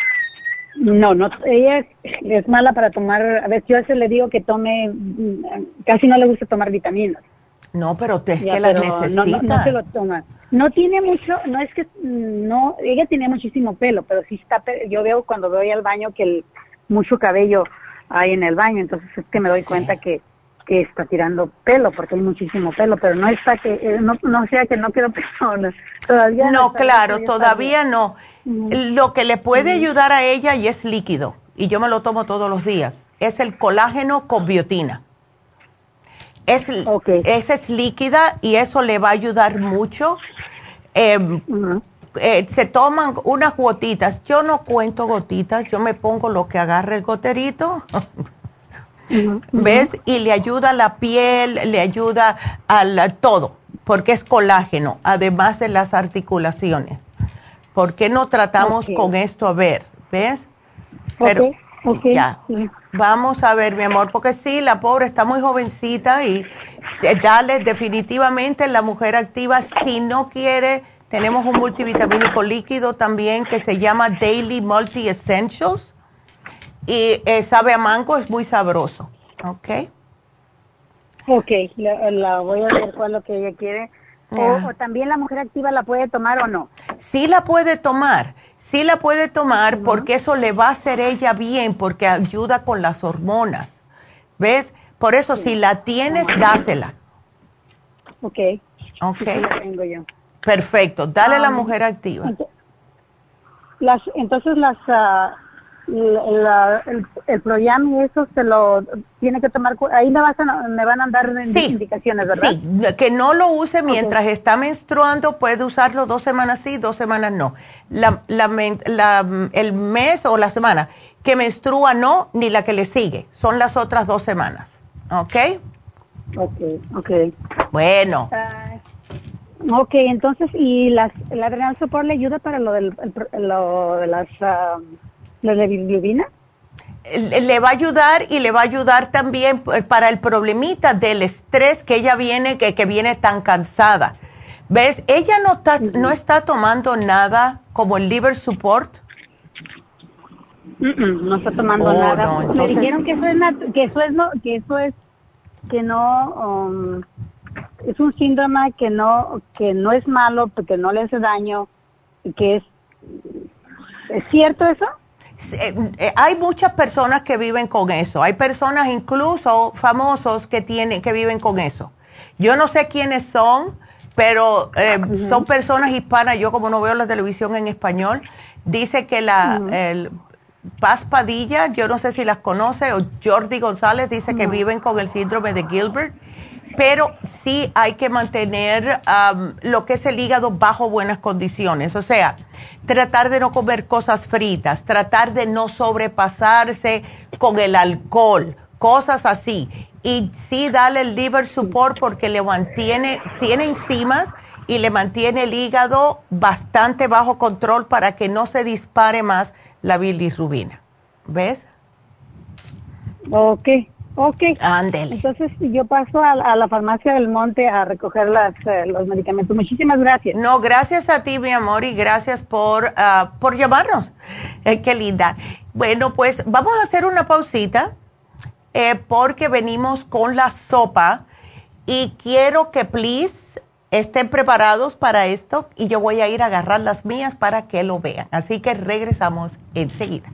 No, no, ella es mala para tomar, a ver, yo a veces le digo que tome, casi no le gusta tomar vitaminas. No, pero es ya, que las necesita. No, no, no se lo toma. No tiene mucho, no es que, no, ella tiene muchísimo pelo, pero sí está, yo veo cuando voy al baño que el, mucho cabello hay en el baño, entonces es que me doy sí. cuenta que, que está tirando pelo, porque hay muchísimo pelo, pero no está que, no, no sea que no quedó pelo, no, todavía no. No, claro, todavía no. Lo que le puede ayudar a ella, y es líquido, y yo me lo tomo todos los días, es el colágeno con biotina. Es, okay. Esa es líquida y eso le va a ayudar mucho. Eh, uh-huh. eh, se toman unas gotitas. Yo no cuento gotitas, yo me pongo lo que agarre el goterito. uh-huh. ¿Ves? Y le ayuda a la piel, le ayuda a la, todo, porque es colágeno, además de las articulaciones. ¿Por qué no tratamos okay. con esto? A ver, ¿ves? Pero okay. Okay. ya, sí. Vamos a ver, mi amor, porque sí, la pobre está muy jovencita y dale definitivamente la mujer activa. Si no quiere, tenemos un multivitamínico líquido también que se llama Daily Multi Essentials y eh, sabe a mango, es muy sabroso, ¿ok? Ok, la, la voy a ver cuál es lo que ella quiere. O, o también la mujer activa la puede tomar o no. Sí la puede tomar, sí la puede tomar uh-huh. porque eso le va a hacer ella bien, porque ayuda con las hormonas. ¿Ves? Por eso sí. si la tienes, uh-huh. dásela. Ok. Ok. Sí, la tengo yo. Perfecto, dale um, la mujer activa. Ent las, entonces las... Uh, La, el, el Proyam y eso se lo tiene que tomar, ahí me, vas a, me van a dar sí, indicaciones, ¿verdad? Sí, que no lo use mientras okay. está menstruando, puede usarlo dos semanas sí, dos semanas no. La, la, la, el mes o la semana que menstrua no, ni la que le sigue, son las otras dos semanas, ¿ok? Ok, ok. Bueno. Uh, ok, entonces, ¿y las, la Adrenal Support le ayuda para lo, del, el, lo de las... Uh, ¿La de bilirrubina? Le va a ayudar y le va a ayudar también para el problemita del estrés que ella viene, que, que viene tan cansada. ¿Ves? Ella no está, uh-huh. no está tomando nada como el liver support. Uh-uh, no está tomando oh, nada. No, entonces... Me dijeron que eso es, que eso es, no, que eso es, que no, um, es un síndrome que no, que no es malo, porque no le hace daño, que es, ¿es cierto eso? Eh, eh, hay muchas personas que viven con eso. Hay personas incluso famosos que tienen que viven con eso. Yo no sé quiénes son, pero eh, uh-huh. son personas hispanas. Yo como no veo la televisión en español, dice que la uh-huh. el Paz Padilla, yo no sé si las conoce, o Jordi González dice uh-huh. que viven con el síndrome de Gilbert. Pero sí hay que mantener um, lo que es el hígado bajo buenas condiciones. O sea, tratar de no comer cosas fritas, tratar de no sobrepasarse con el alcohol, cosas así. Y sí darle el liver support porque le mantiene, tiene enzimas y le mantiene el hígado bastante bajo control para que no se dispare más la bilirrubina. ¿Ves? Ok. Ok, ándele. Entonces yo paso a, a la farmacia del Monte a recoger las, eh, los medicamentos. Muchísimas gracias. No, gracias a ti, mi amor, y gracias por, uh, por llamarnos. Eh, qué linda. Bueno, pues vamos a hacer una pausita eh, porque venimos con la sopa y quiero que, please, estén preparados para esto y yo voy a ir a agarrar las mías para que lo vean. Así que regresamos enseguida.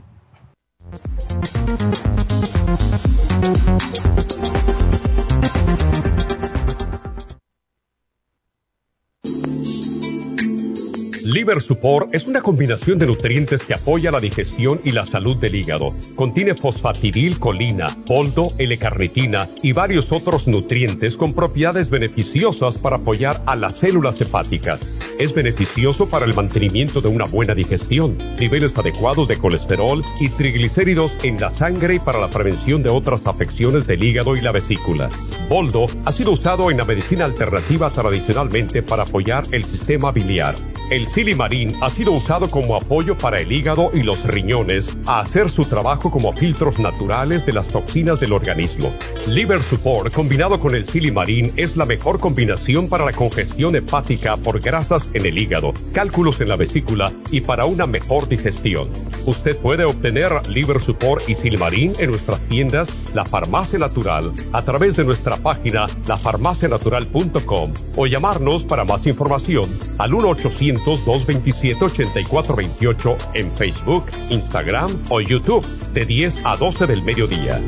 Liver Support es una combinación de nutrientes que apoya la digestión y la salud del hígado. Contiene fosfatidilcolina, boldo, L-carnitina y varios otros nutrientes con propiedades beneficiosas para apoyar a las células hepáticas. Es beneficioso para el mantenimiento de una buena digestión, niveles adecuados de colesterol y triglicéridos en la sangre y para la prevención de otras afecciones del hígado y la vesícula. Boldo ha sido usado en la medicina alternativa tradicionalmente para apoyar el sistema biliar. El Silimarín ha sido usado como apoyo para el hígado y los riñones a hacer su trabajo como filtros naturales de las toxinas del organismo. Liver Support combinado con el Silimarín es la mejor combinación para la congestión hepática por grasas en el hígado, cálculos en la vesícula y para una mejor digestión. Usted puede obtener Liver Support y Silimarín en nuestras tiendas La Farmacia Natural a través de nuestra página la farmacia natural punto com o llamarnos para más información al uno ochocientos, dos veintisiete, ochenta y cuatro veintiocho en Facebook, Instagram o YouTube de diez a doce del mediodía.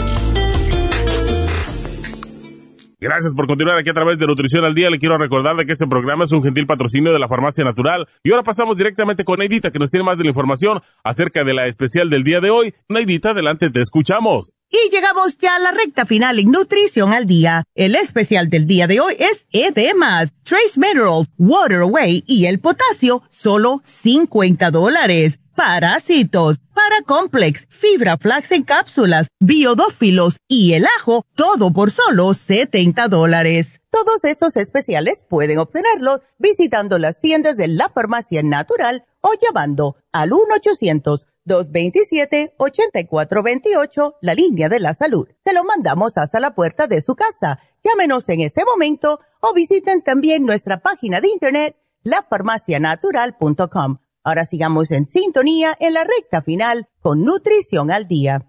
Gracias por continuar aquí a través de Nutrición al Día. Le quiero recordar de que este programa es un gentil patrocinio de la Farmacia Natural. Y ahora pasamos directamente con Neidita, que nos tiene más de la información acerca de la especial del día de hoy. Neidita, adelante, te escuchamos. Y llegamos ya a la recta final en Nutrición al Día. El especial del día de hoy es Edemas, Trace Mineral, Water Away y el potasio, solo cincuenta dólares. Parásitos, Paracomplex, Fibra Flax en cápsulas, Biodófilos y el ajo, todo por solo setenta dólares. Todos estos especiales pueden obtenerlos visitando las tiendas de la Farmacia Natural o llamando al uno ochocientos, dos veintisiete, ochenta y cuatro veintiocho, la línea de la salud. Se lo mandamos hasta la puerta de su casa. Llámenos en este momento o visiten también nuestra página de internet, la farmacia natural punto com. Ahora sigamos en sintonía en la recta final con Nutrición al Día.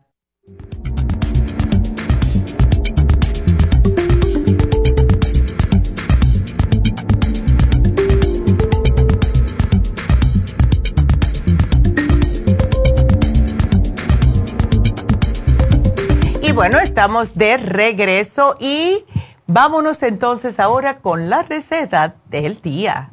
Y bueno, estamos de regreso y vámonos entonces ahora con la receta del día.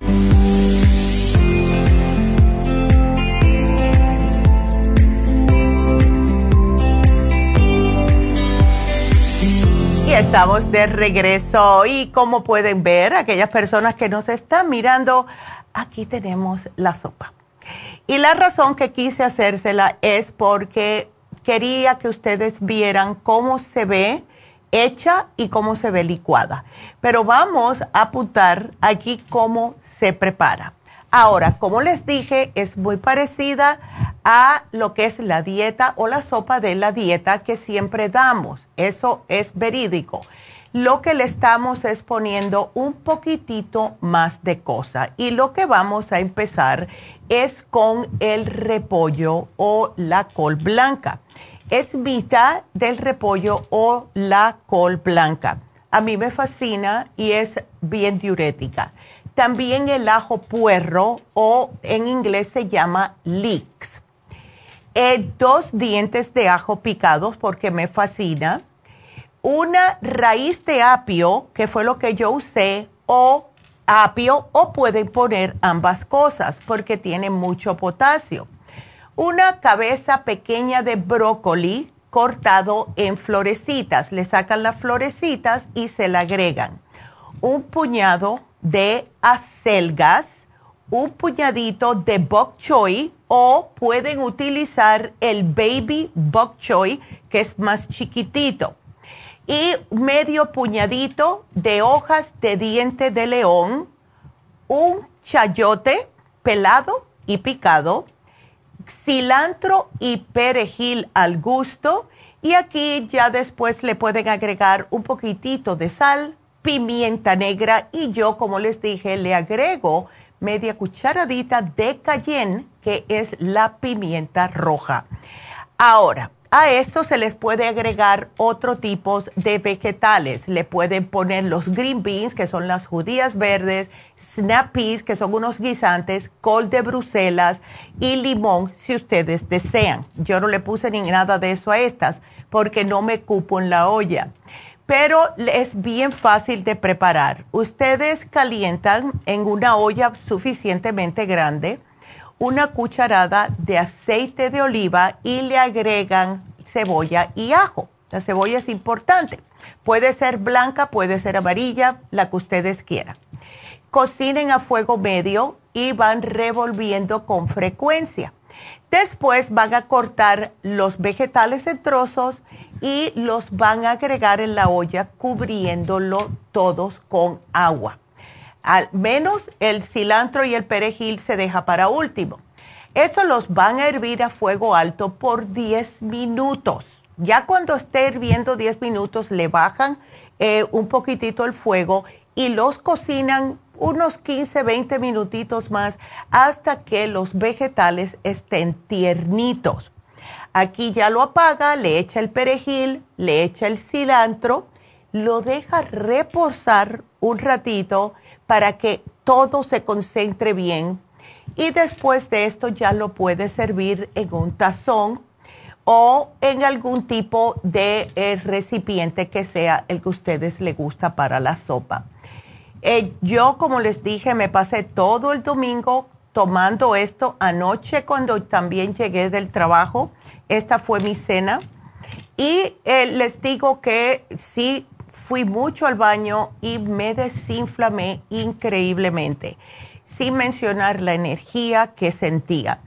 Y estamos de regreso y como pueden ver, aquellas personas que nos están mirando, aquí tenemos la sopa. Y la razón que quise hacérsela es porque quería que ustedes vieran cómo se ve hecha y cómo se ve licuada. Pero vamos a apuntar aquí cómo se prepara. Ahora, como les dije, es muy parecida a lo que es la dieta o la sopa de la dieta que siempre damos. Eso es verídico. Lo que le estamos es poniendo un poquitito más de cosa. Y lo que vamos a empezar es con el repollo o la col blanca. Es mitad del repollo o la col blanca. A mí me fascina y es bien diurética. También el ajo puerro o en inglés se llama leeks. Eh, dos dientes de ajo picados porque me fascina. Una raíz de apio, que fue lo que yo usé, o apio, o pueden poner ambas cosas porque tiene mucho potasio. Una cabeza pequeña de brócoli cortado en florecitas. Le sacan las florecitas y se la agregan. Un puñado de acelgas, un puñadito de bok choy o pueden utilizar el baby bok choy que es más chiquitito y medio puñadito de hojas de diente de león, un chayote pelado y picado, cilantro y perejil al gusto y aquí ya después le pueden agregar un poquitito de sal, pimienta negra y yo, como les dije, le agrego media cucharadita de cayenne, que es la pimienta roja. Ahora, a esto se les puede agregar otro tipo de vegetales. Le pueden poner los green beans, que son las judías verdes, snap peas, que son unos guisantes, col de Bruselas y limón, si ustedes desean. Yo no le puse ni nada de eso a estas, porque no me cupo en la olla. Pero es bien fácil de preparar. Ustedes calientan en una olla suficientemente grande una cucharada de aceite de oliva y le agregan cebolla y ajo. La cebolla es importante. Puede ser blanca, puede ser amarilla, la que ustedes quieran. Cocinen a fuego medio y van revolviendo con frecuencia. Después van a cortar los vegetales en trozos y los van a agregar en la olla cubriéndolo todos con agua. Al menos el cilantro y el perejil se deja para último. Estos los van a hervir a fuego alto por diez minutos. Ya cuando esté hirviendo diez minutos, le bajan eh, un poquitito el fuego y los cocinan unos quince, veinte minutitos más hasta que los vegetales estén tiernitos. Aquí ya lo apaga, le echa el perejil, le echa el cilantro, lo deja reposar un ratito para que todo se concentre bien y después de esto ya lo puede servir en un tazón o en algún tipo de eh, recipiente que sea el que a ustedes les gusta para la sopa. Eh, yo, como les dije, me pasé todo el domingo tomando esto. Anoche, cuando también llegué del trabajo, esta fue mi cena. Y eh, les digo que sí, fui mucho al baño y me desinflamé increíblemente, sin mencionar la energía que sentía.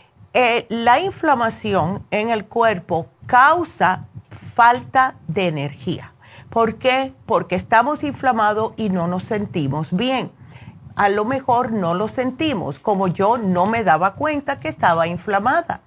Eh, la inflamación en el cuerpo causa falta de energía. ¿Por qué? Porque estamos inflamados y no nos sentimos bien. A lo mejor no lo sentimos, como yo no me daba cuenta que estaba inflamada.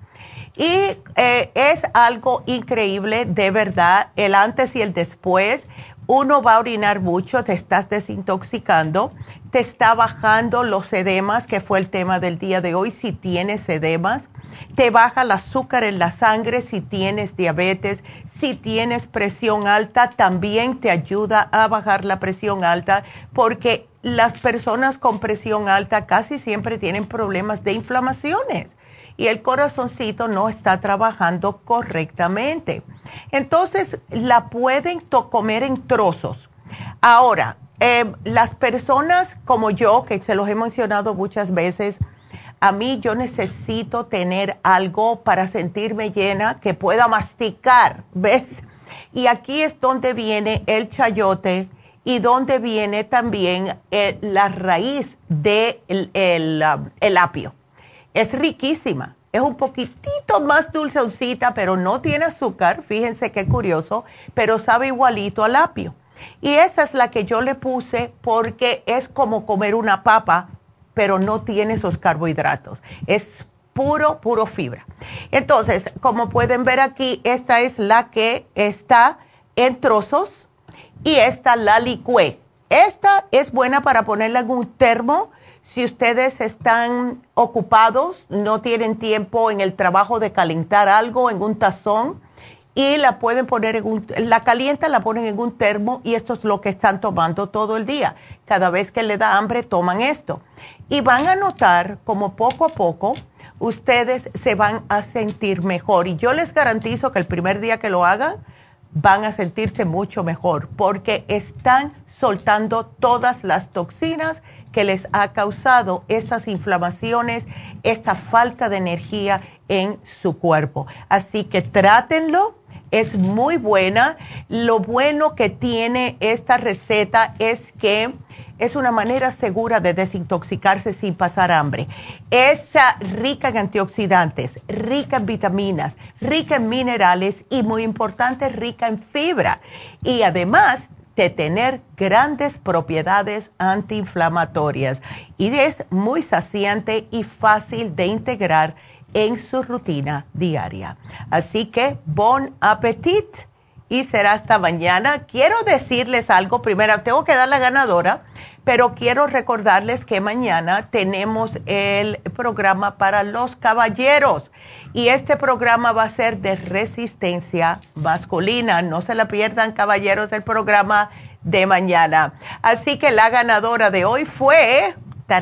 Y eh, es algo increíble, de verdad, el antes y el después. Uno va a orinar mucho, te estás desintoxicando, te está bajando los edemas, que fue el tema del día de hoy, si tienes edemas, te baja el azúcar en la sangre si tienes diabetes, si tienes presión alta, también te ayuda a bajar la presión alta, porque las personas con presión alta casi siempre tienen problemas de inflamaciones y el corazoncito no está trabajando correctamente. Entonces, la pueden comer en trozos. Ahora, eh, las personas como yo, que se los he mencionado muchas veces, a mí yo necesito tener algo para sentirme llena, que pueda masticar, ¿ves? Y aquí es donde viene el chayote y donde viene también eh, la raíz del de el, um, el apio. Es riquísima, es un poquitito más dulceoncita, pero no tiene azúcar, fíjense qué curioso, pero sabe igualito al apio. Y esa es la que yo le puse porque es como comer una papa, pero no tiene esos carbohidratos. Es puro, puro fibra. Entonces, como pueden ver aquí, esta es la que está en trozos y esta la licué. Esta es buena para ponerla en un termo. Si ustedes están ocupados, no tienen tiempo en el trabajo de calentar algo en un tazón y la pueden poner en un, la calientan, la ponen en un termo y esto es lo que están tomando todo el día. Cada vez que le da hambre, toman esto. Y van a notar como poco a poco ustedes se van a sentir mejor. Y yo les garantizo que el primer día que lo hagan, van a sentirse mucho mejor porque están soltando todas las toxinas que les ha causado estas inflamaciones, esta falta de energía en su cuerpo. Así que trátenlo, es muy buena. Lo bueno que tiene esta receta es que es una manera segura de desintoxicarse sin pasar hambre. Es rica en antioxidantes, rica en vitaminas, rica en minerales y muy importante, rica en fibra. Y además de tener grandes propiedades antiinflamatorias y es muy saciante y fácil de integrar en su rutina diaria. Así que, bon appetit y será hasta mañana. Quiero decirles algo, primero tengo que dar la ganadora, pero quiero recordarles que mañana tenemos el programa para los caballeros y este programa va a ser de resistencia masculina. No se la pierdan, caballeros, el programa de mañana. Así que la ganadora de hoy fue...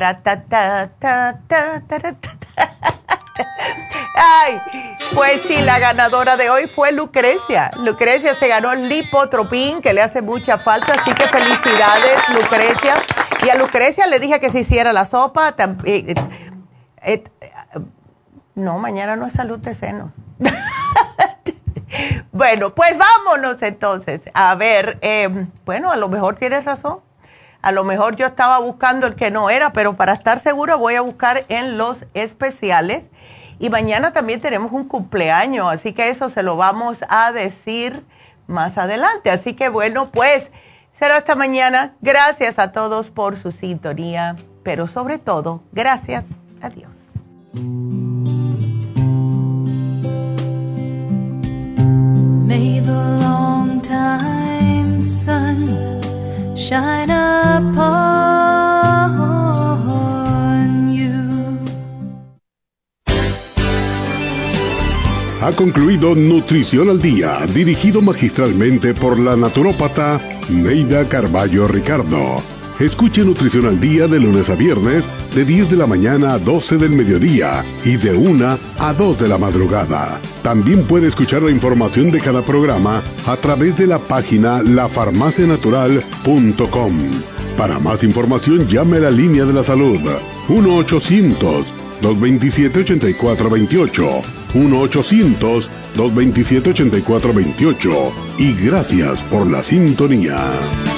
Ay, pues sí, la ganadora de hoy fue Lucrecia. Lucrecia se ganó el Lipotropin, que le hace mucha falta, así que felicidades, Lucrecia. Y a Lucrecia le dije que se hiciera la sopa. Eh, eh, eh, no, mañana no es salud de senos. Bueno, pues vámonos entonces. A ver, eh, bueno, a lo mejor tienes razón. A lo mejor yo estaba buscando el que no era, pero para estar seguro voy a buscar en los especiales. Y mañana también tenemos un cumpleaños, así que eso se lo vamos a decir más adelante. Así que bueno, pues Será hasta mañana. Gracias a todos por su sintonía, pero sobre todo, gracias a Dios. May the long time sun shine upon you. Ha concluido Nutrición al Día, dirigido magistralmente por la naturópata Neida Carballo Ricardo. Escuche Nutrición al Día de lunes a viernes de diez de la mañana a doce del mediodía y de una a dos de la madrugada. También puede escuchar la información de cada programa a través de la página la farmacia natural punto com. Para más información llame a la línea de la salud uno ochocientos, dos veintisiete, ochenta y cuatro veintiocho, uno ochocientos, dos veintisiete, ochenta y cuatro veintiocho, y gracias por la sintonía.